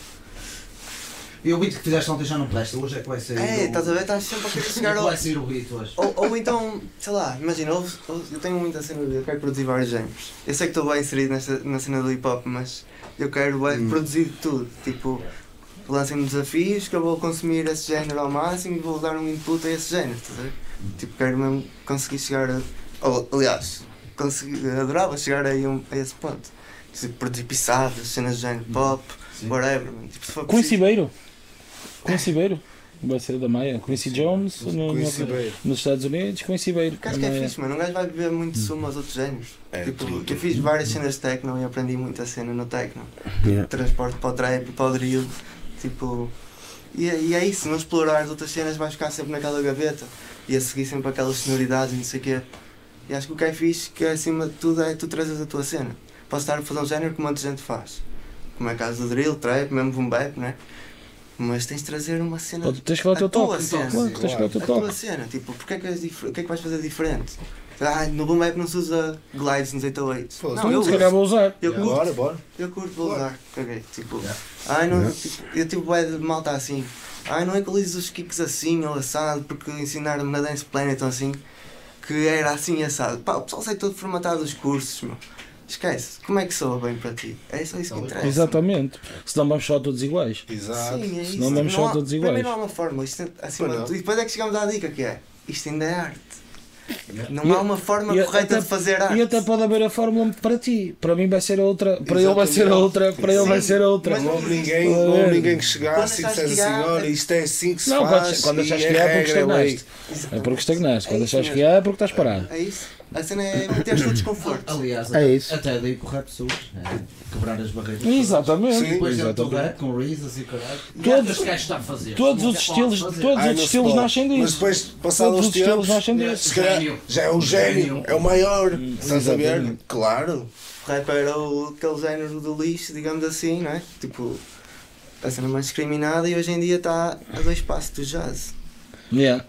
E o beat que fizeste ontem já não presta, hoje é que vai sair. Estás a ver? Estás sempre a querer chegar ao. Vai sair o beat hoje. Ou então, sei lá, imagina, eu tenho muita cena de eu quero produzir vários géneros. Eu sei que estou bem inserido na cena do hip hop, mas eu quero produzir tudo. Tipo, lancem-me desafios que eu vou consumir esse género ao máximo e vou dar um input a esse género, estás a ver? Tipo, quero mesmo conseguir chegar a. Aliás, adorava chegar a esse ponto. Tipo, produzir pisadas, cenas de género pop, whatever. Tipo, se for Quincy preciso. Beiro. Quincy Beiro. Vai ser da Maia. Quincy Jones Quincy Beiro. nos Estados Unidos. Quincy Beiro. Acho que é fixe, mano. Um gajo vai beber muito sumo aos outros géneros. É, Tipo, tudo. eu fiz várias cenas de techno e aprendi muita cena no techno. Yeah. Transporte para o trap, para o drill. Tipo. E é isso, não explorar as outras cenas, vais ficar sempre naquela gaveta e a seguir sempre aquelas sonoridades e não sei o quê. E acho que o que é fixe, que acima de tudo, é tu trazes a tua cena. Posso estar a fazer um género que muita gente faz. Como é o caso do drill, trap, mesmo boom bap, né? Mas tens de trazer uma cena. Ou tens que dar o teu a tua toque. cena. Claro, tens que dar o teu A tua toque. cena, tipo, porque é que, o que é que vais fazer diferente? No boom bap não se usa glides nos 808. Pô, Não, eu Se calhar uso. vou usar. Eu curto, Bora. eu curto, vou usar. Caguei. Tipo, não, tipo, eu tipo bué de malta assim. Não equalizes os kicks assim ou assado porque ensinaram-me na Dance Planet ou assim que era assim assado. Pá, o pessoal sai todo formatado dos cursos, meu. Esquece, como é que soa bem para ti? É só isso que interessa. Exatamente. Senão vamos só todos iguais. Exato. Sim, é isso. Senão vamos só Não há- todos iguais. Primeiro não há uma fórmula, isto é acima Pois de não. tudo. E depois é que chegamos à dica que é, isto ainda é arte. Não E- há uma forma e correta até- de fazer arte. E até pode haver a fórmula para ti. Para mim vai ser outra. Para ele vai ser outra. Para ele vai Sim, ser outra. mas Não houve ninguém que chegasse e Quando dissesse achas assim: que há- olha, isto é assim que se Não, faz. quando achaste e que é é porque regra, é lei. estagnaste. É porque estagnaste. Quando É isso achaste que mesmo. é porque estás parado. É isso. A cena é meter-te no desconforto. Aliás, É isso. até daí com o rap surge. Quebrar as barreiras. Exatamente. Sim. Depois dentro do Exatamente. rap, com Reasons e caralho. Todos- Todos os gajos estão a fazer. Todos os Não estilos, pode fazer. todos Ai, os não se estilos pode. nascem Mas disso. depois, passados Todos os os estilos tempos, nascem Yeah. disso. se calhar já é o gênio, é o maior. Estás a ver? Exatamente. Claro. O rap era aquele género do lixo, digamos assim, não é? Tipo, a cena mais discriminada e hoje em dia está a 2 passos do jazz. Yeah.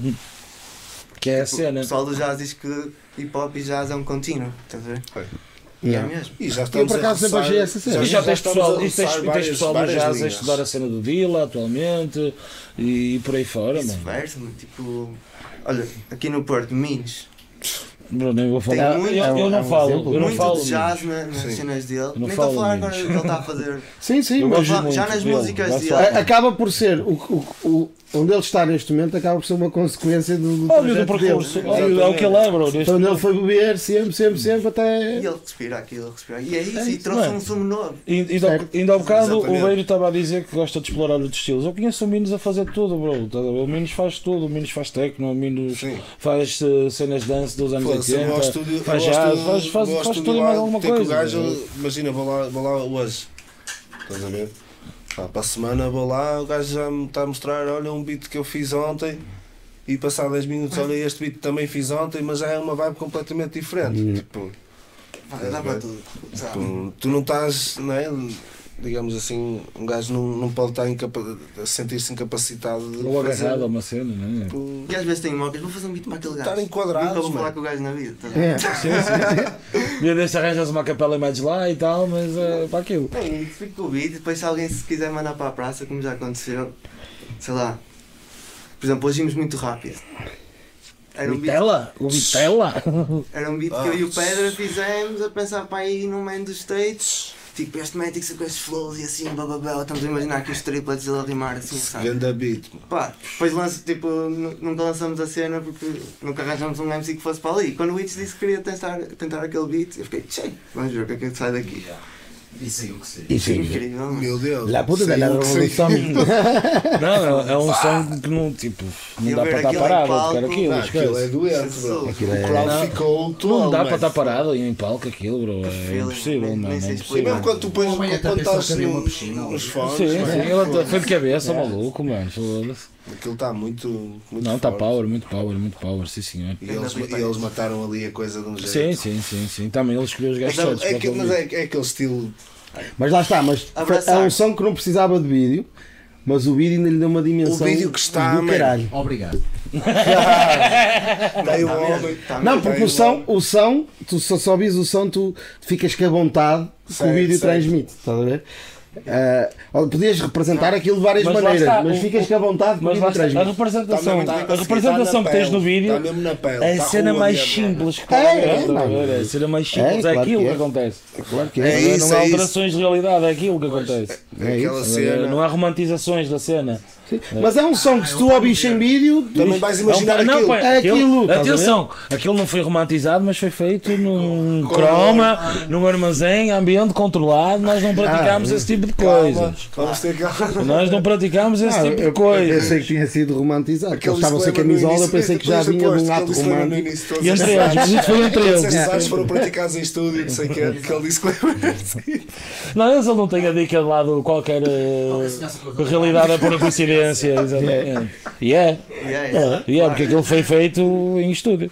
Que é a Tipo, cena. O pessoal do jazz diz que hip hop e jazz é um contínuo, estás a ver? E Yeah. é mesmo. E já estamos por acaso a sempre roçar- achei essa cena. E já tens estamos pessoal, a e tens roçar pessoal do várias jazz a linhas. estudar a cena do Dilla atualmente e por aí fora, mano. Vice-versa, mano. Tipo, olha, aqui no Porto, Minos, Bro, nem vou Tem falar. muito- Eu não falo, eu não muito falo. de jazz nas Sim. cenas dele. não Nem estou a falo falar de agora do Minos. que ele está a fazer. Sim, sim, Eu mas gosto já muito nas dele, músicas vai dele. falar. acaba por ser onde ele está neste momento, acaba por ser uma consequência do Óbvio do projeto percurso, dele. óbvio, é o que ele é, bro. neste Então ele momento. foi beber sempre até. E ele respira aquilo, respira. E é isso, É e isso, trouxe mano. um sumo novo. Ainda há bocado o Exatamente. Beiro estava a dizer que gosta de explorar outros estilos. Eu conheço o Minos a fazer tudo, bro. Tá a ver? O Minos faz tudo, o Minos faz techno, o Minos Sim. faz cenas de dance dos anos Foda-se, eu 80, vou ao estúdio- faz eu vou ao jazz, estúdio- faz vou ao tudo estúdio e mais lá, alguma tem que o coisa. gajo, imagina, vou lá hoje. Estás a ver? Para a semana vou lá, o gajo já me está a mostrar, olha um beat que eu fiz ontem e passado 10 minutos, olha este beat também fiz ontem, mas já é uma vibe completamente diferente. Tipo, Dá para tudo. sabe? tu não estás, não é? digamos assim, um gajo não pode estar a sentir-se incapacitado de Ou agarrado a uma cena, não é? E às vezes tem mocas, vou fazer um beat para aquele gajo. Estar enquadrados, Nunca vou falar mano. com o gajo na vida. Tá É. Dia deste arranjas uma capela mais lá e tal, mas é para aquilo. Bem, fico com o beat, depois se alguém se quiser mandar para a praça, como já aconteceu, sei lá. Por exemplo, hoje íamos muito rápido. Era um beat, Vitela? O Vitela? era um beat que eu e o Pedra fizemos a pensar para ir no Man dos States. Tipo, este Matic com estes flows e assim, bababá, estamos a imaginar aqui os triplets ele a rimar assim, sabe? Ganda beat. Pá, depois tipo, nunca lançamos a cena porque nunca arranjamos um MC que fosse para ali. Quando o Itch disse que queria tentar aquele beat, eu fiquei, tchê, vamos ver o que é que sai daqui. E saiu o que saiu. Isso é Incrível, mano. Meu Deus. La puta da Saiu o que saiu. revolução. Não, é um som que não, tipo, não Eu dá ver para estar aquilo em parado, palco, cara, aquilo, Não, aquilo é esquece. doente, bro. Aquilo O é- crowd Não. ficou todo. Não dá para mas- estar parado em palco aquilo, bro, é feeling, impossível, nem mano, é sei E impossível. mesmo quando tu pões O homem até quando pensou estás que havia uma piscina nos ali. fones, Sim, mano, sim, ele foi de cabeça, maluco, mano, foda-se. aquilo está muito Não, está forte. muito power, sim senhor. E eles mataram ali a coisa de um jeito. Sim, também ele escolheu os gajos Mas, certos. é, para que- aquele mas vídeo. é aquele estilo. Mas lá está, mas Abraçar. é um som que não precisava de vídeo, mas o vídeo ainda lhe deu uma dimensão O vídeo que está, do mano. caralho. Obrigado. Tem o homem. Não, porque o som, tu só vis o som, tu ficas com a vontade que o Certo, vídeo certo. transmite, estás a ver? Podias representar aquilo de várias Mas lá maneiras, está, mas ficas com a vontade que o Mas lá vídeo está, a transmite. representação, Está mesmo- a representação que tens no vídeo Está mesmo na pele. é a está cena rua mais mesmo. simples que É, estás a não. ver, é a cena mais simples, é claro aquilo que que é. acontece. Claro que É é. isso, Não há é isso. alterações de realidade, é aquilo que acontece. Aquela cena. Não há romantizações da cena. Sim. Mas é um som que se tu ouvires em vídeo, Também vais imaginar não, aquilo. pá, É aquilo, estás a ver? atenção, aquilo não foi romantizado, mas foi feito num croma, num armazém, ambiente controlado. Nós não praticámos esse tipo de Calma, coisas. vamos ter calma. Nós não praticámos esse tipo de eu coisas. pensei que tinha sido romantizado. Porque eles estavam sem disclaimer no camisola, eu início, pensei que já depois vinha de um aposto que ato ele disclaimer no romântico. início, todos E entre estes eles, atos- isso foi entre todos eles. estes atos foram praticados em estúdio, não sei o que é, aquele disclaimer. Não, eles não têm a dica de lado qualquer realidade é pura coincidência. Exatamente. E é, porque aquilo foi feito em estúdio.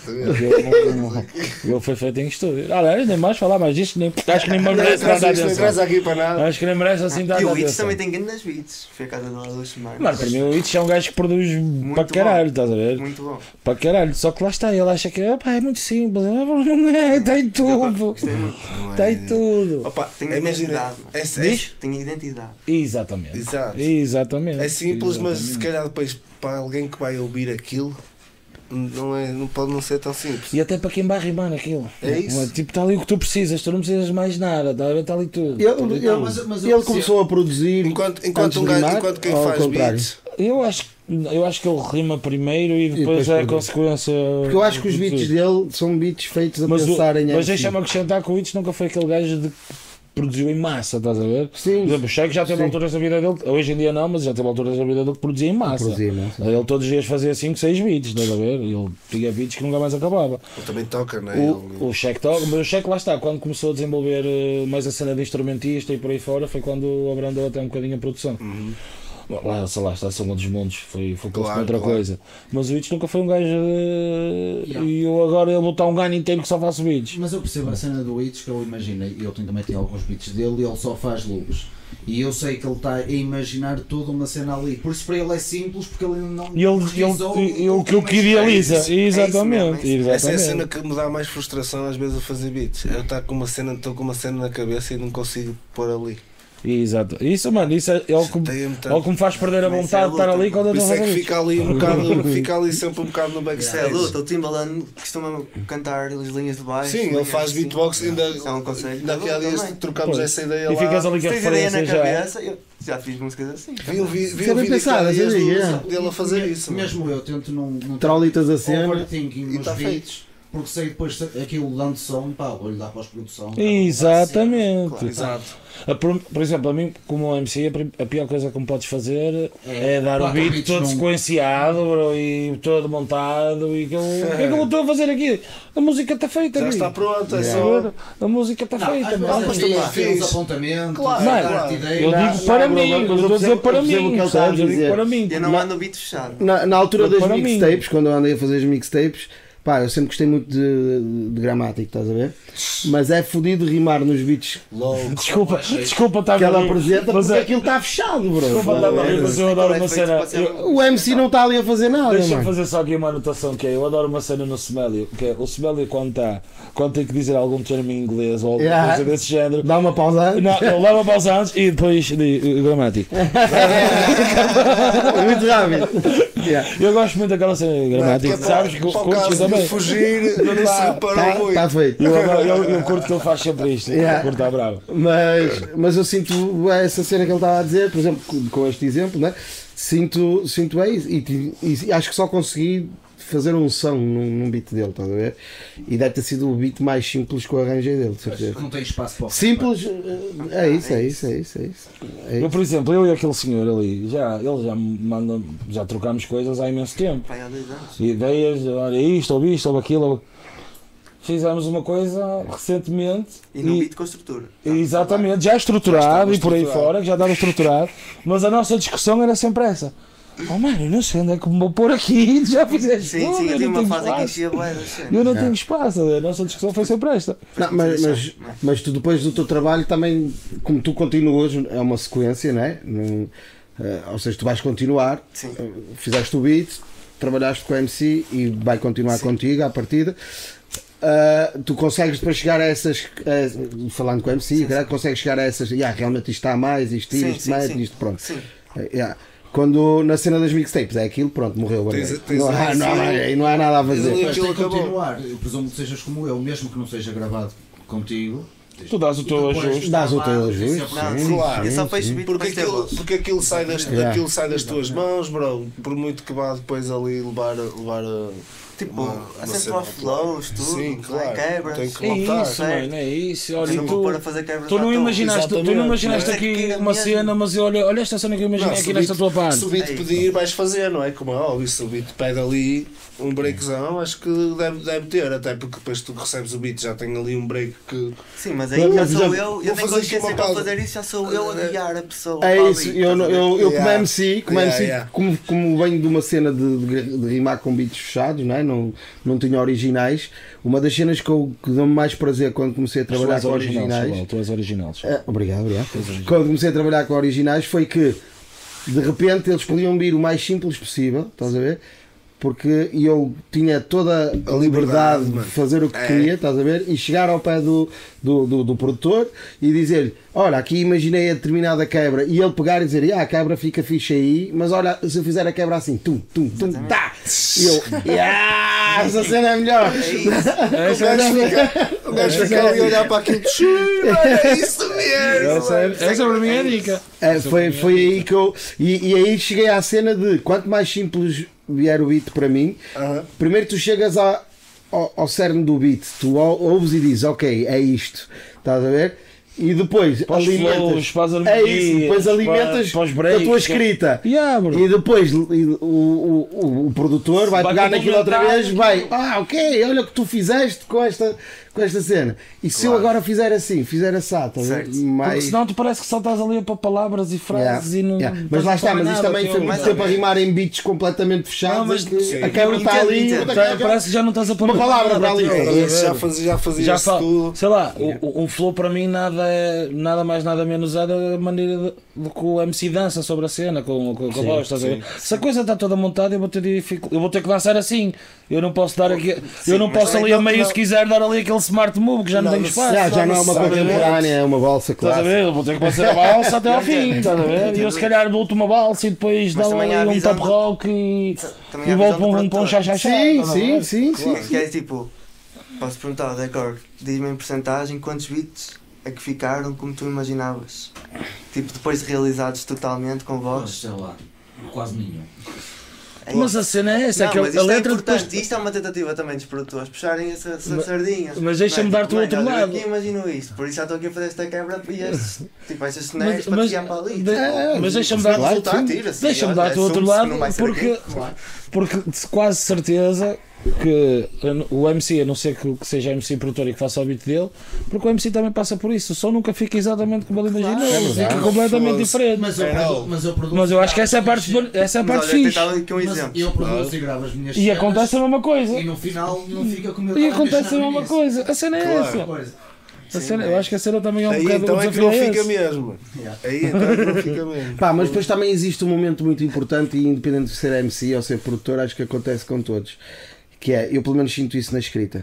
Aquilo foi feito em estúdio. Olha, nem mais falar mais disto, acho que nem me merece Não tanta interessa atenção. aqui para nada. Acho que nem merece assim tanta E o Itch atenção. também tem grandes beats. Foi a casa dele há 2 semanas. Mano, para mim o Itch é um gajo que produz para caralho, estás a ver? Muito bom. Para caralho, só que lá está, ele acha que é muito simples. Não é, tem tudo. Gostei muito. Tem tudo. Opa, Tem imagina, identidade. Diz? Tem identidade. Exatamente. Exato. Exatamente. É simples, mas se Exatamente. calhar depois para alguém que vai ouvir aquilo não pode não ser tão simples. E até para quem vai rimar naquilo. É isso. Tipo, está ali o que tu precisas, tu não precisas de mais nada, está ali tudo. Ele começou a produzir Enquanto antes um de gajo, rimar, enquanto quem ou ao faz contrário? beats, Eu acho que ele rima primeiro e depois depois é a produz. consequência. Porque eu acho que os beats dele são beats feitos a Mas, pensar em mas MC. deixa-me acrescentar que o Itch nunca foi aquele gajo de produziu em massa, estás a ver? Sim. Por exemplo, o Cheque já teve Sim. alturas da vida dele, hoje em dia não, mas já teve alturas da vida dele que produzia em massa. Produzia em massa. Ele todos os dias fazia 5, 6 beats, estás a ver? E ele tinha beats que nunca mais acabava. ele também toca, não é? O Cheque toca, mas o Cheque lá está, quando começou a desenvolver mais a cena de instrumentista e por aí fora, foi quando abrandou até um bocadinho a produção. Lá, sei lá, está são outros mundos, foi Claro, outra claro. coisa. Mas o Itch nunca foi um gajo e eu agora ele botar um ganho inteiro que só faço beats. Mas eu percebo a cena do Itch que eu imaginei, eu também tenho alguns beats dele e ele só faz loops. E eu sei que ele está a imaginar toda uma cena ali. Por isso para ele é simples porque ele não E ele o que idealiza, exatamente. Essa é a exatamente. cena que me dá mais frustração às vezes a fazer beats. Eu estou com uma cena na cabeça e não consigo pôr ali. Exato. Isso, mano, isso é o que me faz perder a Mas vontade de estar ali quando eu Por estou a isso é fazer que isso. fica ali um bocado, fica ali sempre um bocado no Isso é backstage. luta. O Timbaland costuma cantar as linhas de baixo. Sim, ele faz assim. beatbox ainda. Isso é um conceito. Daqui a dias trocamos Pois. essa ideia E lá. ficas ali com a Se tens ideia na referência já. cabeça, eu já fiz músicas assim. Vi o vídeo Isso é bem pensado, dias essa ideia. dele a fazer isso. mano. Mesmo eu tento não Traulitas a cena. overthinking E nos tá beats, porque sei depois aquilo dando som, pá, vou lhe dar pós-produção. Exatamente. Exato. Por exemplo, a mim, como MC, a pior coisa que me podes fazer é dar o quatro beat beats todo num- sequenciado, bro, e todo montado. E que o que é que eu estou a fazer aqui? A música está feita, Já amigo. está pronto, é Estás a só. ver? A música está feita, Às mano. vezes também tem fiz. uns apontamentos, Claro, dar claro. ideias. Eu Não, digo para não, mim, mas eu estou a dizer para percebo o mim, que ele está a percebes? Eu digo dizer. para mim. Eu não ando beat fechado. Na altura das Para mim. mixtapes, quando eu andei a fazer as mixtapes, Pá, eu sempre gostei muito de gramática, estás a ver? Mas é fodido rimar nos beats Desculpa, está que ela apresenta, porque aquilo está fechado, bro. Desculpa, está a rir, mas eu adoro uma cena. O MC não está ali a fazer nada, Deixa-me mano. fazer só aqui uma anotação, que é, eu adoro uma cena no Smelly, que é o Smelly quando tem que dizer algum termo em inglês ou alguma coisa desse género, Dá uma pausa. não, ele leva para os anos e depois diz gramática. Muito rápido. Yeah. Eu gosto muito daquela cena de gramática, sabes? Que Para o curto caso também. de fugir, não se reparou muito. Está feito. Eu curto que ele faz sempre isto, Yeah. curto à brava. Mas eu sinto essa cena que ele estava a dizer, por exemplo, com este exemplo, né? Sinto é isso. E acho que só consegui fazer um som num beat dele, estás a ver? E deve ter sido o beat mais simples que eu arranjei dele, de certeza. Não tem espaço para o Simples, é isso. Eu, por exemplo, eu e aquele senhor ali, ele já me manda, já trocámos coisas há imenso tempo. Pai, há 2 anos. Ideias, olha isto, ou isto, ou aquilo. Fizemos uma coisa recentemente. E no beat com estrutura. Exatamente, já estruturado Já e por aí estruturado. fora, que já estava estruturado, mas a nossa discussão era sempre essa. Oh mano, eu não sei onde é que me vou pôr aqui, já fizeste Sim, tudo, sim, eu eu tive não uma tenho fase em que espaço. enchia bué das cenas. Eu não tenho espaço, a nossa discussão foi sempre esta. Não, mas tu depois do teu trabalho também, como tu continuas, é uma sequência, né? Ou seja, tu vais continuar, Sim. fizeste o beat, trabalhaste com a MC e vai continuar contigo à partida. Tu consegues depois chegar a essas, falando com a MC, consegues chegar a essas, realmente isto está a mais, isto Sim, isto sim, mais, sim. isto pronto. Sim. Quando na cena das mixtapes é aquilo, pronto, morreu. Tens não há nada a fazer. Tens Mas tem que Aquilo acabou. continuar. Eu presumo que sejas como eu, mesmo que não seja gravado contigo. Tu dás o teu ajuste. Dás o teu ajuste, Não, sim, sim, claro, eu só fecho beat Porque para ter voz. aquilo sai Yeah. aquilo sai das tuas mãos, bro. Por muito que vá depois ali levar a. Tipo, uma acentuar cena. flows, tudo, Sim, claro. quebras. Tem que É montar. isso, mano, é isso. Olha, Eu e não vou pôr a tu, fazer quebras tu à não toa. imaginaste, Mas é aqui que uma mesmo. cena, mas olha esta cena que eu imaginei Não, aqui nesta tua parte. Se o beat É pedir, vais fazer, não é? Como é óbvio, se o beat pede ali um breakzão, acho que deve ter, até porque depois tu recebes o beat, já tem ali um break que. Sim, mas aí já sou eu, vou eu tenho fazer aqui consciência uma para pausa. fazer isso, já sou eu a guiar a pessoa. É para isso, ali, eu estás a ver? como Yeah. MC, Yeah. como venho de uma cena de rimar com beats fechados, não tinha originais. Uma das cenas que deu-me mais prazer quando comecei a trabalhar com originais. Tu és original. Obrigado. Quando comecei a trabalhar com originais foi que de repente eles podiam vir o mais simples possível, estás a ver? Porque eu tinha toda a liberdade de mano. fazer o que queria, estás a ver? E chegar ao pé do produtor e dizer-lhe: olha, aqui imaginei a determinada quebra, e ele pegar e dizer: a quebra fica fixe aí, mas olha, se eu fizer a quebra assim, tá! E eu: essa cena é melhor! O gajo fica ali a olhar para aquilo. É isso mesmo! Essa para mim é a dica. Foi aí que eu. E aí cheguei à cena de quanto mais simples vier o beat para mim, primeiro tu chegas ao cerne do beat, tu ouves e dizes: ok, é isto, estás a ver? E depois alimentas. É isso, depois alimentas para os a breaks, tua escrita. Yeah, bro. E depois o produtor vai pegar naquilo outra vez, vai: ok, olha o que tu fizeste com esta cena. E se eu agora fizer assim, fizer assado, estás a ver? Certo. Porque senão tu parece que só estás ali para palavras e frases e não. Mas lá está, mas isto também foi muito mais tempo ou a menos. rimar em beats completamente fechados. Não, mas em que sim. a quebra está Entendo, ali. entendo. Parece que já não estás a pôr Uma palavra para ali. Esse já fazia isso tudo. Sei lá, um flow para mim nada mais nada menos é da maneira de que o MC dança sobre a cena com a voz, estás a ver? Se a coisa está toda montada, eu vou ter que dançar assim. Eu não posso dar aqui, eu não mas posso ali também a meio, não- se quiser dar ali aquele smart move que já não tenho espaço. Já não é uma contemporânea, é uma balsa Estás a clássica. ver? Eu vou ter que passar a balsa até ao fim, estás a ver? E eu se calhar dou-te uma balsa e depois Mas dou também ali há a um visão top do- rock e Também há a volto visão do para um produtor. chá-chá-chá. Sim. Que é tipo, posso perguntar ao decor, diz-me em porcentagem quantos beats é que ficaram como tu imaginavas? Tipo, depois de realizados totalmente com Mas, voz? sei lá, quase nenhum. É Mas isso. a cena é essa, Não, é que mas a isto é letra importante, depois... isto é uma tentativa também dos produtores puxarem essa sardinha. mas deixa-me Não é? dar-te o outro Tipo, lado. Eu aqui imagino isto, por isso já estou aqui a fazer esta quebra e estes, tipo, estas Mas, cenários para mas, te guiar para ali. mas deixa-me Se não dar, resultar, tira-se. deixa-me Olha, dar-te o outro assume-se que lado não vai ser porque, aquilo. Claro. Porque quase certeza que o MC, a não ser que seja MC produtor e que faça o beat dele, porque o MC também passa por isso. O som nunca fica exatamente como ele imaginou, fica completamente diferente. Mas eu acho que essa é a parte, essa é a Mas parte olha, fixe. tentava aqui um Mas exemplo. eu produzo e gravo as minhas E cenas acontece a mesma coisa. e no final não fica como eu E estava acontece a imaginar mesma no coisa. A cena é Claro. essa. A cena, eu acho que a cena também é um Aí bocado então o é que desafio não é fica esse. mesmo. Yeah. Aí então é que não fica mesmo. Pá, mas depois também existe um momento muito importante e independente de ser MC ou ser produtor, acho que acontece com todos. Que é, eu pelo menos sinto isso na escrita.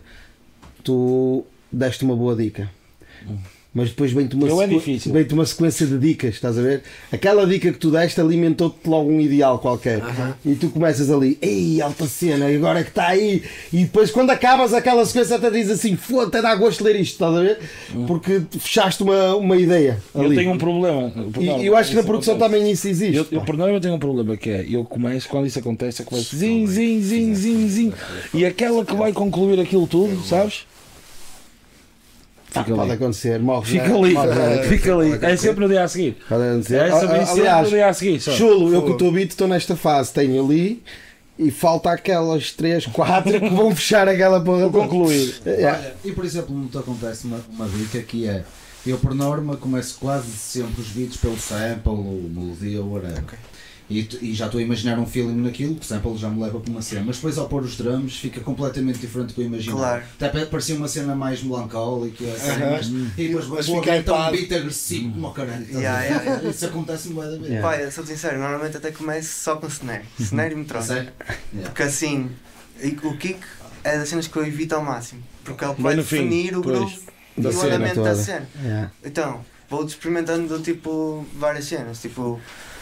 Tu deste uma boa dica. Mas depois vem-te uma sequência de dicas, estás a ver? Aquela dica que tu deste alimentou-te logo um ideal qualquer. E tu começas ali, ei, alta cena, agora é que está aí. E depois quando acabas aquela sequência até diz assim, foda-te, dá gosto de ler isto, estás a ver? Porque fechaste uma ideia ali. Eu tenho um problema. E eu acho que na produção também isso existe. Eu, por norma, tenho um problema que é, eu começo, quando isso acontece, eu começo zin. E aquela que vai concluir aquilo tudo, sabes? Fica Pode ali. acontecer, morre. Fica ali. Fica ali. É sempre no dia a seguir. Pode acontecer. É sempre no dia a seguir. Só. Chulo, eu com o teu beat estou nesta fase, tenho ali e falta aquelas 3, 4 que vão fechar aquela porra. Vou concluir. Olha, e por exemplo, não te acontece uma dica que é, eu por norma começo quase sempre os beats pelo sample, ou melodia ou whatever. E já estou a imaginar um feeling naquilo, que o sample já me leva para uma cena, mas depois ao pôr os drums fica completamente diferente do que eu imaginava. Claro. Até parecia uma cena mais melancólica, assim, e depois Mas vou fica então um hypado. beat agressivo como o caralho. Isso acontece-me bué da vez. Pá, eu sou sincero, normalmente até começo só com snare. Snare e me troca. Sério? Porque assim, o kick é das cenas que eu evito ao máximo. Porque ele Bem vai no fim, definir o pois, groove e da o cena andamento toda. da cena. Yeah. Então, vou experimentando tipo várias cenas. Tipo,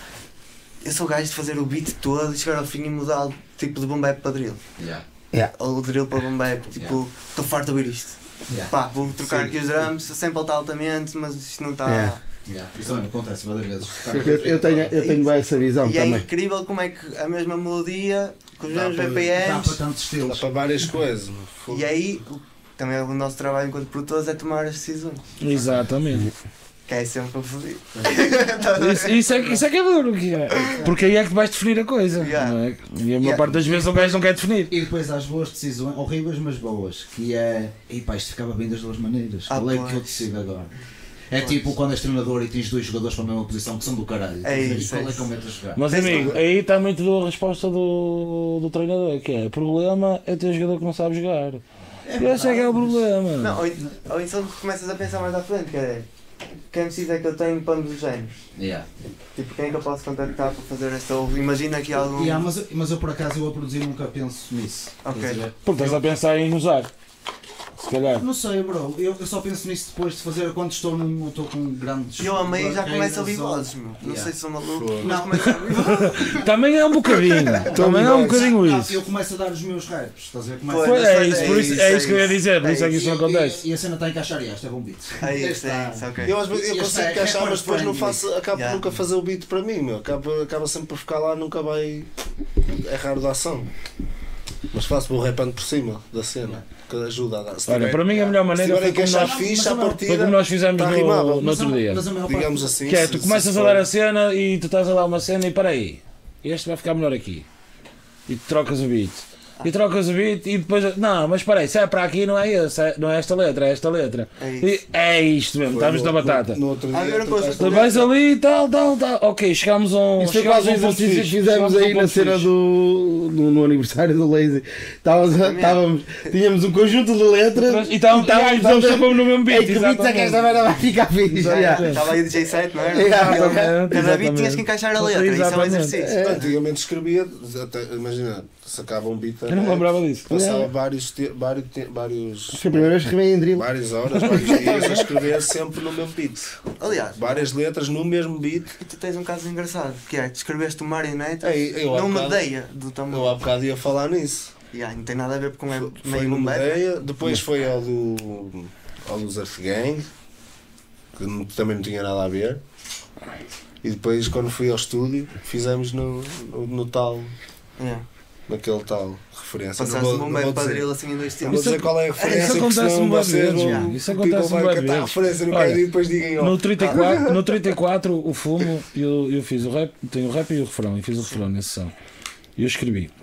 eu sou o gajo de fazer o beat todo e chegar ao fim e mudar tipo de boom bap para drill. Yeah. Ou drill para boom bap. Tipo, estou farto de ouvir isto. Yeah. Pá, vou trocar aqui os drums, o sample está altamente, mas isto não está. Yeah. Yeah. Isso também acontece várias vezes. Eu tenho bem essa visão E é também. incrível como é que a mesma melodia, com os mesmos Dá para BPMs, tantos Dá estilos. para várias coisas. e aí também o nosso trabalho enquanto produtores é tomar as decisões. Exatamente. Que é sempre confundido. Isso é que é duro. Que é. Porque aí é que vais definir a coisa. Yeah. Não é? E a maior parte das vezes o gajo não quer definir. E depois há as boas decisões, horríveis mas boas, que é, e pá, isto ficava bem das duas maneiras, qual é que eu pois. decido agora? É tipo quando és treinador e tens 2 jogadores para a mesma posição que são do caralho. É E isso, qual é é que eu isso. meto a jogar? Mas amigo, aí está muito a resposta do treinador, que é, o problema é ter jogador que não sabe jogar. Esse é que é o problema. Não, ou então começas a pensar mais à frente, que é que MCs é que eu tenho para ambos os géneros? Yeah. Tipo, quem é que eu posso contactar para fazer esta? Ou imagina aqui algum. Yeah, mas eu por acaso eu a produzir nunca penso nisso. Ok. Estás a ver? Porque estás a pensar em usar. Se calhar. Não sei, bro, eu só penso nisso depois de fazer quando estou com grandes. Eu a meio já começo a ouvir barreiras ou- vozes, meu. Não Yeah. sei se sou maluco, Fogo. mas Não. começo a ouvir vozes. Também é um bocadinho. Também é um bocadinho isso. Eu começo a dar os meus raps, estás a ver? Começo Pois, a... É isso, por isso, é isso que eu ia dizer, por isso é que isso não acontece. E a cena está a encaixar e esta é bom beat. É isso, Esta- é isso, ok. Eu às vezes eu Este consigo é encaixar, mas depois não friendly. faço, acabo por Yeah. nunca fazer o beat para mim, meu. Acaba sempre por ficar lá, nunca vai. É raro da ação. Mas faço o repando por cima da cena, que ajuda a dar. Se Olha, tiver- para mim a melhor se maneira tiverem foi que como achar nós, fixe à foi partida, como nós fizemos está rimável. no outro dia. Mas a maior parte- digamos assim. Que é, se- tu se começas a for- dar a cena e tu estás a dar uma cena e peraí, este vai ficar melhor aqui. E tu trocas o beat. E trocas o beat e depois. Não, mas peraí, se é para aqui não é esse, não é esta letra, é esta letra. É isso. E é isto mesmo, Foi estamos na batata. No outro Ah, dia, eu não tu posso- estás- Tu vais ali e tal. Ok, chegámos a um. Isso foi chegámos quase a o um ponto exercício que fixe, fizemos chegámos a um aí na ponto cena fixe. no aniversário do Lazy. Tínhamos um conjunto de letras E estávamos sempre no mesmo beat. Ei, que beats é que esta merda vai ficar fixe. Exatamente. Estava aí o DJ 7, não era? Exatamente, Cada beat tinhas que encaixar a letra, isso é um Exatamente. exercício. Antigamente escrevia, até, imagina, sacava um beat, Eu não me lembrava disso. passava vários Foi a primeira vez que rimei em drill. várias horas, vários dias a escrever sempre no mesmo beat. Aliás, Várias letras no mesmo beat. e tu tens um caso engraçado, que é, descreveste o Marionette Eu há numa bocado- ideia do Eu há tamanho. bocado ia falar nisso. Não tem nada a ver com é Foi meio numa boom bap. ideia, depois foi ao do Surf Gang, que também não tinha nada a ver. E depois quando fui ao estúdio fizemos no tal, Yeah. naquele tal referência. Passaste Não um vou bap para dizer. drill assim em 2 Não vou tempos. dizer qual é a referência, Isso porque acontece senão bué vocês vezes, vão. isso o acontece people vai bué cantar a vezes. referência, não Olha, quero ir e depois digam No 34, o fumo, eu fiz o rap, tenho o rap e o refrão, e fiz o refrão nesse som. E eu escrevi.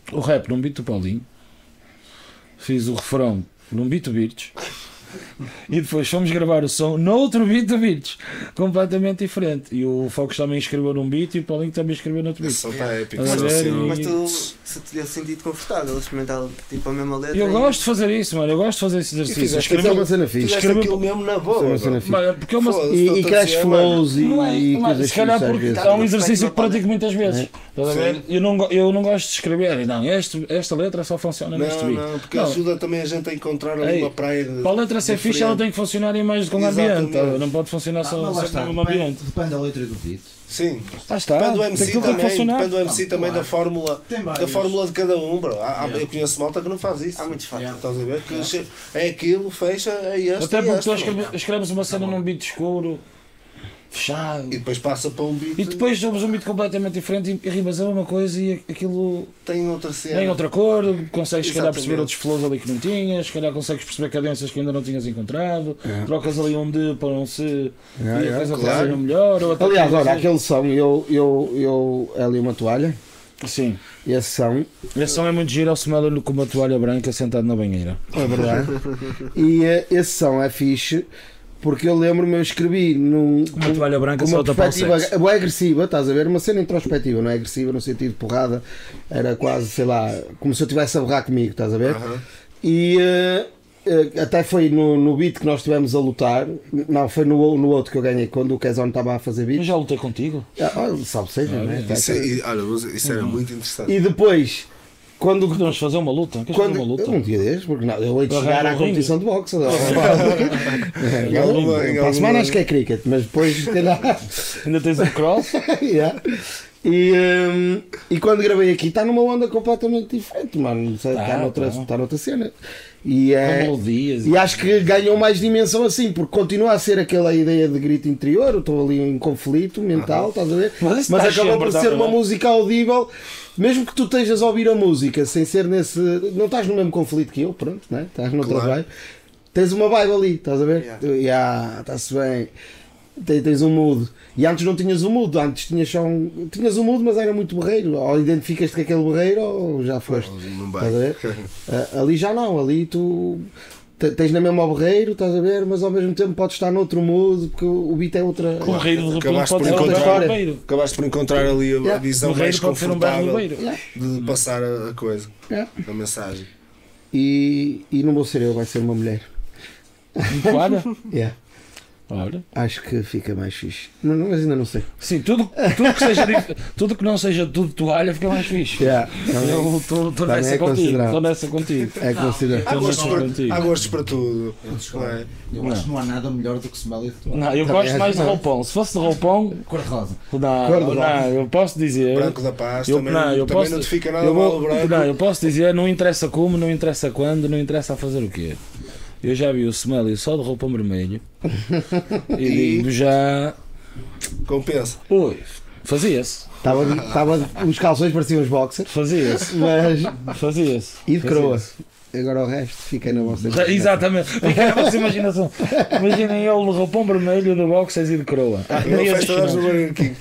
o rap num beat do Paulinho, fiz o refrão num beat do Birch e depois fomos gravar o som noutro beat do Birch, completamente diferente. E o Focus também escreveu num beat e o Paulinho também escreveu noutro beat. Só está épico. Estás a ver? Mas tu, se te sentido confortável, experimentar tipo a mesma letra. Eu gosto de fazer isso, mano. Eu gosto de fazer esse exercício. Isso é uma cena fixe. Fizeste aquilo mesmo na boa. Isso é uma cena fixe. Mano, porque é uma... Foda-se. E crash flows Não e é, coisas se calhar fixas às porque vezes. é um exercício que pratico muitas vezes. Estás a ver? Sim. Eu não gosto de escrever. Não, esta letra só funciona neste Não, beat. não, porque Não. ajuda também a gente a encontrar ali Ei, uma praia de. Para a letra ser fixe, ela tem que funcionar em mais do que um ambiente. Exatamente. Não pode funcionar só Mas lá está, no mesmo ambiente. depende da letra e do beat. Sim. Lá está. Depende do Tem MC tudo que também, funcionar. depende do MC também claro. da fórmula. Tem Da vários. fórmula de cada um, bro. Eu conheço malta que não faz isso. Há muitos fatos. Estás a ver? Que é aquilo, fecha, é este. Até é porque este, tu bro. escreves uma cena num beat escuro, fechado. E depois passa para um beat. E depois ouves um beat completamente diferente e rimas a mesma coisa e aquilo tem outra cena. tem outra cor, consegues se calhar Exatamente. perceber outros flows ali que não tinhas, se calhar consegues perceber cadências que ainda não tinhas encontrado, trocas ali um de para um se e a coisa claro. funciona melhor. Ou até Aliás, tens olha, assim- aquele som, eu ali uma toalha, Sim, esse som, esse som é muito giro, ao Smelly com uma toalha branca sentado na banheira. é verdade, e esse som é fixe, porque eu lembro-me, eu escrevi Uma toalha branca com só uma outra para o perspectiva sexo. boa agressiva, estás a ver? Uma cena introspectiva, não é agressiva no sentido de porrada, era quase, sei lá, como se eu estivesse a berrar comigo, estás a ver? Aham. E até foi no beat que nós estivemos a lutar, não, foi no outro que eu ganhei, quando o Kezon estava a fazer Eu beat. já lutei contigo. Salve seja, não é? Olha, isso era muito interessante. E depois, quando Podemos fazer uma luta. Queres fazer uma luta? um dia desses, porque não, eu hei de Eu chegar à arranjo um competição de boxe. Em alguma- em Para a semana alguma- acho que é cricket, mas depois Ainda tens um cross? Yeah. E quando gravei aqui está numa onda completamente diferente, mano. Está noutra cena. E, Com melodias. e acho que ganhou mais dimensão assim, porque continua a ser aquela ideia de grito interior. Eu estou ali em conflito mental, estás a ver? Mas isso Mas está acabou sempre, por ser tá, uma não é? música audível. Mesmo que tu estejas a ouvir a música sem ser nesse. Não estás no mesmo conflito que eu, pronto, né? Estás noutra Claro. vibe. Tens uma vibe ali, estás a ver? Yeah. Está-se bem. Tens um mood. E antes não tinhas um mood, antes tinhas só um. Tinhas um mood, mas era muito berreiro. Ou identificas-te com aquele berreiro ou já foste. Não Estás a vai. ver? Ali já não, ali tu tens na mesma ao berreiro, estás a ver, mas ao mesmo tempo podes estar noutro mood, porque o beat é outra. Com o rei de repente Acabaste pode por ser um encontrar- berro ribeiro. Acabaste por encontrar ali a Yeah. visão O rei mais pode ser um berro confortável ribeiro. de passar a coisa, Yeah. a mensagem. E não vou ser eu, vai ser uma mulher. Toalha? Yeah. Olha. Acho que fica mais fixe. Mas ainda não sei. Sim, tudo que não seja tudo toalha fica mais fixe. Yeah. Eu estou Também nessa é contigo. considerado. Estou nessa contigo. É considerado. Há gostos, Estou para, contigo. há gostos para tudo. não é? Eu acho que não há nada melhor do que Smelly de toalha. Não, eu Também gosto mais de acho. roupão. Se fosse de roupão, Cor-de-rosa. não, eu posso dizer. Branco da paz, Eu, também, não, eu também posso, não te fica nada eu mal vou, o branco. não, eu posso dizer, não interessa como, não interessa quando, não interessa a fazer o quê. Eu já vi o Smelly só de roupão vermelho e digo já. Compensa. Ui, fazia-se, Estava os calções pareciam os boxers, fazia-se, mas. fazia-se. E de croa. Fazia-se. Agora o resto, fiquei na vossa. Exatamente, fica na vossa imaginação. Imaginem ele de roupão vermelho, de boxers e de croa. Uma Nem festa das no esses Burger King.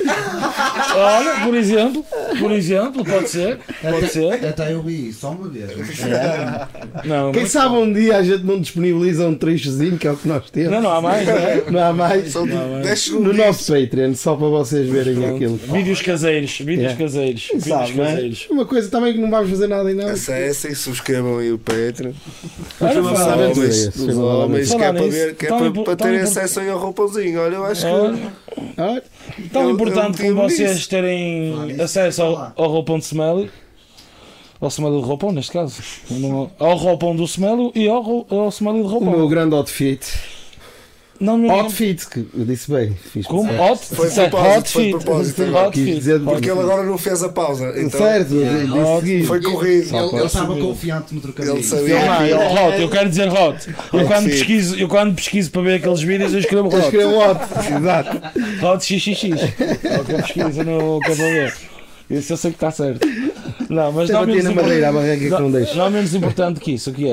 Olha, por exemplo, pode ser. Até eu vi só uma vez. Não, Quem muito- sabe um dia a gente não disponibiliza um trechozinho, que é o que nós temos. não há mais, não é? Não há mais. São Não, mas- 10 No segundos. nosso Patreon, só para vocês verem aquilo. Vídeos caseiros, Yeah. caseiros, Quem vídeos sabe, não é? caseiros. Uma coisa também que não vamos fazer nada em nada. Acessem, subscrevam aí o Patreon. Olha, Dos fala, Falar homens, disso, dos falar homens, disso. que é para Falar ver, nisso, que é tão para impor- terem tão acesso aí ao roupãozinho. Olha, eu acho que. Olha, tão Eu importante meti-me como vocês nisso. terem Falar nisso, acesso falar. ao roupão de Smelly, ao Smelly de roupão, neste caso, ao roupão do Smelly e ao Smelly de o roupão. meu grande outfit. Não me Outfit, que eu disse bem. Fiz Como? certo. Hot? Foi de Certo, propósito, hot foi de fit. propósito. Hot Quis fit. dizer Porque ele agora não fez a pausa. Então Certo, disse seguir. foi corrido. Ele estava confiante no trocadilho. Ele sabia. Não, eu quero dizer hot. fit. Eu quando pesquiso para ver aqueles vídeos, eu escrevo Eu hot. escrevo hot, exato. Hot XXX. É o que eu pesquiso no que eu vou ver. Isso eu sei que está certo. Não, mas Até não bati na menos madeira, a barriga que não deixa. não menos importante que isso, o que é?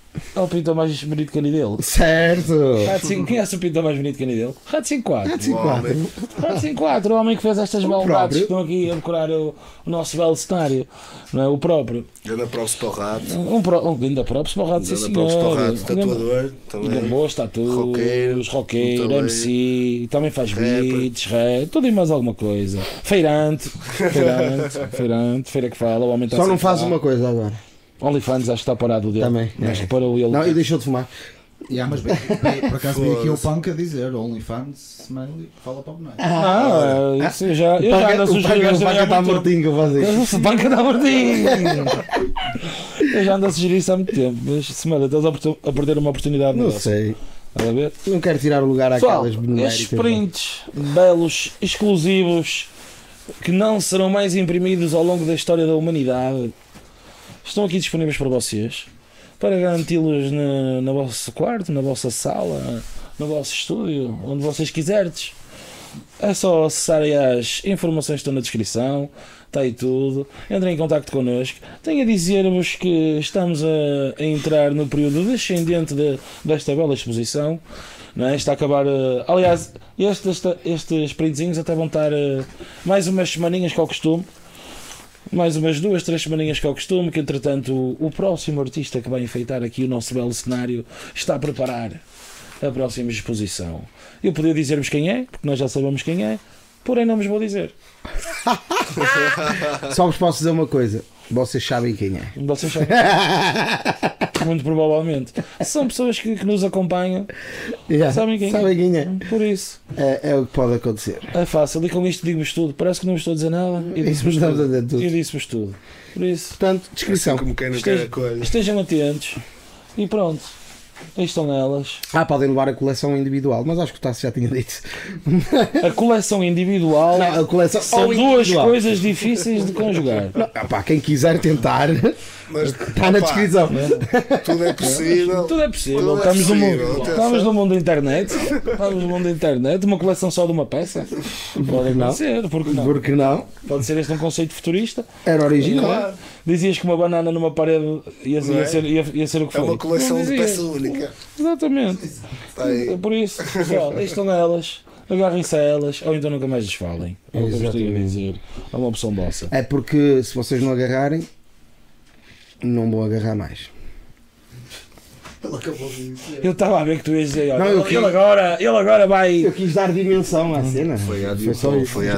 É o pintor mais bonito que a dele. Certo! Conhece o pintor mais bonito que a dele? Rato 54. Rato 54. Rato 54, o homem que fez estas beldades próprio. que estão aqui a decorar o nosso belo cenário. Não é? O próprio. Ganda props para o rato. Ainda próprio para o rato, sim Ganda props para o senhor. rato. Tatuador também. Boas tatuas, Roqueiro, roqueiro, também. MC, também faz Rapper. beats, rap, tudo e mais alguma coisa. Feirante, feira que fala, o homem está Só não sempre faz lá. uma coisa agora. OnlyFans acho que está parado dele. Também. Acho que parou ele. Não, e deixou de fumar. Mas bem, por acaso vi aqui o Punk a dizer OnlyFans, Smiley, fala para o boneco. Isso eu já ando a sugerir O esta Panca há está muito tempo. mortinho que eu faço isso. O Panca está mortinho. Eu já ando a sugerir isso há muito tempo. Mas semana estás a perder uma oportunidade de Não negócio. sei. Estás a ver? Não quero tirar o lugar Pessoal, àquelas benuméricas. estes prints belos, exclusivos, que não serão mais imprimidos ao longo da história da humanidade, estão aqui disponíveis para vocês, para garanti-los na vosso quarto, na vossa sala, no vosso estúdio, onde vocês quiserdes. É só acessarem as informações que estão na descrição, está aí tudo. Entrem em contacto connosco. Tenho a dizer-vos que estamos a entrar no período descendente desta bela exposição. Não é? Está a acabar. Aliás, estes printzinhos até vão estar mais umas semaninhas que ao costume. Mais umas 2, 3 semaninhas que ao costume. Que entretanto o próximo artista que vai enfeitar aqui o nosso belo cenário está a preparar a próxima exposição. Eu podia dizer-vos quem é, porque nós já sabemos quem é, porém não vos vou dizer. Só vos posso dizer uma coisa. Vocês sabem quem é. Vocês sabem. Muito provavelmente. São pessoas que nos acompanham. Sabem quem é. Por isso. É o que pode acontecer. É fácil. E com isto digo-vos tudo. Parece que não vos estou a dizer nada. E disse-vos Estamos a tudo. dizer tudo. E disse-vos tudo. Por isso, Portanto, descrição. Como quem não quer a coisa. estejam atentos. E pronto. Aí estão elas. Podem levar a coleção individual, mas acho que o Tassi já tinha dito. A coleção individual Não, a coleção são ao duas individual. coisas difíceis de conjugar. Quem quiser tentar, Mas está na descrição. tudo é possível. Tudo é possível. Tudo é Estamos no mundo. possível. Estamos no mundo da internet. Estamos no mundo da internet. Uma coleção só de uma peça. Pode não? ser, porque não? Porque não? Pode ser este um conceito futurista. Era original. Dizias que uma banana numa parede ia Não é? ser o que É foi. uma coleção Não de dizias. peça única. Exatamente. Está aí. É por isso, pessoal, aí estão elas. Agarrem-se a elas, ou então nunca mais desfalem. É o que eu vos tenho a dizer. É uma opção vossa. É porque se vocês não agarrarem, não vão agarrar mais. Ele acabou de dizer. Eu estava a ver que tu ias dizer, olha, Não, eu ele agora vai. Eu quis dar dimensão à cena. Foi a só isso. Foi a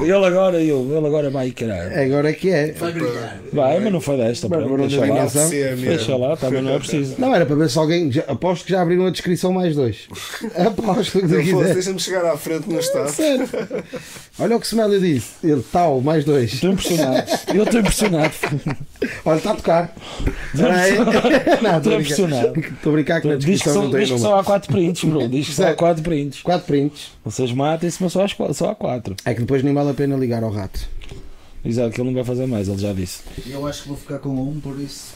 Ele agora vai, caralho. Agora é que é. Vai brilhar. Vai, mas não foi desta. Mas Pronto, não deixa tem lá. dimensão. Deixa lá, também não é preciso. Não, era para ver se alguém. Aposto que já abriram a descrição mais 2. Aposto que tu quiser. Deixa-me chegar à frente no estado. Sério. Olha o que Smelly disse. Ele tal, mais 2. Estou impressionado. Eu estou impressionado. Olha, está a tocar. Espera aí. Não, Estou impressionado. Estou a brincar com a Diz que descrição não tem diz que número. só há 4 prints, bro. Diz que só há 4 prints. 4 prints. Vocês matem-se, mas só há 4. É que depois nem vale a pena ligar ao rato. Exato, que ele não vai fazer mais, ele já disse. Eu acho que vou ficar com um, por isso.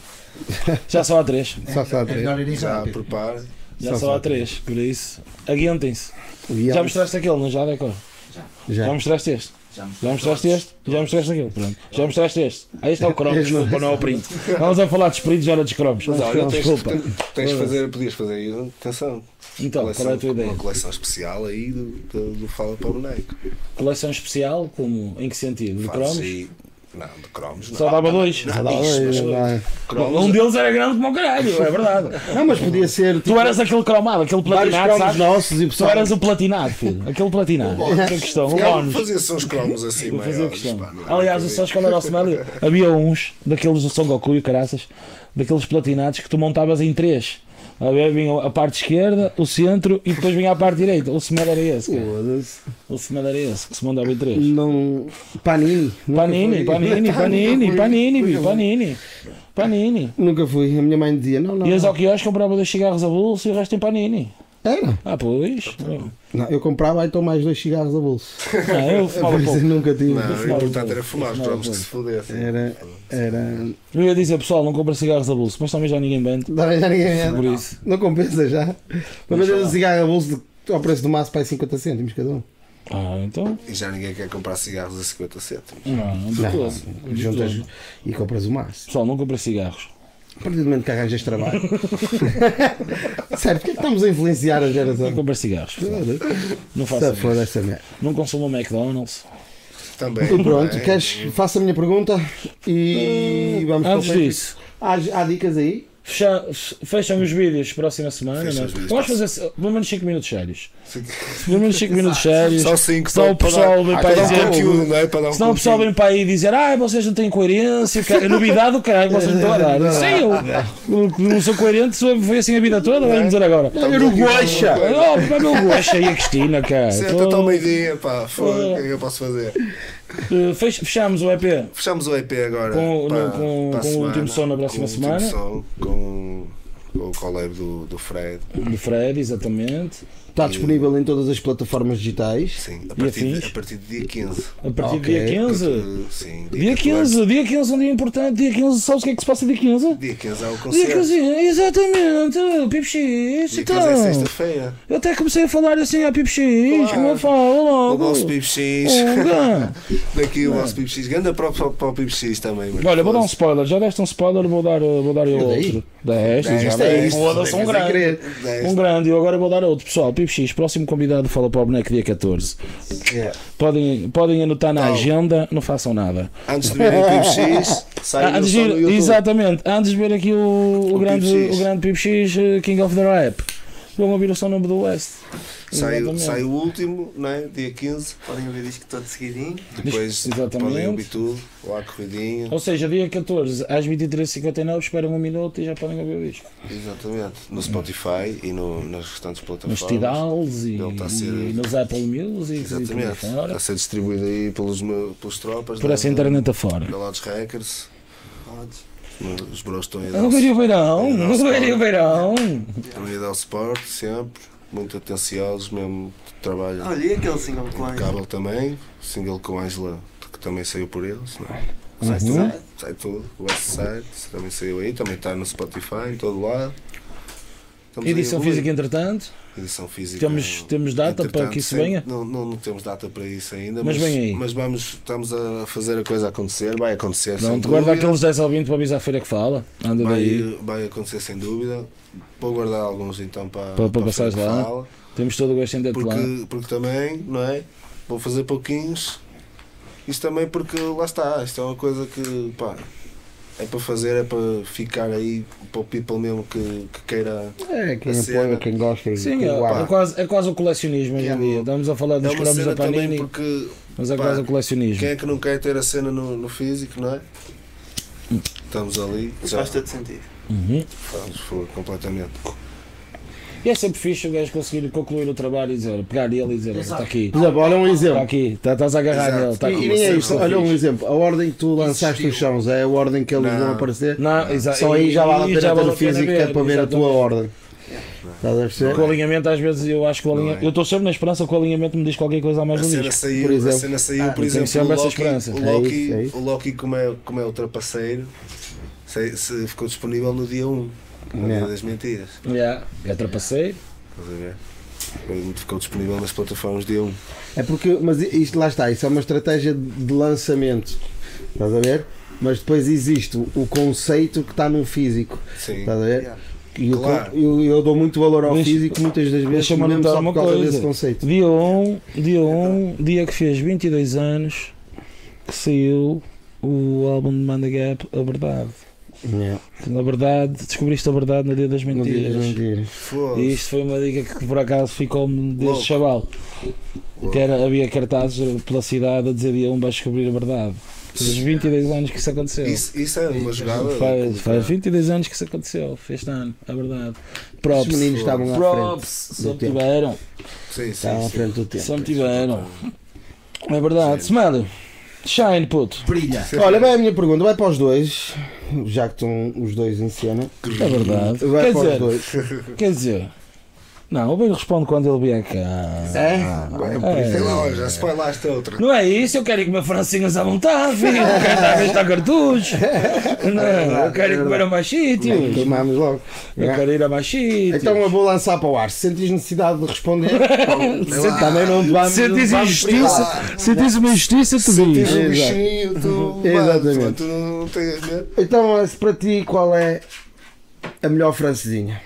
Já só há 3. Só está a É ter. melhor ir Já rápido. prepare. Já Só só há 3, por isso. Aguentem-se. E Já ela- mostraste aquele, não já, Decor? Já Já. mostraste este? Já me Já mostraste este? Já mostraste aquele? Pronto. Já mostraste este? Aí está o Chrome, desculpa, não é o print. Vamos a falar dos prints e hora dos Chromes. Mas olha, Desculpa. tens de fazer, podias fazer aí, atenção. Então, qual é a tua ideia? Uma coleção especial aí do Fala para o Boneco. Coleção especial, como, em que sentido? De Fazes cromos? aí- Não, de cromos não. Só dava 2. Não, Só dava isso, dois. mas- cromos, Um deles era grande como o caralho, é verdade. Não, mas podia ser tipo, Tu eras aquele cromado, aquele vários platinado, cromos sabes? nossos e o Tu pessoal. eras o platinado, filho. Aquele platinado. Que questão, um bónus. Fazia-se uns cromos assim Eu fazia maiores. questão. pá, não é? Aliás, sabes qual era o cenário? Havia uns, daqueles do Son Goku e caraças, daqueles platinados que tu montavas em 3. A ver, vinha a parte esquerda, o centro e depois vinha a parte direita. O cenário era esse. Cara. Foda-se. O cenário era esse, que se montava em 3. Não. Panini. Nunca Panini, fui. panini, panini, panini, bi, panini. Panini. Nunca fui. A minha mãe dizia: não, não. Ias não. ao quiosque, comprava 2 cigarros a bolso e o resto em panini. Era. Ah, pois. Não, eu comprava então mais 2 cigarros a bolso. Não, eu fumava Por isso pouco. eu nunca tive. Não, o fumava importante pouco. era fumar os Fumava cromos que se fudessem. Era. Eu ia dizer, pessoal, não compra cigarros a bolso, mas também já ninguém vende. Também já ninguém Por é. isso. Não compensa já. Para vender falar. um cigarro a bolso ao preço do maço para 50 cêntimos cada um. Ah, então. E já ninguém quer comprar cigarros a 50 cêntimos. Não, de todo. De Juntas todo. e compras o maço. Pessoal, não compra cigarros. A partir do momento que arranjas trabalho. Sério, porque é que estamos a influenciar a geração? Não compra cigarros. pessoal. Não Se faça for isso. dessa merda. Não consuma McDonald's. Também. E pronto, é? faça a minha pergunta e vamos para o Antes Patreon. disso, Há dicas aí? fecham os vídeos próxima semana. Fecham Né? os vídeos Vamos próxima. fazer pelo menos 5 minutos sérios. Pelo menos 5 minutos sérios. Só 5 Só o pessoal vem para para aí dar dizer. conteúdo, não é? Para dar um Senão o pessoal vem para aí dizer: vocês não têm coerência. A novidade do caralho que vocês me estão a dar. Sim, eu não sou coerente, foi assim a vida toda. Vai-me dizer agora. Olha o Goixa! Vai ver o Goixa e a Cristina, cara. Senta-te ao meio-dia, pá. Foda, o que é que eu posso fazer? Fechamos o EP Fechamos o EP agora. com para o a último semana, som na próxima com o último semana. som, com o collab do Fred. Do Fred, exatamente. Está disponível em todas as plataformas digitais. Sim, afins? a partir do dia 15. A partir do Ok. dia 15. Sim, Dia 15, dia 15 é um dia importante. Dia 15, sabes o que é que se passa dia 15? Dia 15 é o Dia concerto. 15, exatamente. Pipo X, Dia 15 é então. sexta-feira. Eu até comecei a falar assim a Pipo X, Claro. como eu falo O logo. nosso Pipo X. Daqui o nosso Pipo X. Ganda para o Pipo X também. mas Olha, vou dar um foda-se. spoiler. Já deste um spoiler, vou dar eu daí? outro. Deste, já Deste, é deste. isto. Foda-se, um grande. Dez. Um grande, eu agora vou dar outro. Pessoal, Pipo X, próximo convidado fala para o boneco dia 14. Yeah. Podem anotar na Não. agenda, não façam nada. Antes de verem o Pipo X, sai o Antes de som no ir, YouTube. exatamente, antes de ver aqui o grande Pipo X. Pipo X, King of the Rap, vão ouvir o som novo do West. Exatamente. Sai o último, né? Dia 15. Podem ouvir isto todo seguidinho. Depois Exatamente. podem ouvir tudo, lá corridinho. Ou seja, dia 14 às 23h59, esperam um minuto e já podem ouvir o disco. Exatamente. No Spotify e nas restantes Nos plataformas. Tidals e, Ele está a ser- e nos Apple Music e por aí Exatamente. fora. Está a ser distribuído aí pelos tropas. Por essa internet afora. Da Lounge Hackers. Podes. Os bros estão aí a Eu não veria o beirão, Ainda não não veria o beirão. estão aí a dar o suporte sempre. Muito atenciosos, mesmo trabalho Olha, e aquele single com a impecável também. Single com a Angela, que também saiu por eles. Não é? Uhum. Sai tudo. O West Side também saiu aí. Também está no Spotify, em todo lado. Estamos aí a Edição evoluir. física, entretanto, Edição física. temos data para que isso venha? Não temos data para isso ainda, Mas vem aí. Mas estamos a fazer a coisa acontecer, vai acontecer sem Não, te guarda dúvida. aqueles 10 ou 20 para avisar a feira que fala. Anda daí. Vai acontecer sem dúvida. Vou guardar alguns então para Para a feira passares que lá. fala, Temos todo o gosto em ter-te lá. porque também, não é? Vou fazer pouquinhos. Isto também porque lá está, isto é uma coisa que pá, é para fazer, é para ficar aí para o people mesmo que queira. É, quem A cena. apoia, quem gosta e Sim, quem guarda. é quase o colecionismo hoje em dia. Estamos a falar É dos uma cromos da cena também Panini, porque mas é pá, quase o colecionismo. quem é que não quer ter a cena no físico, não é? Estamos ali, já Faz todo sentido. Uhum. foi completamente. E é sempre fixe o gajo conseguir concluir o trabalho e dizer, pegar ele e dizer, está aqui, Por exemplo, olha um está exemplo. aqui, estás a agarrar Exato. nele, está E aqui. nem é isto, Sim, olha um fixe. exemplo. A ordem que tu lançaste os sons é a ordem que eles Não. vão aparecer. Não, Só aí já vale a pena ter vale o físico, que é para ver a tua exatamente. ordem. Estás a perceber? Com o alinhamento, às vezes, eu acho que o alinhamento. Não é. Eu estou sempre na esperança que o alinhamento me diz qualquer coisa a mais A do cena disco. saiu, por exemplo. a cena saiu, por tenho exemplo, sempre o essa Loki, esperança. o Loki, É isso. o Loki como é o trapaceiro, se ficou disponível no dia 1, no dia Yeah. das mentiras. Yeah. É trapaceiro. Estás a ver? Ficou disponível nas plataformas dia 1. É porque, mas isto lá está, isso é uma estratégia de lançamento. Estás a ver? Mas depois existe o conceito que está num físico. Sim. Estás a ver? Yeah. E Claro. eu dou muito valor ao Deixa- físico muitas das vezes Deixa-me mesmo anotar só uma por causa coisa. desse conceito. Dia que fez 22 anos, que saiu o álbum de Manda Gap, A Verdade. Yeah. Na verdade, descobriste a verdade no dia das Não digas mentiras. mentiras. E isto foi uma dica que por acaso ficou-me deste Louco. chaval. Louco. Que havia cartazes pela cidade a dizer dia 1 vais descobrir a verdade. Faz 22 anos que isso aconteceu. Isso é uma jogada. Faz 22 anos que isso aconteceu, este ano, a verdade. Os Props. meninos estavam à Props, frente. sempre tempo. tiveram. Sim, sim, Estavam à sim. frente do tempo. Sempre tiveram. É verdade. Smelly, shine, puto. Brilha. Olha, vai a minha pergunta, vai para os dois, já que estão os dois em cena. É verdade. Vai Quer para os dizer, dois. quer dizer, Não, o Bino responde quando ele vier cá. Sei lá, olha, já spoilaste outra. Não é isso, eu quero ir comer francinhas à vontade, filho. Eu quero estar a gastar cartuchos. Não, eu quero ir comer a mais sítios. Queimamos logo. Eu quero ir a mais sítios. Então eu vou lançar para o ar. Se sentes necessidade de responder, também não te vamos. Sentes injustiça, sentes uma injustiça, tu Tens dizes. um bichinho, tu. Exatamente. Tu não tens medo. Então, mas para ti, qual é a melhor francesinha?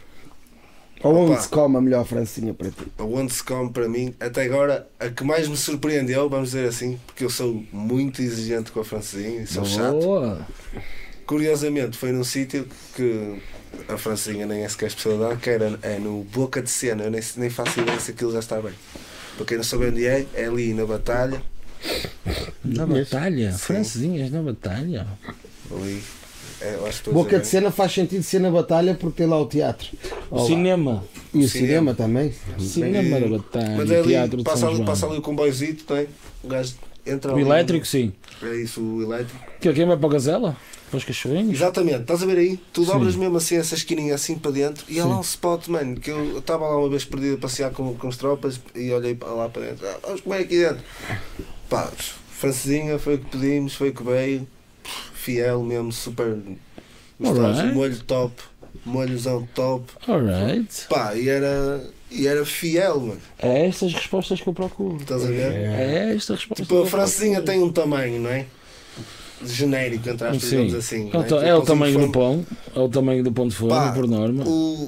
Ou onde Opa. se come a melhor francesinha para ti? Onde se come para mim, até agora, a que mais me surpreendeu, vamos dizer assim, porque eu sou muito exigente com a francesinha e sou chato. Boa. Curiosamente, foi num sítio que a francesinha nem é sequer especialidade, que é no Boca de Sena. Eu nem faço ideia se aquilo já está bem. Para quem não sabe onde é ali na Batalha. Na batalha? Francesinhas na batalha? Ali. Eu acho que estou a Boca dizer de Cena faz sentido ser na batalha porque tem lá o teatro. O cinema. E o cinema. cinema também. Cinema da bem. batalha. Mas é Teatro ali, de São João. passa ali o comboiozito, tem. O gajo entra O ali. elétrico, sim. É isso, o elétrico. Que quem vai para o Gazela? Para os cachorrinhos? Exatamente, estás a ver aí? Tu Sim. dobras mesmo assim essa esquininha assim para dentro e há Sim. lá um spot, mano, que eu estava lá uma vez perdido a passear com as tropas e olhei para lá para dentro. Vamos comer aqui dentro. Pá, francesinha, foi o que pedimos, foi o que veio. Fiel mesmo, super gostoso. Alright. Molho top, molhozão top. Alright. Pá, e era fiel, mano. É estas respostas que eu procuro. Estás a ver? É estas respostas. Tipo, a que eu francesinha procuro. tem um tamanho, não é? Genérico, entre aspas, Sim. digamos assim. É o não ta- Tipo, é o pãozinho tamanho de do forno. pão. É o tamanho do pão de forno, Pá, por norma.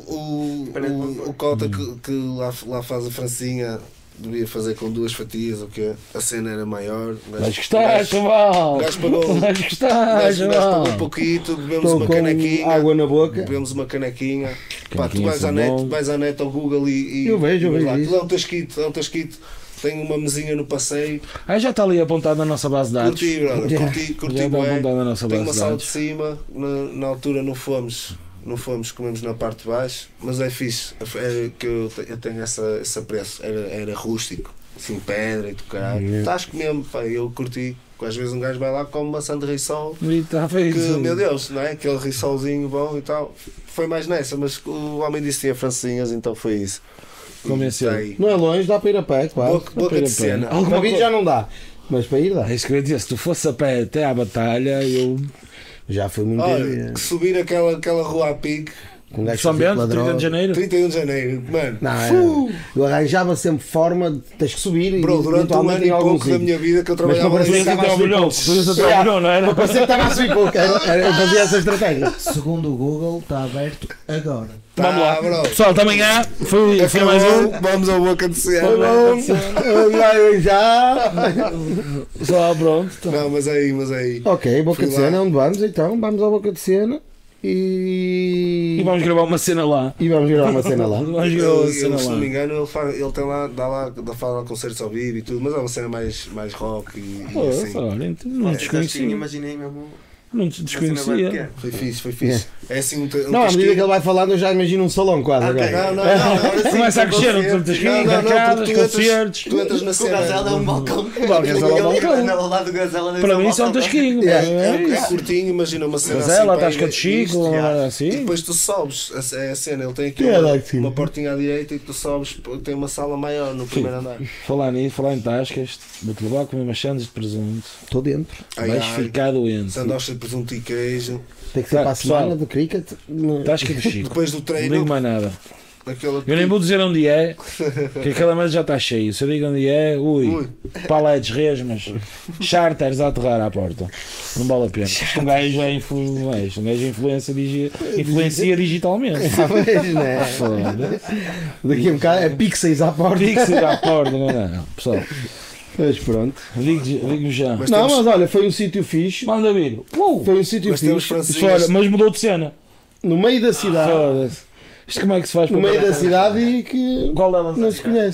O cota que lá faz a francinha devia fazer com 2 fatias, o quê? A cena era maior. Vais gostar, chaval! O gajo pagou, Vais o gostar, gajo pagou um chaval! pouquinho, bebemos Estou uma com canequinha. água na boca. Bebemos uma canequinha. Pá, tu Canequinha são bom. vais à net ao Google e Eu vejo lá. isso. Aquilo é um tasquito. Tem uma mesinha no passeio. Ah, já está ali apontado na nossa base de dados. Curti, brother. Yeah. Curti Já está bué. apontado na nossa Tem base uma de sala de dados. cima, na altura não fomos, comemos na parte de baixo, mas é fixe, é que eu tenho esse apreço, era rústico, assim, pedra e do caralho. Yeah. Estás mesmo, pá, eu curti, porque às vezes um gajo vai lá come maçã de rissol, E está feito. que, meu Deus, não é? Aquele rissolzinho bom e tal. Foi mais nessa, mas o homem disse que tinha francesinhas, então foi isso. E Convenceu. tá aí. Não é longe, dá para ir a pé, claro. Boca de cena. Para vir já não dá, mas para ir dá. É isso que eu ia dizer, se tu fosse a pé até à batalha, eu. Já foi muito Olha, que subir aquela rua a pique, com um gajo São que fazia Bento, pela 30 de droga. janeiro. 31 de janeiro, mano. Não, eu arranjava sempre forma de tens que subir Bro, e durante um eventualmente ano e em algum pouco da sítio. minha vida que eu para trabalhava parecer ali. que estava a subir pouco. não era? Para parecer que estava a subir pouco, eu fazia essa estratégia. Segundo o Google, está aberto agora. Vamos lá. bro. Pessoal, até amanhã. Foi mais um. Vamos ao Boca de Cena. Foi bom, vai já. Só pronto. Não, mas aí. Ok, Boca Fui de lá. Cena, onde vamos então? Vamos à Boca de Cena E e vamos gravar uma cena lá. vamos virar uma cena lá. Vamos gravar uma Eu, cena se não lá. me engano, ele tem lá, faz lá concertos ao vivo e tudo, mas é uma cena mais rock e assim. Olha, então não Acho que desconhecia. imaginei mesmo. Não uma cena desconhecia. bem Foi fixe. É assim um Não, à medida tasquinho. que ele vai falando, eu já imagino um salão quase Ok. agora. Não, agora sim, Começa a com crescer, concertos. um tasquinho, Não, arcadas, porque tu entras- concertos. Tu entras na O cena. Gazela é um balcão. Gazela é um balcão. Lá do Gazela Para mim isso é um tasquinho. Yeah. É É isso. curtinho, imagina uma cena Mas assim. ela, pá, tasca de Chico, isto, ou E assim. depois tu sobes, é a cena, ele tem aqui Que é lá de cima? uma portinha à direita e tu sobes, tem uma sala maior no primeiro andar. Falar em tascas, vou-te levar a comer umas sandes de presunto. Estou dentro. Vais ficar doente. Sandocha de presunto e queijo. Tem que ser Tá, para a semana pessoal. do cricket. Tasca do Chico. Depois do Não treino, digo mais nada. aquela Eu nem vou dizer onde é, que aquela mesa já está cheia. Se eu digo onde é, ui, paletes, resmas, charters a aterrar à porta. Não vale a pena. Isto um gajo é influencia digitalmente. Talvez, né? Foda-se. Daqui a um bocado é pixels à porta. Fixe à porta, não. Pessoal, Mas pronto. digo já. Mas Não, temos- mas olha, foi um sítio fixe. Manda vir. Foi um sítio Mas temos fixe. francesinhas. Mas mudou de cena. No meio da cidade. Foda-se. Isto como é que se faz No para meio da cidade e que Qual delas? não se conhece.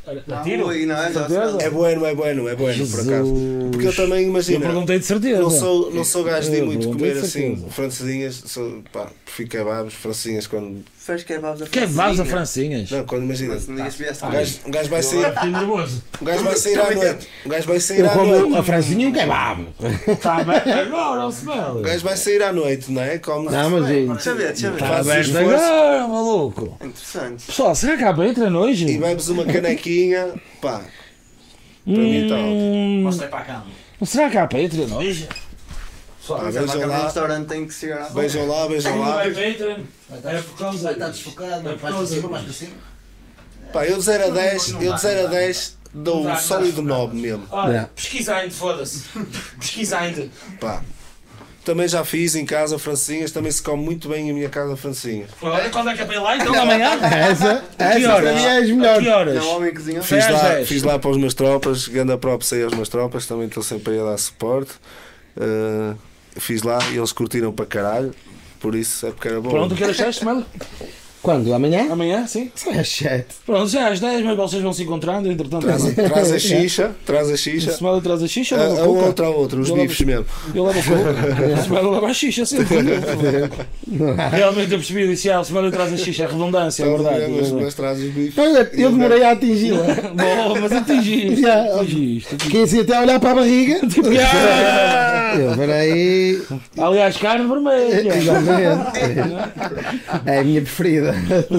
Tiro? Ui, não, é Certeza? É bueno, por acaso. Porque eu também, Eu imagina, perguntei de certeza. não sou gajo de ir Eu muito perguntei comer de assim, certeza. francesinhas, prefiro kebabs, francesinhas quando. Fez kebabs a Que vas a francesinha. francinhas? Não, quando imagina. Mas não digas que viesse Um gajo vai sair. Fiquei nervoso. Um gajo vai sair à noite. Um gajo vai sair Eu à como noite. a francinha e um kebab. Está bem agora, o smell. Um gajo vai sair à noite, não é? Come. Não, mas Deixa ver. Está Faz o aberto esforço. agora, maluco. Interessante. Pessoal, será que há Patreon hoje? E bebes uma canequinha, pá. Para mim está ótimo. Mostrei para a câmera. Será que há Patreon hoje? Pá, Mas é vejam para no lá, restaurante tem que chegar à vejam lá, vejam lá. Patreon? É por causa. Vai estar desfocado, mais para cima, mais para cima. Pá, eu de 0 a 10 dou um sólido 9 mesmo. Olha, pesquisa ainda, foda-se. Pesquisa ainda. Pá. Também já fiz em casa francinhas, também se come muito bem em minha casa francinhas. Olha, quando é que é para ir lá? Então amanhã? Essa horas? para mim é as melhores. Que horas? Não, o homem cozinhou. Foi às 10. Fiz lá para os meus tropas, ganda props aí aos meus tropas, também estou sempre aí a dar suporte. Fiz lá e eles curtiram para caralho, por isso é porque era bom. Pronto, que horas és, Melo? Quando? Amanhã? Amanhã, sim. É 7. Pronto, já é às 10, mas vocês vão se encontrando, entretanto. Traz a xixa, O Smelo traz a xixa, eu levo a a cuca. outra, os Eu bifes mesmo. Eu levo a cuca. O Smelo leva a xixa sempre. Realmente eu percebi, disse, o Smelo traz a xixa, é redundância, é verdade. Mas traz os bifes. Olha, eu demorei a atingi-la. Bom, mas atingiste. Já. Atingiste. Fiquei assim até a olhar para a barriga. Ah! Eu, peraí. Aliás, carne vermelha. Exatamente. É a minha preferida.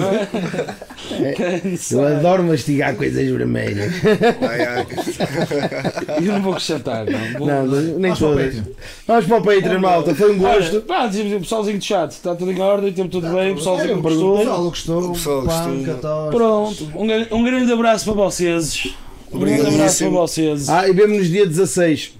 Eu adoro mastigar coisas vermelhas. Ai, ai. Eu não vou acrescentar, não. Não, nem Vamos para o todas. Patreon. Vamos para o Patreon, malta. Foi um gosto. Pá, dizemos o pessoalzinho de chat, está tudo em ordem, temos tudo bem, o pessoalzinho que O gostou. pessoal gostou. O pessoal gostou. Panca, tosta. Pronto, um grande abraço para vocês. Um grande abraço para vocês. E vemos-nos dia 16.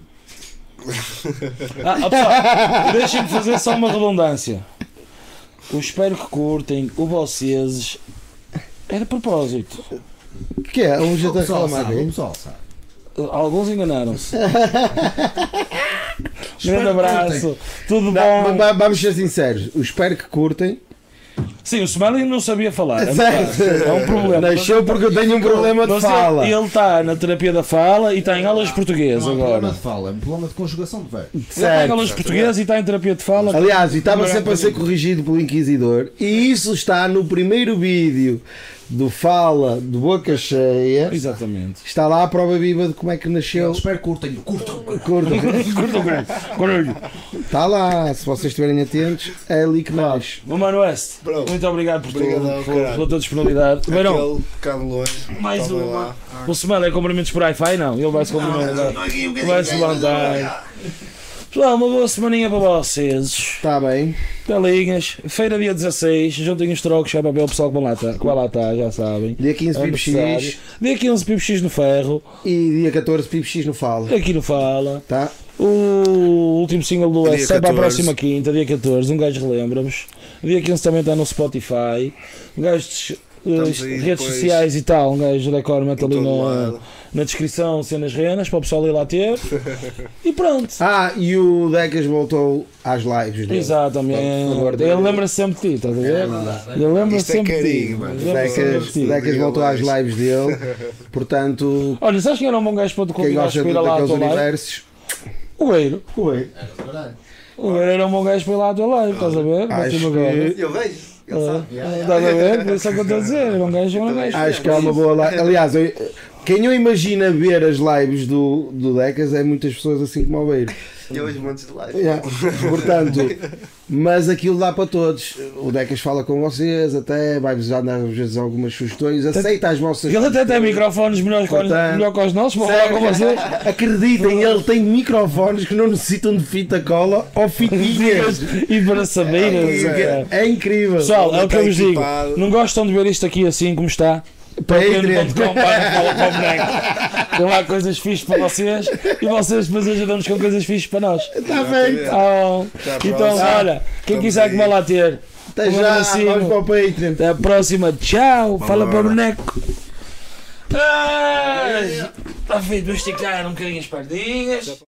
Pessoal, deixem-me fazer só uma redundância. Eu espero que curtem o vocês. É de propósito. O que é? Um jeito O a pessoal reclamar. sabe, o hein? pessoal sabe. Alguns enganaram-se. Grande abraço, tudo Não, bom. vamos ser sinceros. Eu espero que curtem. Sim, o Smelly não sabia falar. Certo. É um problema. Nasceu porque eu tenho um problema de Mas fala. ele está na terapia da fala e está em aulas de português Não é um problema agora. de fala, é um problema de conjugação de verbos. Ele está em Certo. aulas de português e está em terapia de fala. Aliás, e estava sempre a ser corrigido pelo Inquisidor. E isso está no primeiro vídeo do Fala de Boca Cheia. Exatamente. Está lá a prova viva de como é que nasceu. Espero que curtem. Curtam. Curta. Está lá, se vocês estiverem atentos, é ali que nasce. O Mano West, Pronto. muito obrigado por Obrigadão, tudo, caralho. pela tua disponibilidade. Verão, Aquele bocado longe. mais Toma uma. lá. O Smelly é cumprimentos por Wi-Fi? Não, ele vai se cumprimentar. Vai se levantar. Pessoal, uma boa semaninha para vocês. Está bem. Pelinhas, feira dia 16, juntem os trocos, é para ver o pessoal que vai lá estar, já sabem. Dia 15 É Pipo necessário. X Dia 15 Pipo X no Ferro, e dia 14 Pipo X no Fala. aqui no Fala. Tá? O último single do Dia S sai para a 14. próxima quinta, dia 14, um gajo relembra-vos. Dia 15 também está no Spotify. Um gajo de Estamos aí redes depois. sociais e tal, um gajo da Cor mete Em ali todo na, lado. na descrição cenas renas para o pessoal ir lá ter. E pronto. E o Decas voltou às lives dele. Exatamente. Por favor, Ele lembra-se sempre de ti, estás a ver? Ele lembra-se Isto é sempre de ti. carinho, mano. Lembra-se sempre de ti. Decas voltou às lives dele. Portanto, Olha, sabes quem era um bom gajo para tu quem convidares gosta para ir lá à daqueles tua live? universos. O Eiro. Oi. O Eiro era um bom gajo para ir lá à tua live, estás a ver? Acho Bate-me agora. Eu vejo. Ele sabe. Estás a ver? Por isso é que eu estou a dizer. Era um gajo, Acho que é uma boa live. Aliás, quem eu imagina ver as lives do Decas é muitas pessoas assim como o Beiro. E eu vejo montes de live. Yeah. Portanto, mas aquilo dá para todos. O Decas fala com vocês, até vai-vos dar às vezes algumas sugestões, aceita as vossas. Ele até tem microfones melhor que os nossos, vou falar com vocês. Acreditem, ele tem microfones que não necessitam de fita cola ou fitinhas. E para saber. É incrível. Pessoal, é o que eu vos digo. equipado. Não gostam de ver isto aqui assim como está? Patreon. Tem lá coisas fixes para vocês e vocês depois ajudam-nos com coisas fixes para nós. Está feito. Até à Então, próxima. olha, quem Estamos quiser que vá aí. lá ter. Até Um já, abracinho. vamos para o Patreon. Até a próxima. Tchau. Fala para o boneco. Está feito para esticar um bocadinho as pardinhas.